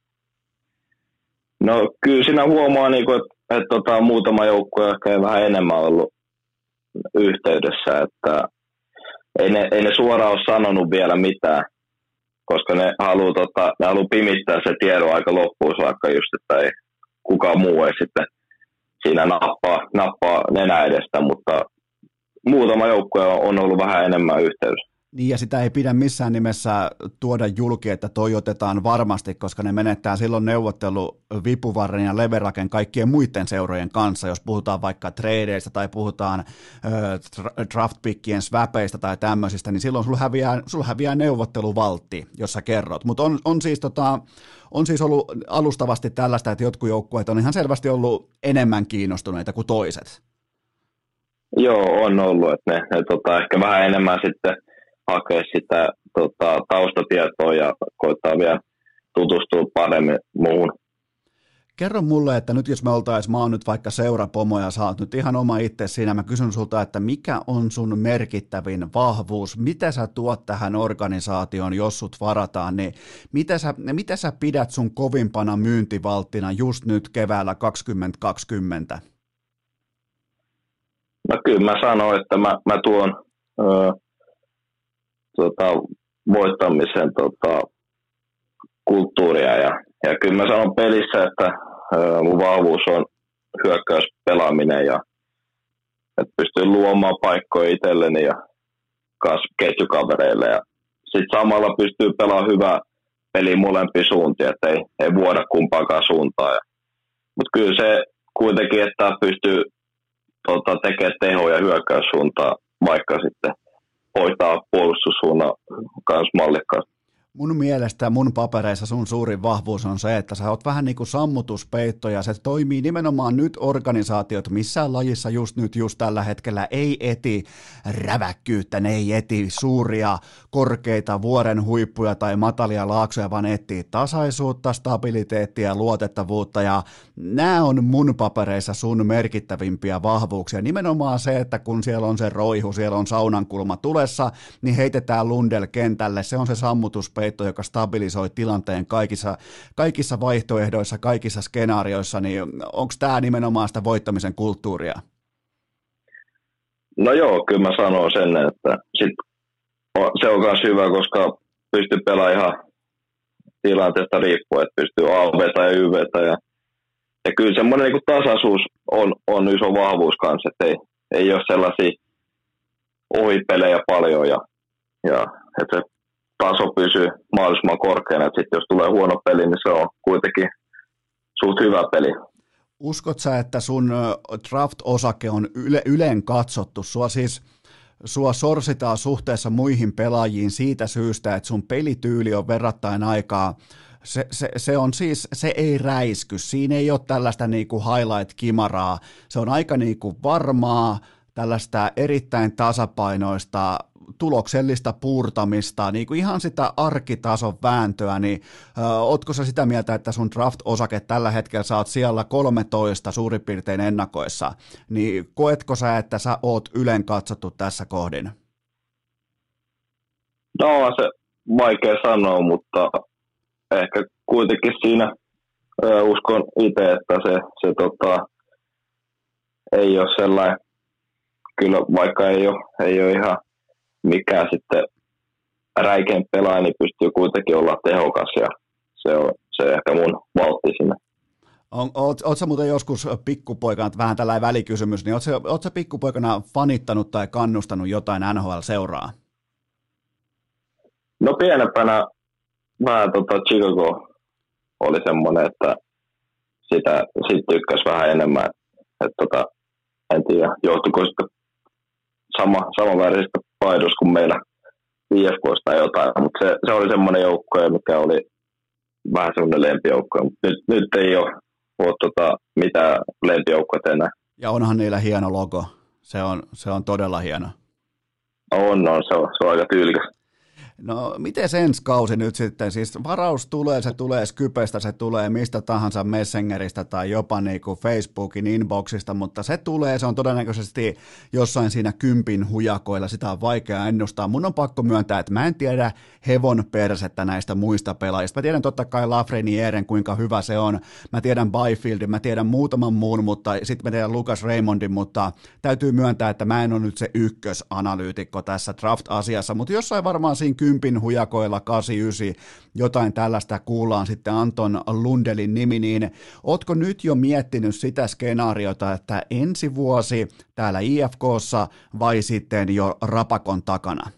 D: No kyllä siinä huomaa, niin kuin, että, että tota, muutama joukkue ehkä vähän enemmän ollut yhteydessä, että Ei ne, ei ne suoraan ole sanonut vielä mitään, koska ne haluaa tota, ne haluu pimittää se tiedon aika loppuun saakka just, että ei kukaan muu ei sitten siinä nappaa, nappaa nenä edestä, mutta muutama joukkue on ollut vähän enemmän yhteydessä.
A: Niin, ja sitä ei pidä missään nimessä tuoda julki, että toi otetaan varmasti, koska ne menettää silloin neuvottelu Vipuvarren ja Leveraken kaikkien muiden seurojen kanssa, jos puhutaan vaikka tradeista tai puhutaan ö, draftpickien swapeista tai tämmöisistä, niin silloin sulla häviää, sulla häviää neuvotteluvaltti, jos sä kerrot. Mutta on, on, siis tota, on siis ollut alustavasti tällaista, että jotkut joukkueet on ihan selvästi ollut enemmän kiinnostuneita kuin toiset.
D: Joo, on ollut, että ne, ne tota, ehkä vähän enemmän sitten hakea sitä tota, taustatietoa ja koittaa vielä tutustua paremmin muuhun.
A: Kerro mulle, että nyt jos me oltaisiin, mä oon nyt vaikka seurapomo ja sä oot nyt ihan oma itse siinä, mä kysyn sulta, että mikä on sun merkittävin vahvuus, mitä sä tuot tähän organisaatioon, jos sut varataan, niin mitä sä, mitä sä pidät sun kovimpana myyntivalttina just nyt keväällä kaksituhattakaksikymmentä?
D: No kyllä mä sanoin, että mä, mä tuon ö, tota, voittamisen tota, kulttuuria ja, ja kyllä mä sanon pelissä, että ö, mun vahvuus on hyökkäyspelaaminen ja että pystyy luomaan paikkoja itselleni ja kas ketjukavereille ja sitten samalla pystyy pelaamaan hyvää peliä molempiin suuntiin, että ei, ei vuoda kumpaakaan suuntaan. Mutta kyllä se kuitenkin, että pystyy tota, tekemään tehoja hyökkäyssuuntaan, vaikka sitten hoitaa puolustussuunnan kanssa mallikkaasti.
A: Mun mielestä mun papereissa sun suurin vahvuus on se, että sä oot vähän niin kuin sammutuspeitto ja se toimii nimenomaan nyt organisaatiot missään lajissa just nyt just tällä hetkellä ei eti räväkkyyttä, ne ei eti suuria korkeita vuoren huippuja tai matalia laaksoja, vaan etsii tasaisuutta, stabiliteettia, luotettavuutta ja nämä on mun papereissa sun merkittävimpiä vahvuuksia. Nimenomaan se, että kun siellä on se roihu, siellä on saunankulma tulessa, niin heitetään Lundell kentälle, se on se sammutuspeitto, joka stabilisoi tilanteen kaikissa, kaikissa vaihtoehdoissa, kaikissa skenaarioissa, niin onko tämä nimenomaan sitä voittamisen kulttuuria?
D: No joo, kyllä mä sanon sen, että sit se on myös hyvä, koska pystyy pelaamaan ihan tilanteesta riippuen, että pystyy A V:tä ja Y V:tä ja, ja kyllä semmoinen niin tasaisuus on, on iso vahvuus kanssa, että ei, ei ole sellaisia ohipelejä paljon ja, ja että se taso pysyy mahdollisimman korkeana, että sitten jos tulee huono peli, niin se on kuitenkin suht hyvä peli.
A: Uskot sä, että sun draft-osake on yle, yleen katsottu? Sua siis sua sorsitaan suhteessa muihin pelaajiin siitä syystä, että sun pelityyli on verrattain aikaa. Se, se, se on siis, se ei räisky. Siinä ei ole tällaista niinku highlight-kimaraa. Se on aika niinku varmaa, tällaista erittäin tasapainoista, tuloksellista puurtamista, niin kuin ihan sitä arkitason vääntöä, niin ö, ootko sä sitä mieltä, että sun draft-osake tällä hetkellä sä oot siellä kolmetoista suurin piirtein ennakoissa, niin koetko sä, että sä oot ylen katsottu tässä kohdin?
D: No on se vaikea sanoa, mutta ehkä kuitenkin siinä ö, uskon itse, että se, se tota, ei ole sellainen, kyllä vaikka ei ole, ei ole ihan mikään sitten räikein pelaaja, niin pystyy kuitenkin olla tehokas ja se on se ehkä mun valtti sinne.
A: On, oot, oot sä muuten joskus pikkupoikana, vähän tällainen välikysymys, niin oot sä, oot sä pikkupoikana fanittanut tai kannustanut jotain N H L-seuraa?
D: No pienempänä vähän tota Chicago oli semmoinen, että sitä sit tykkäs vähän enemmän. Et tota, en tiedä, johtuiko sitten sama, samanväristä paidos kuin meillä I F K:sta tai jotain, mutta se, se oli semmoinen joukko, mikä oli vähän semmoinen lempijoukko. Nyt, nyt ei ole, ole tota, mitään lempijoukkoja enää.
A: Ja onhan niillä hieno logo. Se on, se on todella hieno.
D: On, on. Se on, se on aika tyylikäs.
A: No, miten se ensi kausi nyt sitten? Siis varaus tulee, se tulee Skypestä, se tulee mistä tahansa Messengeristä tai jopa niin kuin Facebookin inboxista, mutta se tulee, se on todennäköisesti jossain siinä kympin hujakoilla, sitä on vaikea ennustaa. Mun on pakko myöntää, että mä en tiedä hevon persettä näistä muista pelaajista. Mä tiedän totta kai Lafrenieren, kuinka hyvä se on. Mä tiedän Byfieldin, mä tiedän muutaman muun, mutta sitten mä tiedän Lucas Raymondin, mutta täytyy myöntää, että mä en ole nyt se ykkösanalyytikko tässä draft-asiassa, mutta jossain varmaan siinä kympin hujakoilla kahdeksan yhdeksän, jotain tällaista kuullaan sitten Anton Lundelin nimi, niin ootko nyt jo miettinyt sitä skenaariota, että ensi vuosi täällä I F K:ssa vai sitten jo rapakon takana?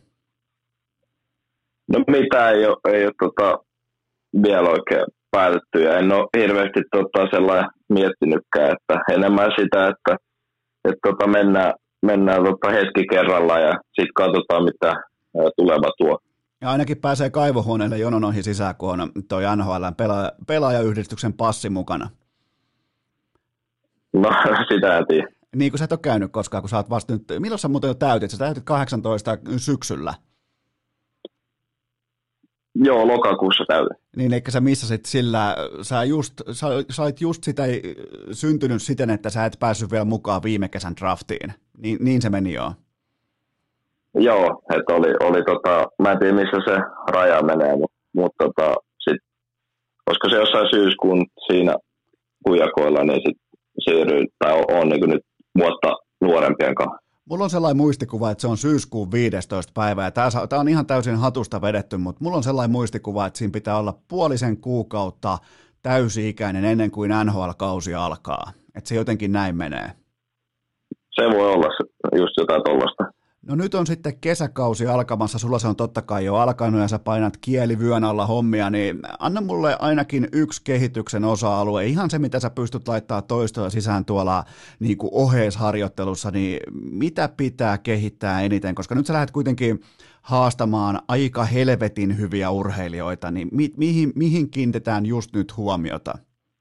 D: No mitä ei ole, ei ole tota, vielä oikein päätetty ja en ole hirveästi tota, sellainen miettinytkään, että enemmän sitä, että, että tota, mennään, mennään tota, hetki kerrallaan ja sitten katsotaan mitä tuleva tuo.
A: Ja ainakin pääsee kaivohuoneelle jonon ohi sisään, kun on toi N H L:n pelaaja, pelaajayhdistyksen passi mukana.
D: No, sitä en tiedä.
A: Niin kuin sä et ole käynyt koskaan, kun sä oot vasta nyt, milloin sä muuten jo täytit? Sä täytit kahdeksantoista syksyllä.
D: Joo, lokakuussa täytin.
A: Niin, eikä sä missasit sillä, sä, just, sä sait just sitä syntynyt siten, että sä et päässyt vielä mukaan viime kesän draftiin. Niin, niin se meni joo.
D: Joo, että oli, oli tota, mä en tiedä missä se raja menee, mutta, mutta tota, sit, koska se jossain syyskuun siinä hujakoilla, niin sit siirryy, tai on, on niin nyt vuotta nuorempien kanssa.
A: Mulla on sellainen muistikuva, että se on syyskuun viidestoista päivä, ja tää, tää on ihan täysin hatusta vedetty, mutta mulla on sellainen muistikuva, että siinä pitää olla puolisen kuukautta täysi-ikäinen ennen kuin N H L-kausi alkaa. Että se jotenkin näin menee.
D: Se voi olla just jotain tollaista.
A: No nyt on sitten kesäkausi alkamassa, sulla se on totta kai jo alkanut ja sä painat kielivyön alla hommia, niin anna mulle ainakin yksi kehityksen osa-alue, ihan se mitä sä pystyt laittaa toistoja sisään tuolla niin kuin oheisharjoittelussa, niin mitä pitää kehittää eniten, koska nyt sä lähdet kuitenkin haastamaan aika helvetin hyviä urheilijoita, niin mi- mihin, mihin kiinnitetään just nyt huomiota?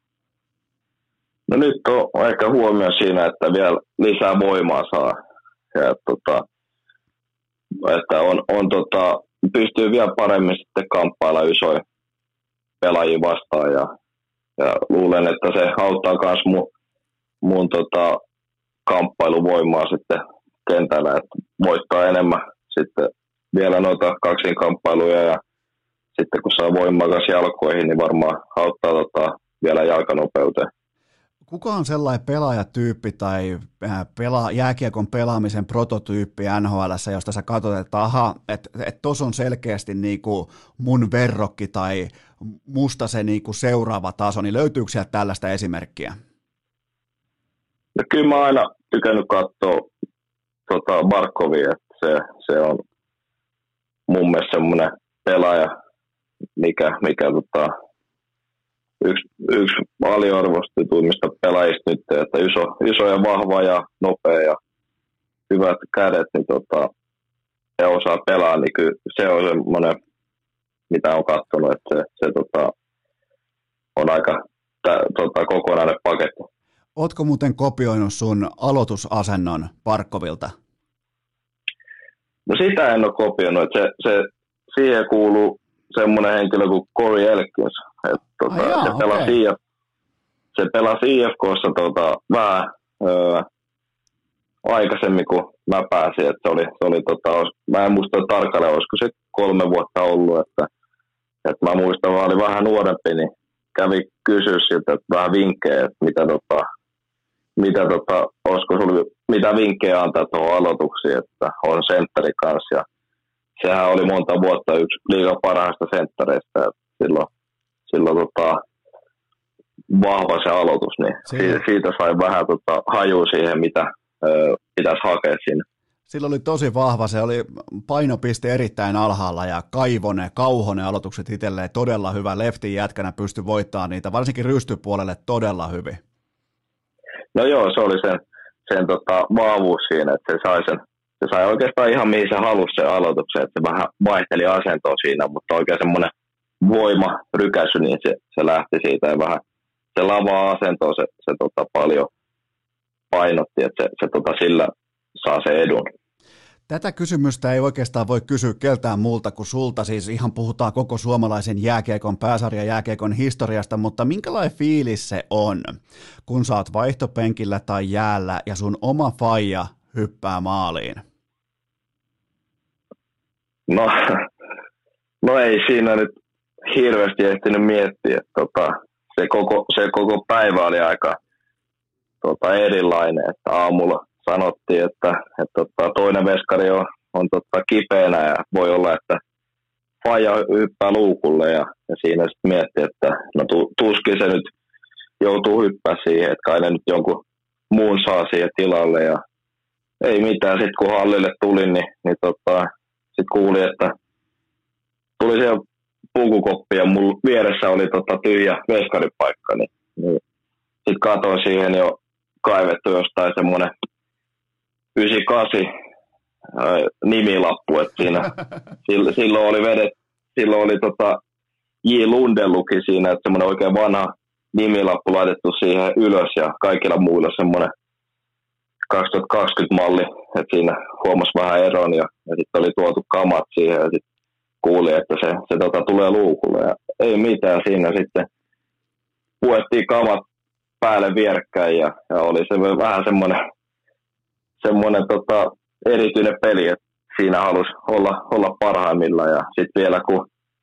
D: No nyt on ehkä huomio siinä, että vielä lisää voimaa saa ja tota, että on, on tota, pystyy vielä paremmin sitten kamppailla isoja pelaajia vastaan ja, ja luulen, että se auttaa myös mun, mun tota, kamppailuvoimaa sitten kentällä, että voittaa enemmän sitten vielä noita kaksinkamppailuja ja sitten kun saa voimaa jalkoihin, niin varmaan auttaa tota, vielä jalkanopeuteen.
A: Kuka on sellainen pelaajatyyppi tai pela, jääkiekon pelaamisen prototyyppi N H L:ssä, josta sä katsot, että aha, että et tuossa on selkeästi niinku mun verrokki tai musta se niinku seuraava taso, niin löytyykö sieltä tällaista esimerkkiä?
D: No kyllä mä oon aina tykännyt katsoa tota Barkovia, että se, se on mun mielestä semmoinen pelaaja, mikä, mikä tota, yksi, yksi paljon arvostetuimmista pelaajista nyt, että iso, iso ja vahva ja nopea ja hyvät kädet, niin tota, ja osaa pelaa, niin kyllä se on semmoinen, mitä on katsonut, että se, se tota, on aika tä, tota, kokonainen paketti.
A: Ootko muuten kopioinut sun aloitusasennon Barkovilta?
D: No sitä en ole kopioinut, että se, se, siihen kuuluu semmoinen henkilö kuin Corey Elkins, että tota,
A: ah, jaa,
D: se pelasi
A: okay.
D: I F, se pelasi I F K:ssa tota, vähän öö, aikaisemmin kuin mä pääsin, että se oli, se oli tota, mä en muista tarkalleen, olisiko se kolme vuotta ollut, että, että mä muistan, mä olin vähän nuorempi, niin kävi kysyä siltä, että vähän vinkkejä, että mitä tota, mitä tota, olisiko sulla, mitä vinkkejä antaa tuohon aloituksiin, että on sentteri kanssa, ja sehän oli monta vuotta yksi liigan parhaista senttereistä, että silloin, silloin tota, vahva se aloitus, niin siitä, siitä sai vähän tota, hajua siihen, mitä ö, pitäisi hakea sinne.
A: Silloin oli tosi vahva, se oli painopiste erittäin alhaalla ja Kaivonen, Kauhonen aloitukset itselleen todella hyvä, leftin jätkänä pystyi voittamaan niitä, varsinkin rystypuolelle todella hyvin.
D: No joo, se oli sen, sen tota, vahvuus siinä, että se sai, sen, se sai oikeastaan ihan mihin se halusi sen aloituksen, että se vähän vaihteli asentoa siinä, mutta oikein semmoinen voima, rykäsy, niin se, se lähti siitä ja vähän se lavaa asentoa se, se tota, paljon painotti, että se, se tota, sillä saa se edun.
A: Tätä kysymystä ei oikeastaan voi kysyä keltään muulta kuin sulta, siis ihan puhutaan koko suomalaisen jääkiekon, pääsarjan jääkiekon historiasta, mutta minkälainen fiilis se on, kun sä oot vaihtopenkillä tai jäällä ja sun oma faija hyppää maaliin?
D: No, no ei siinä nyt hirveästi ehtinyt miettiä, että tota, se, koko, se koko päivä oli aika tota, erilainen, että aamulla sanottiin, että, että, että toinen veskari on, on totta kipeänä ja voi olla, että faija hyppää luukulle ja, ja siinä sitten miettii, että no tu, tuskin se nyt joutuu hyppää siihen, että kai ne nyt jonkun muun saa siihen tilalle ja ei mitään. Sitten kun hallille tuli, niin, niin tota, sitten kuuli, että tuli siellä pukukoppi ja mun vieressä oli tota tyhjä veskaripaikka, niin, niin sitten katsoin siihen jo kaivettu jostain semmoinen yhdeksänkymmentäkahdeksan ää, nimilappu, että siinä silloin oli vedet, silloin oli tota J. Lundeluki siinä, että semmoinen oikein vanha nimilappu laitettu siihen ylös ja kaikilla muilla semmoinen kaksituhattakaksikymmentä malli, että siinä huomasi vähän eron ja, ja sitten oli tuotu kamat siihen ja sitten kuuli, että se, se tota, tulee luukulle ja ei mitään siinä sitten puettiin kamat päälle vierekkäin ja, ja oli se vähän semmoinen semmoinen tota, erityinen peli, että siinä halusi olla, olla parhaimmillaan ja sitten vielä kun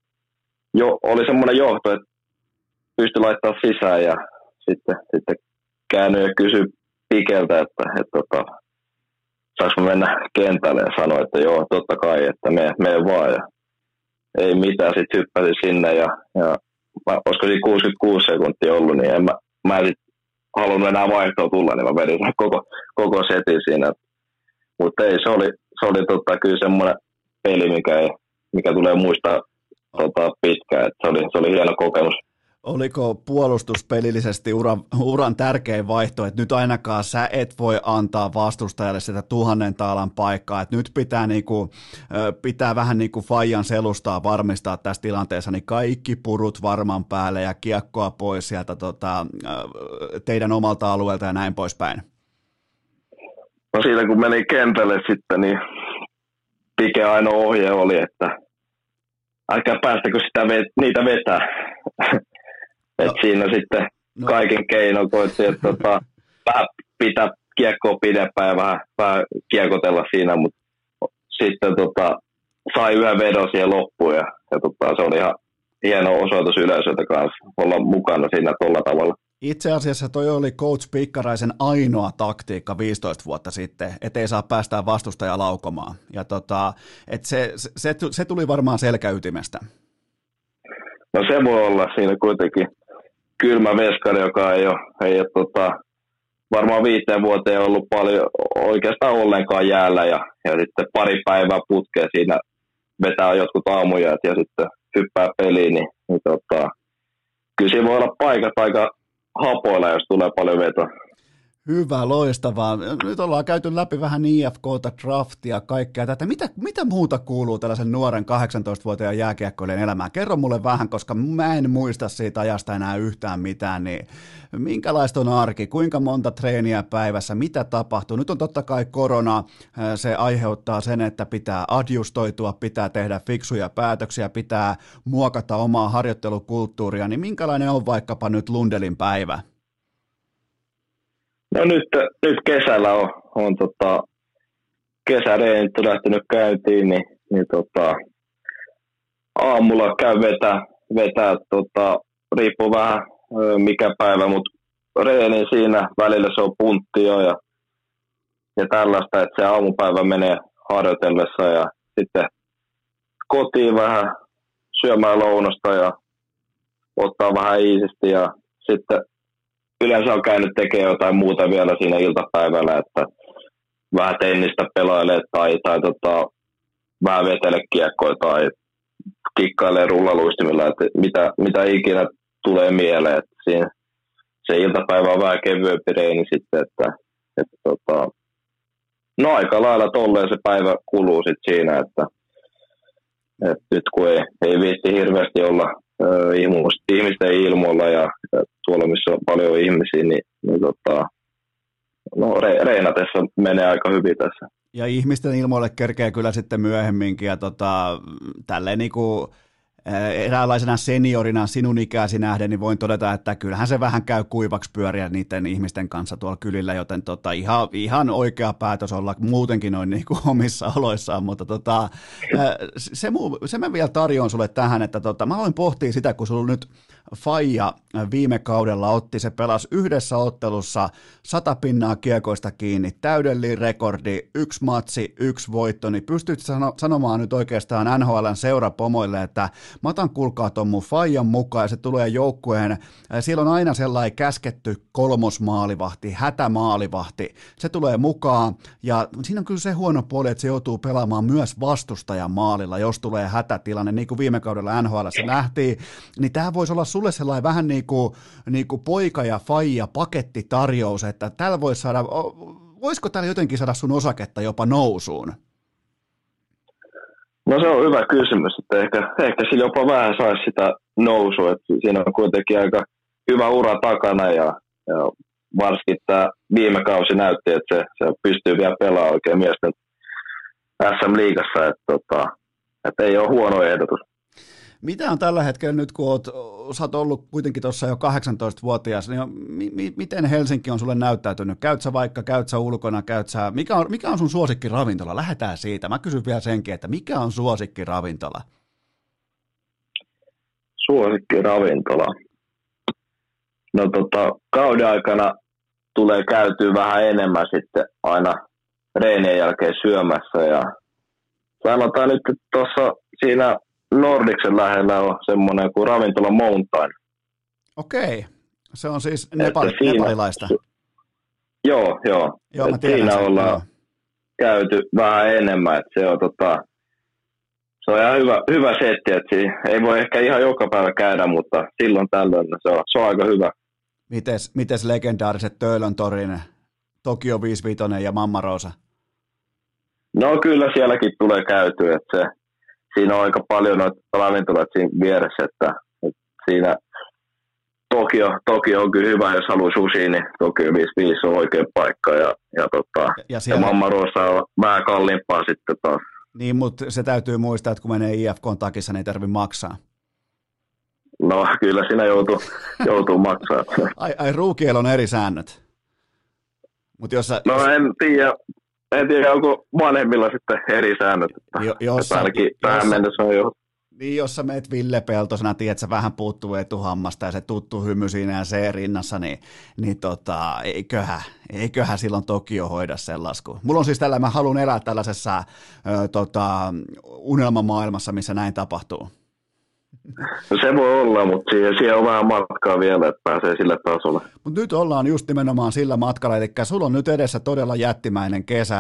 D: jo, oli semmoinen johto, että pystyi laittamaan sisään ja sitten, sitten käännyin ja kysyin Pikeltä, että, että, että saanko mennä kentälle ja sanoi, että joo, totta kai, että me, me vaan ja ei mitään, sitten hyppäsin sinne ja, ja olisiko siinä kuusikymmentäkuusi sekuntia ollut, niin en mä, mä en sit halunnut enää vaihtoa tulla, niin mä vedin koko, koko setin siinä. Mutta ei, se oli, se oli tota, kyllä semmoinen peli, mikä, ei, mikä tulee muistaa tota, pitkään, että se oli, se oli hieno kokemus.
A: Oliko puolustuspelillisesti uran, uran tärkein vaihto, että nyt ainakaan sä et voi antaa vastustajalle sitä tuhannen taalan paikkaa, että nyt pitää, niinku, pitää vähän niin kuin faijan selustaa varmistaa tässä tilanteessa, niin kaikki purut varman päälle ja kiekkoa pois sieltä tota, teidän omalta alueelta ja näin poispäin?
D: No siitä kun meni kentälle sitten, niin Pike ainoa ohje oli, että älkää päästäkö sitä vet- niitä vetää. Et no, siinä sitten no. kaiken keino koitti, että tota, vähän pitää kiekkoa pidempään ja vähän, vähän kiekotella siinä, mutta sitten tota, sai yhden vedon siihen loppuun ja, ja tota, se oli ihan hieno osoitus yleisöltä kanssa olla mukana siinä tuolla tavalla.
A: Itse asiassa toi oli coach Pikkaraisen ainoa taktiikka viisitoista vuotta sitten, ettei saa päästää vastustajaa laukomaan. Ja tota, et se, se, se tuli varmaan selkäytimestä.
D: No se voi olla siinä kuitenkin kylmä veskari, joka ei ole, ei ole tota, varmaan viiteen vuoteen ollut paljon oikeastaan ollenkaan jäällä ja, ja sitten pari päivää putkea siinä vetää jotkut aamujat ja sitten hyppää peliin, niin, niin tota, kyllä siinä voi olla paikat aika hapoilla, jos tulee paljon vetoa.
A: Hyvä, loistavaa. Nyt ollaan käyty läpi vähän I F K:ta, draftia, kaikkea tätä. Mitä, mitä muuta kuuluu tällaisen nuoren kahdeksantoistavuotiaan jääkiekkoilijan elämään? Kerro mulle vähän, koska mä en muista siitä ajasta enää yhtään mitään. Niin minkälaista on arki? Kuinka monta treeniä päivässä? Mitä tapahtuu? Nyt on totta kai korona. Se aiheuttaa sen, että pitää adjustoitua, pitää tehdä fiksuja päätöksiä, pitää muokata omaa harjoittelukulttuuria. Niin minkälainen on vaikkapa nyt Lundelin päivä?
D: No nyt, nyt kesällä on, on tota, kesäreenit on lähtenyt käyntiin, niin, niin tota, aamulla käy vetää, vetää tota, riippuu vähän ö, mikä päivä, mutta reenin siinä välillä se on punttio ja, ja tällaista, että se aamupäivä menee harjoitellessa ja sitten kotiin vähän syömään lounasta ja ottaa vähän iisisti ja sitten yleensä on käynyt tekemään jotain muuta vielä siinä iltapäivällä, että vähän tennistä pelailee tai, tai tota, vähän vetele kiekkoja tai kikkailee rullaluistimilla, että mitä, mitä ikinä tulee mieleen. Että siinä, se iltapäivä on vähän kevyempi reeni sitten, että, että tota, no aika lailla tolleen se päivä kuluu sitten siinä, että, että nyt kun ei, ei viitti hirveästi olla ihmisten ilmoilla ja, ja tuolla missä on paljon ihmisiä, niin, niin tota, no, re, reenatessa menee aika hyvin tässä.
A: Ja ihmisten ilmoille kerkee kyllä sitten myöhemminkin ja tota, tälleen niinku eräänlaisena seniorina sinun ikäsi nähden, niin voin todeta, että kyllähän se vähän käy kuivaksi pyöriä niiden ihmisten kanssa tuolla kylillä, joten tota, ihan, ihan oikea päätös olla muutenkin noin niin kuin omissa oloissaan, mutta tota, se, se mä vielä tarjoan sulle tähän, että tota, mä aloin pohtia sitä, kun sulla nyt faija viime kaudella otti, se pelasi yhdessä ottelussa sata pinnaa kiekoista kiinni, täydellinen rekordi, yksi matsi, yksi voitto, niin pystyt sano, sanomaan nyt oikeastaan N H L:n seurapomoille, että mä otan kuulkaa ton mun faijan mukaan ja se tulee joukkueen, siellä on aina sellainen käsketty kolmosmaalivahti, hätämaalivahti, se tulee mukaan ja siinä on kyllä se huono puoli, että se joutuu pelaamaan myös vastustajan maalilla, jos tulee hätätilanne, niin kuin viime kaudella N H L:ssä nähtiin, niin tämä voisi olla sulle sellainen vähän niin kuin, niin kuin poika ja faija pakettitarjous, että täällä voisi saada, voisiko täällä jotenkin saada sun osaketta jopa nousuun?
D: No se on hyvä kysymys, että ehkä, ehkä sillä jopa vähän saisi sitä nousua, että siinä on kuitenkin aika hyvä ura takana ja, ja varsinkin tämä viime kausi näytti, että se, se pystyy vielä pelaamaan oikein miesten S M-liigassa, että, että, että ei ole huono ehdotus.
A: Mitä on tällä hetkellä nyt, kun oot, sä oot ollut kuitenkin tuossa jo kahdeksantoistavuotias, niin mi, mi, miten Helsinki on sulle näyttäytynyt? Käyt sä vaikka, käyt sä ulkona, käyt sä, mikä on, mikä on sun suosikkiravintola? Lähdetään siitä. Mä kysyn vielä senkin, että mikä on suosikkiravintola?
D: Suosikkiravintola? No tota, kauden aikana tulee käytyä vähän enemmän sitten aina reenien jälkeen syömässä ja sanotaan nyt, että tuossa siinä Nordicsen lähellä on semmoinen kuin ravintola Mountain.
A: Okei, se on siis nepali, siinä, nepalilaista.
D: Joo, joo.
A: joo
D: siinä
A: sen,
D: ollaan
A: joo.
D: käyty vähän enemmän, että se on, tota, se on ihan hyvä, hyvä setti, että ei voi ehkä ihan joka päivä käydä, mutta silloin tällöin se on, se on aika hyvä.
A: Mites, mites legendaariset Töölön torin, Tokio viisikymmentäviisi ja Mamma Rosa?
D: No kyllä sielläkin tulee käytyä, että se siinä on aika paljon noita ravintolat siinä vieressä, että, että siinä Tokio, Tokio on kyllä hyvä, jos haluaa sushi, niin Tokio viisikymmentäviisi on oikea paikka ja, ja, tota, ja, siellä... ja Mamma Rosa on vähän kalliimpaa sitten taas.
A: Niin, mutta se täytyy muistaa, että kun menee I F K:n takissa, niin ei tarvitse maksaa.
D: No kyllä siinä joutuu, joutuu maksaa.
A: Ai, ai ruukiel on eri säännöt. Mut jos sä,
D: no
A: jos...
D: en tiedä. En tiedä, onko vanhemmilla sitten eri säännöt. Että,
A: jo, jos
D: että ainakin tähän mennessä on jo.
A: Niin, jos sä meet Ville Peltosena, tiedät, sä vähän puuttuu etuhammasta ja se tuttu hymy siinä ja se rinnassa, niin, niin tota, eiköhän, eiköhän silloin Tokio hoida sen lasku. Mulla on siis tällä, mä haluan elää tällaisessa ö, tota, unelmamaailmassa, missä näin tapahtuu.
D: No se voi olla, mutta siihen, siihen on vähän matkaa vielä, että pääsee sille tasolle.
A: Mutta nyt ollaan just nimenomaan sillä matkalla, eli sulla on nyt edessä todella jättimäinen kesä.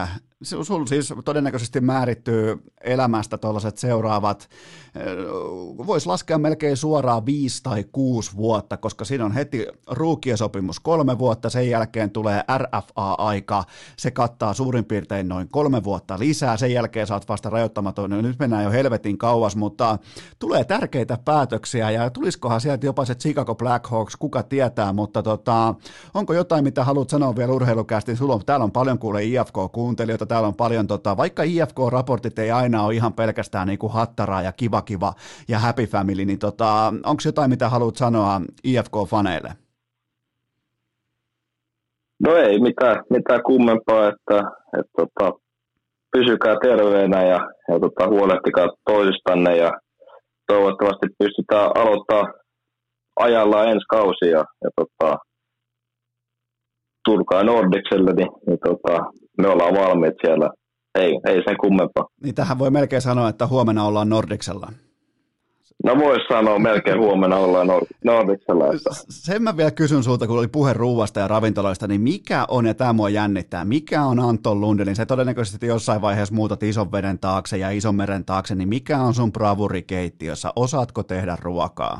A: Sulla siis todennäköisesti määrittyy elämästä tuollaiset seuraavat, voisi laskea melkein suoraan viisi tai kuusi vuotta, koska siinä on heti ruukiesopimus kolme vuotta, sen jälkeen tulee R F A-aika, se kattaa suurin piirtein noin kolme vuotta lisää, sen jälkeen saat vasta rajoittamaton, no nyt mennään jo helvetin kauas, mutta tulee tärkeitä päätöksiä ja tulisikohan sieltä jopa se Chicago Blackhawks, kuka tietää, mutta tota, onko jotain, mitä haluat sanoa vielä urheilukästi? Sulla on, täällä on paljon kuule I F K-kuuntelijoita, täällä on paljon, tota, vaikka I F K-raportit ei aina ole ihan pelkästään niin kuin hattaraa ja kiva kiva ja happy family, niin tota, onko jotain, mitä haluat sanoa I F K-faneille?
D: No ei mitään, mitään kummempaa, että, että, että pysykää terveenä ja, ja tota, huolehtikaa toisistanne ja toivottavasti pystytään aloittaa ajallaan ensi kausi ja, ja tota, tulkaa Nordicselle, niin, niin tota, me ollaan valmiit siellä. Ei, ei sen kummempaa.
A: Niin tähän voi melkein sanoa, että huomenna ollaan Nordicsella.
D: No vois sanoa, melkein huomenna ollaan Nordicsella. Että...
A: Sen mä vielä kysyn sulta, kun oli puhe ruuasta ja ravintoloista, niin mikä on, ja tämä mua jännittää, mikä on Anton Lundellin? Se todennäköisesti jossain vaiheessa muutat ison veden taakse ja ison meren taakse, niin mikä on sun bravurikeittiössä? Osaatko tehdä ruokaa?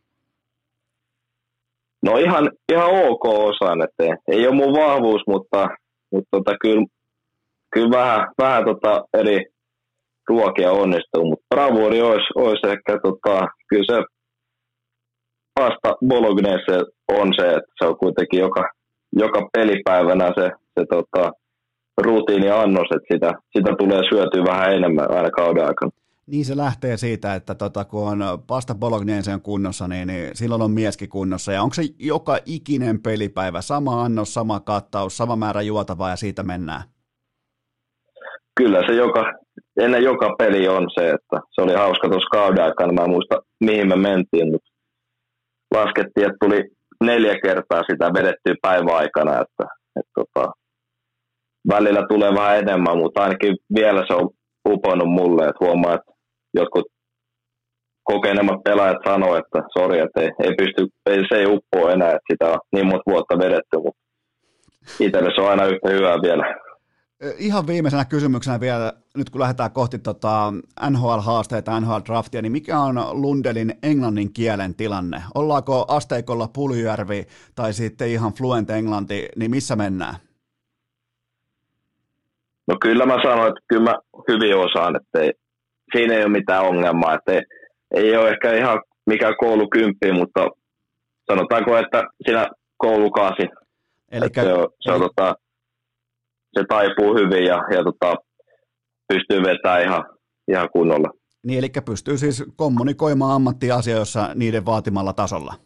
D: No ihan, ihan ok osaan, että ei, ei ole mun vahvuus, mutta, mutta tota, kyllä, kyllä vähän, vähän tota eri ruokia onnistuu, mutta bravuuri olisi, olisi ehkä, tota, kyllä se pasta bolognese on se, että se on kuitenkin joka, joka pelipäivänä se, se tota, rutiiniannos, että sitä, sitä tulee syötyä vähän enemmän aina kauden aikana.
A: Niin se lähtee siitä, että tota, kun on pasta bolognese kunnossa, niin, niin silloin on mieskin kunnossa. Ja onko se joka ikinen pelipäivä sama annos, sama kattaus, sama määrä juotavaa ja siitä mennään?
D: Kyllä se joka, ennen joka peli on se, että se oli hauska tuossa kauden aikana. Mä en muista mihin me mentiin, mutta laskettiin, että tuli neljä kertaa sitä vedettyä päivän aikana. Että, että, tota, välillä tulee vähän enemmän, mutta ainakin vielä se on uponnut mulle, että huomaa, että jotkut kokenemat pelaajat sanoo, että sori, että ei, ei pysty, ei, se ei uppoa enää, että sitä on niin monta vuotta vedetty, mutta itselle se on aina yhtä hyvää vielä.
A: Ihan viimeisenä kysymyksenä vielä, nyt kun lähdetään kohti tota N H L-haasteita, N H L-draftia, niin mikä on Lundellin englannin kielen tilanne? Ollaanko asteikolla Puljujärvi tai sitten ihan fluent englanti, niin missä mennään?
D: No kyllä mä sanoin, että kyllä mä hyvin osaan, että ei, siinä ei ole mitään ongelmaa, että ei, ei ole ehkä ihan mikään koulukymppi, mutta sanotaanko, että siinä koulukasi, että se, on, se, on, tota, se taipuu hyvin ja, ja tota, pystyy vetämään ihan, ihan kunnolla.
A: Niin, eli pystyy siis kommunikoimaan ammattiasioissa niiden vaatimalla tasolla?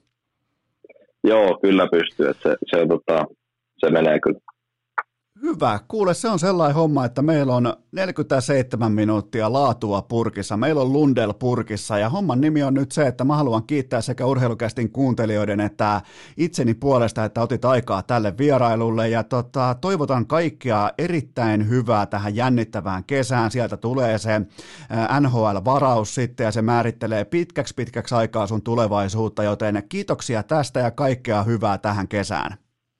D: Joo, kyllä pystyy, että se, se, on, tota, se menee kyllä.
A: Hyvä. Kuule, se on sellainen homma, että meillä on neljäkymmentäseitsemän minuuttia laatua purkissa. Meillä on Lundell purkissa ja homman nimi on nyt se, että mä haluan kiittää sekä Urheilukästin kuuntelijoiden että itseni puolesta, että otit aikaa tälle vierailulle ja tota, toivotan kaikkea erittäin hyvää tähän jännittävään kesään. Sieltä tulee se N H L-varaus sitten ja se määrittelee pitkäksi pitkäksi aikaa sun tulevaisuutta, joten kiitoksia tästä ja kaikkea hyvää tähän kesään.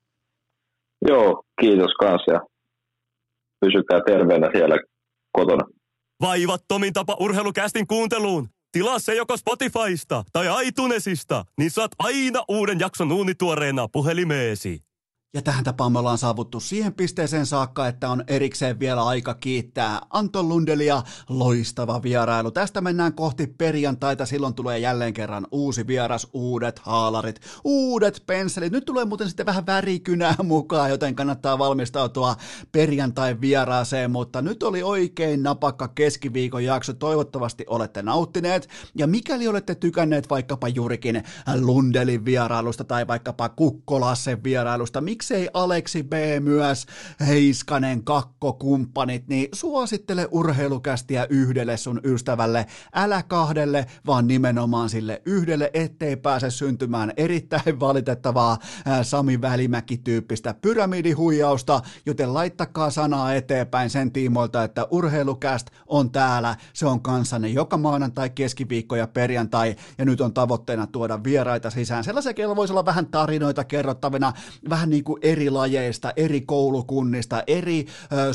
D: Joo, kiitos kans ja pysykää terveenä siellä kotona.
B: Vaivattomin tapa Urheilukästin kuunteluun. Tilaa se joko Spotifysta tai iTunesista, niin saat aina uuden jakson uunituoreena puhelimeesi.
A: Ja tähän tapaan me ollaan saavuttu siihen pisteeseen saakka, että on erikseen vielä aika kiittää Anton Lundellia. Loistava vierailu. Tästä mennään kohti perjantaita. Silloin tulee jälleen kerran uusi vieras, uudet haalarit, uudet pensselit. Nyt tulee muuten sitten vähän värikynää mukaan, joten kannattaa valmistautua perjantain vieraaseen. Mutta nyt oli oikein napakka keskiviikon jakso. Toivottavasti olette nauttineet. Ja mikäli olette tykänneet vaikkapa juurikin Lundellin vierailusta tai vaikkapa Kukkolassen vierailusta, miksei Aleksi B myös, Heiskanen, kakkokumppanit, niin suosittele Urheilukästiä yhdelle sun ystävälle, älä kahdelle, vaan nimenomaan sille yhdelle, ettei pääse syntymään erittäin valitettavaa ää, Sami Välimäki-tyyppistä pyramidihuijausta, joten laittakaa sanaa eteenpäin sen tiimoilta, että Urheilukäst on täällä, se on kanssanne joka maanantai, keskiviikko ja perjantai, ja nyt on tavoitteena tuoda vieraita sisään. Sellaisia, keillä voisi olla vähän tarinoita kerrottavina, vähän niin niinku eri lajeista, eri koulukunnista, eri ö,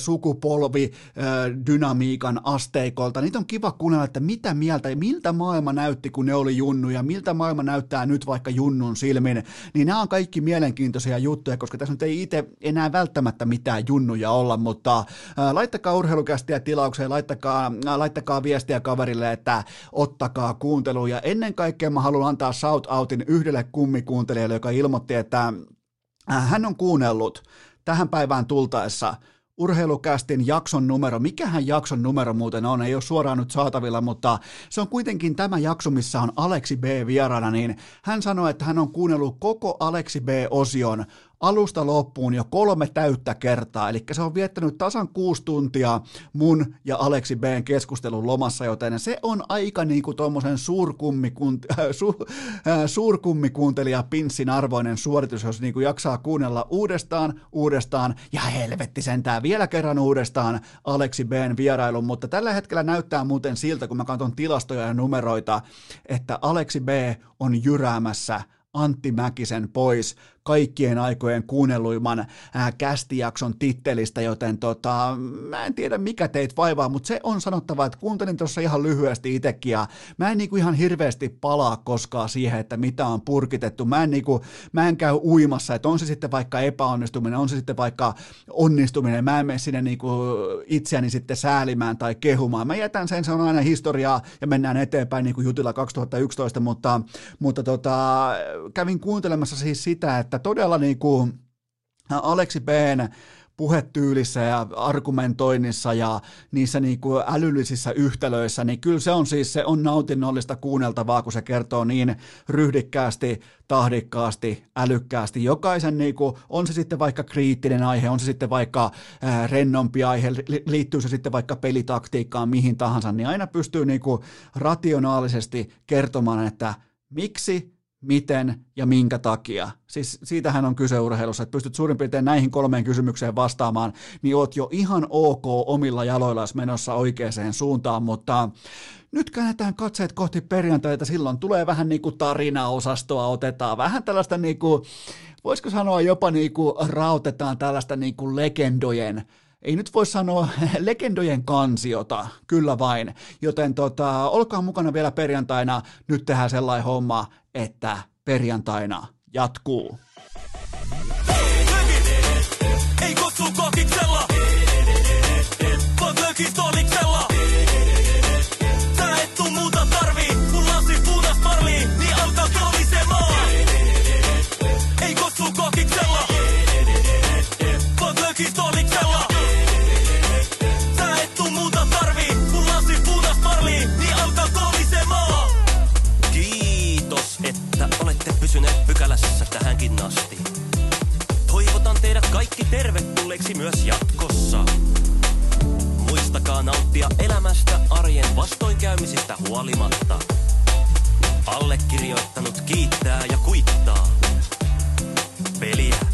A: sukupolvidynamiikan asteikolta. Niitä on kiva kuunnella, että mitä mieltä ja miltä maailma näytti, kun ne oli junnuja, miltä maailma näyttää nyt vaikka junnun silmin. Niin nämä on kaikki mielenkiintoisia juttuja, koska tässä nyt ei itse enää välttämättä mitään junnuja olla, mutta ö, laittakaa Urheilukästiä tilaukseen, laittakaa, äh, laittakaa viestiä kaverille, että ottakaa kuunteluun. Ja ennen kaikkea mä haluan antaa shout-outin yhdelle kummikuuntelijalle, joka ilmoitti, että äh, hän on kuunnellut tähän päivään tultaessa Urheilukästin jakson numero. Mikähän jakson numero muuten on, ei ole suoraan nyt saatavilla, mutta se on kuitenkin tämä jakso, missä on Aleksi B. vieraana, niin hän sanoi, että hän on kuunnellut koko Aleksi B-osion alusta loppuun jo kolme täyttä kertaa, eli se on viettänyt tasan kuusi tuntia mun ja Aleksi B:n keskustelun lomassa, joten se on aika niinku tommosen suurkummikunt- äh, su- äh, suurkummikuuntelija pinssin arvoinen suoritus, jos niinku jaksaa kuunnella uudestaan, uudestaan ja helvetti sentään vielä kerran uudestaan Aleksi B:n vierailun, mutta tällä hetkellä näyttää muuten siltä, kun mä katson tilastoja ja numeroita, että Aleksi B on jyräämässä Antti Mäkisen pois kaikkien aikojen kuunnelluimman ää, kästijakson tittelistä, joten tota, mä en tiedä mikä teit vaivaa, mutta se on sanottava, että kuuntelin tuossa ihan lyhyesti itsekin ja mä en niinku ihan hirveästi palaa koskaan siihen, että mitä on purkitettu. Mä en, niinku, mä en käy uimassa, että on se sitten vaikka epäonnistuminen, on se sitten vaikka onnistuminen, mä en mene sinne niinku itseäni sitten säälimään tai kehumaan. Mä jätän sen, se on aina historiaa ja mennään eteenpäin niin kuin Jutila kaksituhattayksitoista, mutta, mutta tota, kävin kuuntelemassa siis sitä, että todella niin kuin Aleksi B:n puhetyylissä ja argumentoinnissa ja niissä niin kuin älyllisissä yhtälöissä, niin kyllä se on siis se on nautinnollista kuunneltavaa, kun se kertoo niin ryhdikkäästi, tahdikkaasti, älykkäästi. Jokaisen, niin kuin, on se sitten vaikka kriittinen aihe, on se sitten vaikka ää, rennompi aihe, li- liittyy se sitten vaikka pelitaktiikkaan, mihin tahansa, niin aina pystyy niin kuin rationaalisesti kertomaan, että miksi, miten ja minkä takia. Siis siitähän on kyse urheilussa, että pystyt suurin piirtein näihin kolmeen kysymykseen vastaamaan, niin oot jo ihan ok omilla jaloillaan menossa oikeaan suuntaan, mutta nyt käännetään katseet kohti perjantaita, silloin tulee vähän niin kuin tarinaosastoa, otetaan vähän tällaista niin kuin, voisiko sanoa jopa niin kuin rautetaan tällaista niin kuin legendojen, ei nyt voi sanoa legendojen kansiota, kyllä vain, joten tota, olkaa mukana vielä perjantaina, nyt tehdään sellainen homma, että perjantaina jatkuu.
B: Ei kutsu kokiksella, vaan lökis toliksella. Sä et tuu muuta tarvii, kun lasi puutas parlii, niin auta kolisemaan. Ei kutsu kokiksella, vaan lökis toliksella. Sä et tuu muuta tarvii, kun lasi puutas parlii, niin auta kolisemaan. Kiitos, että olette pysyneet pykälässä tähänkin asti. Toivotan teidät kaikki tervetulleeksi myös jatkossa. Muistakaa nauttia elämästä arjen vastoinkäymisistä huolimatta. Allekirjoittanut kiittää ja kuittaa. Peliä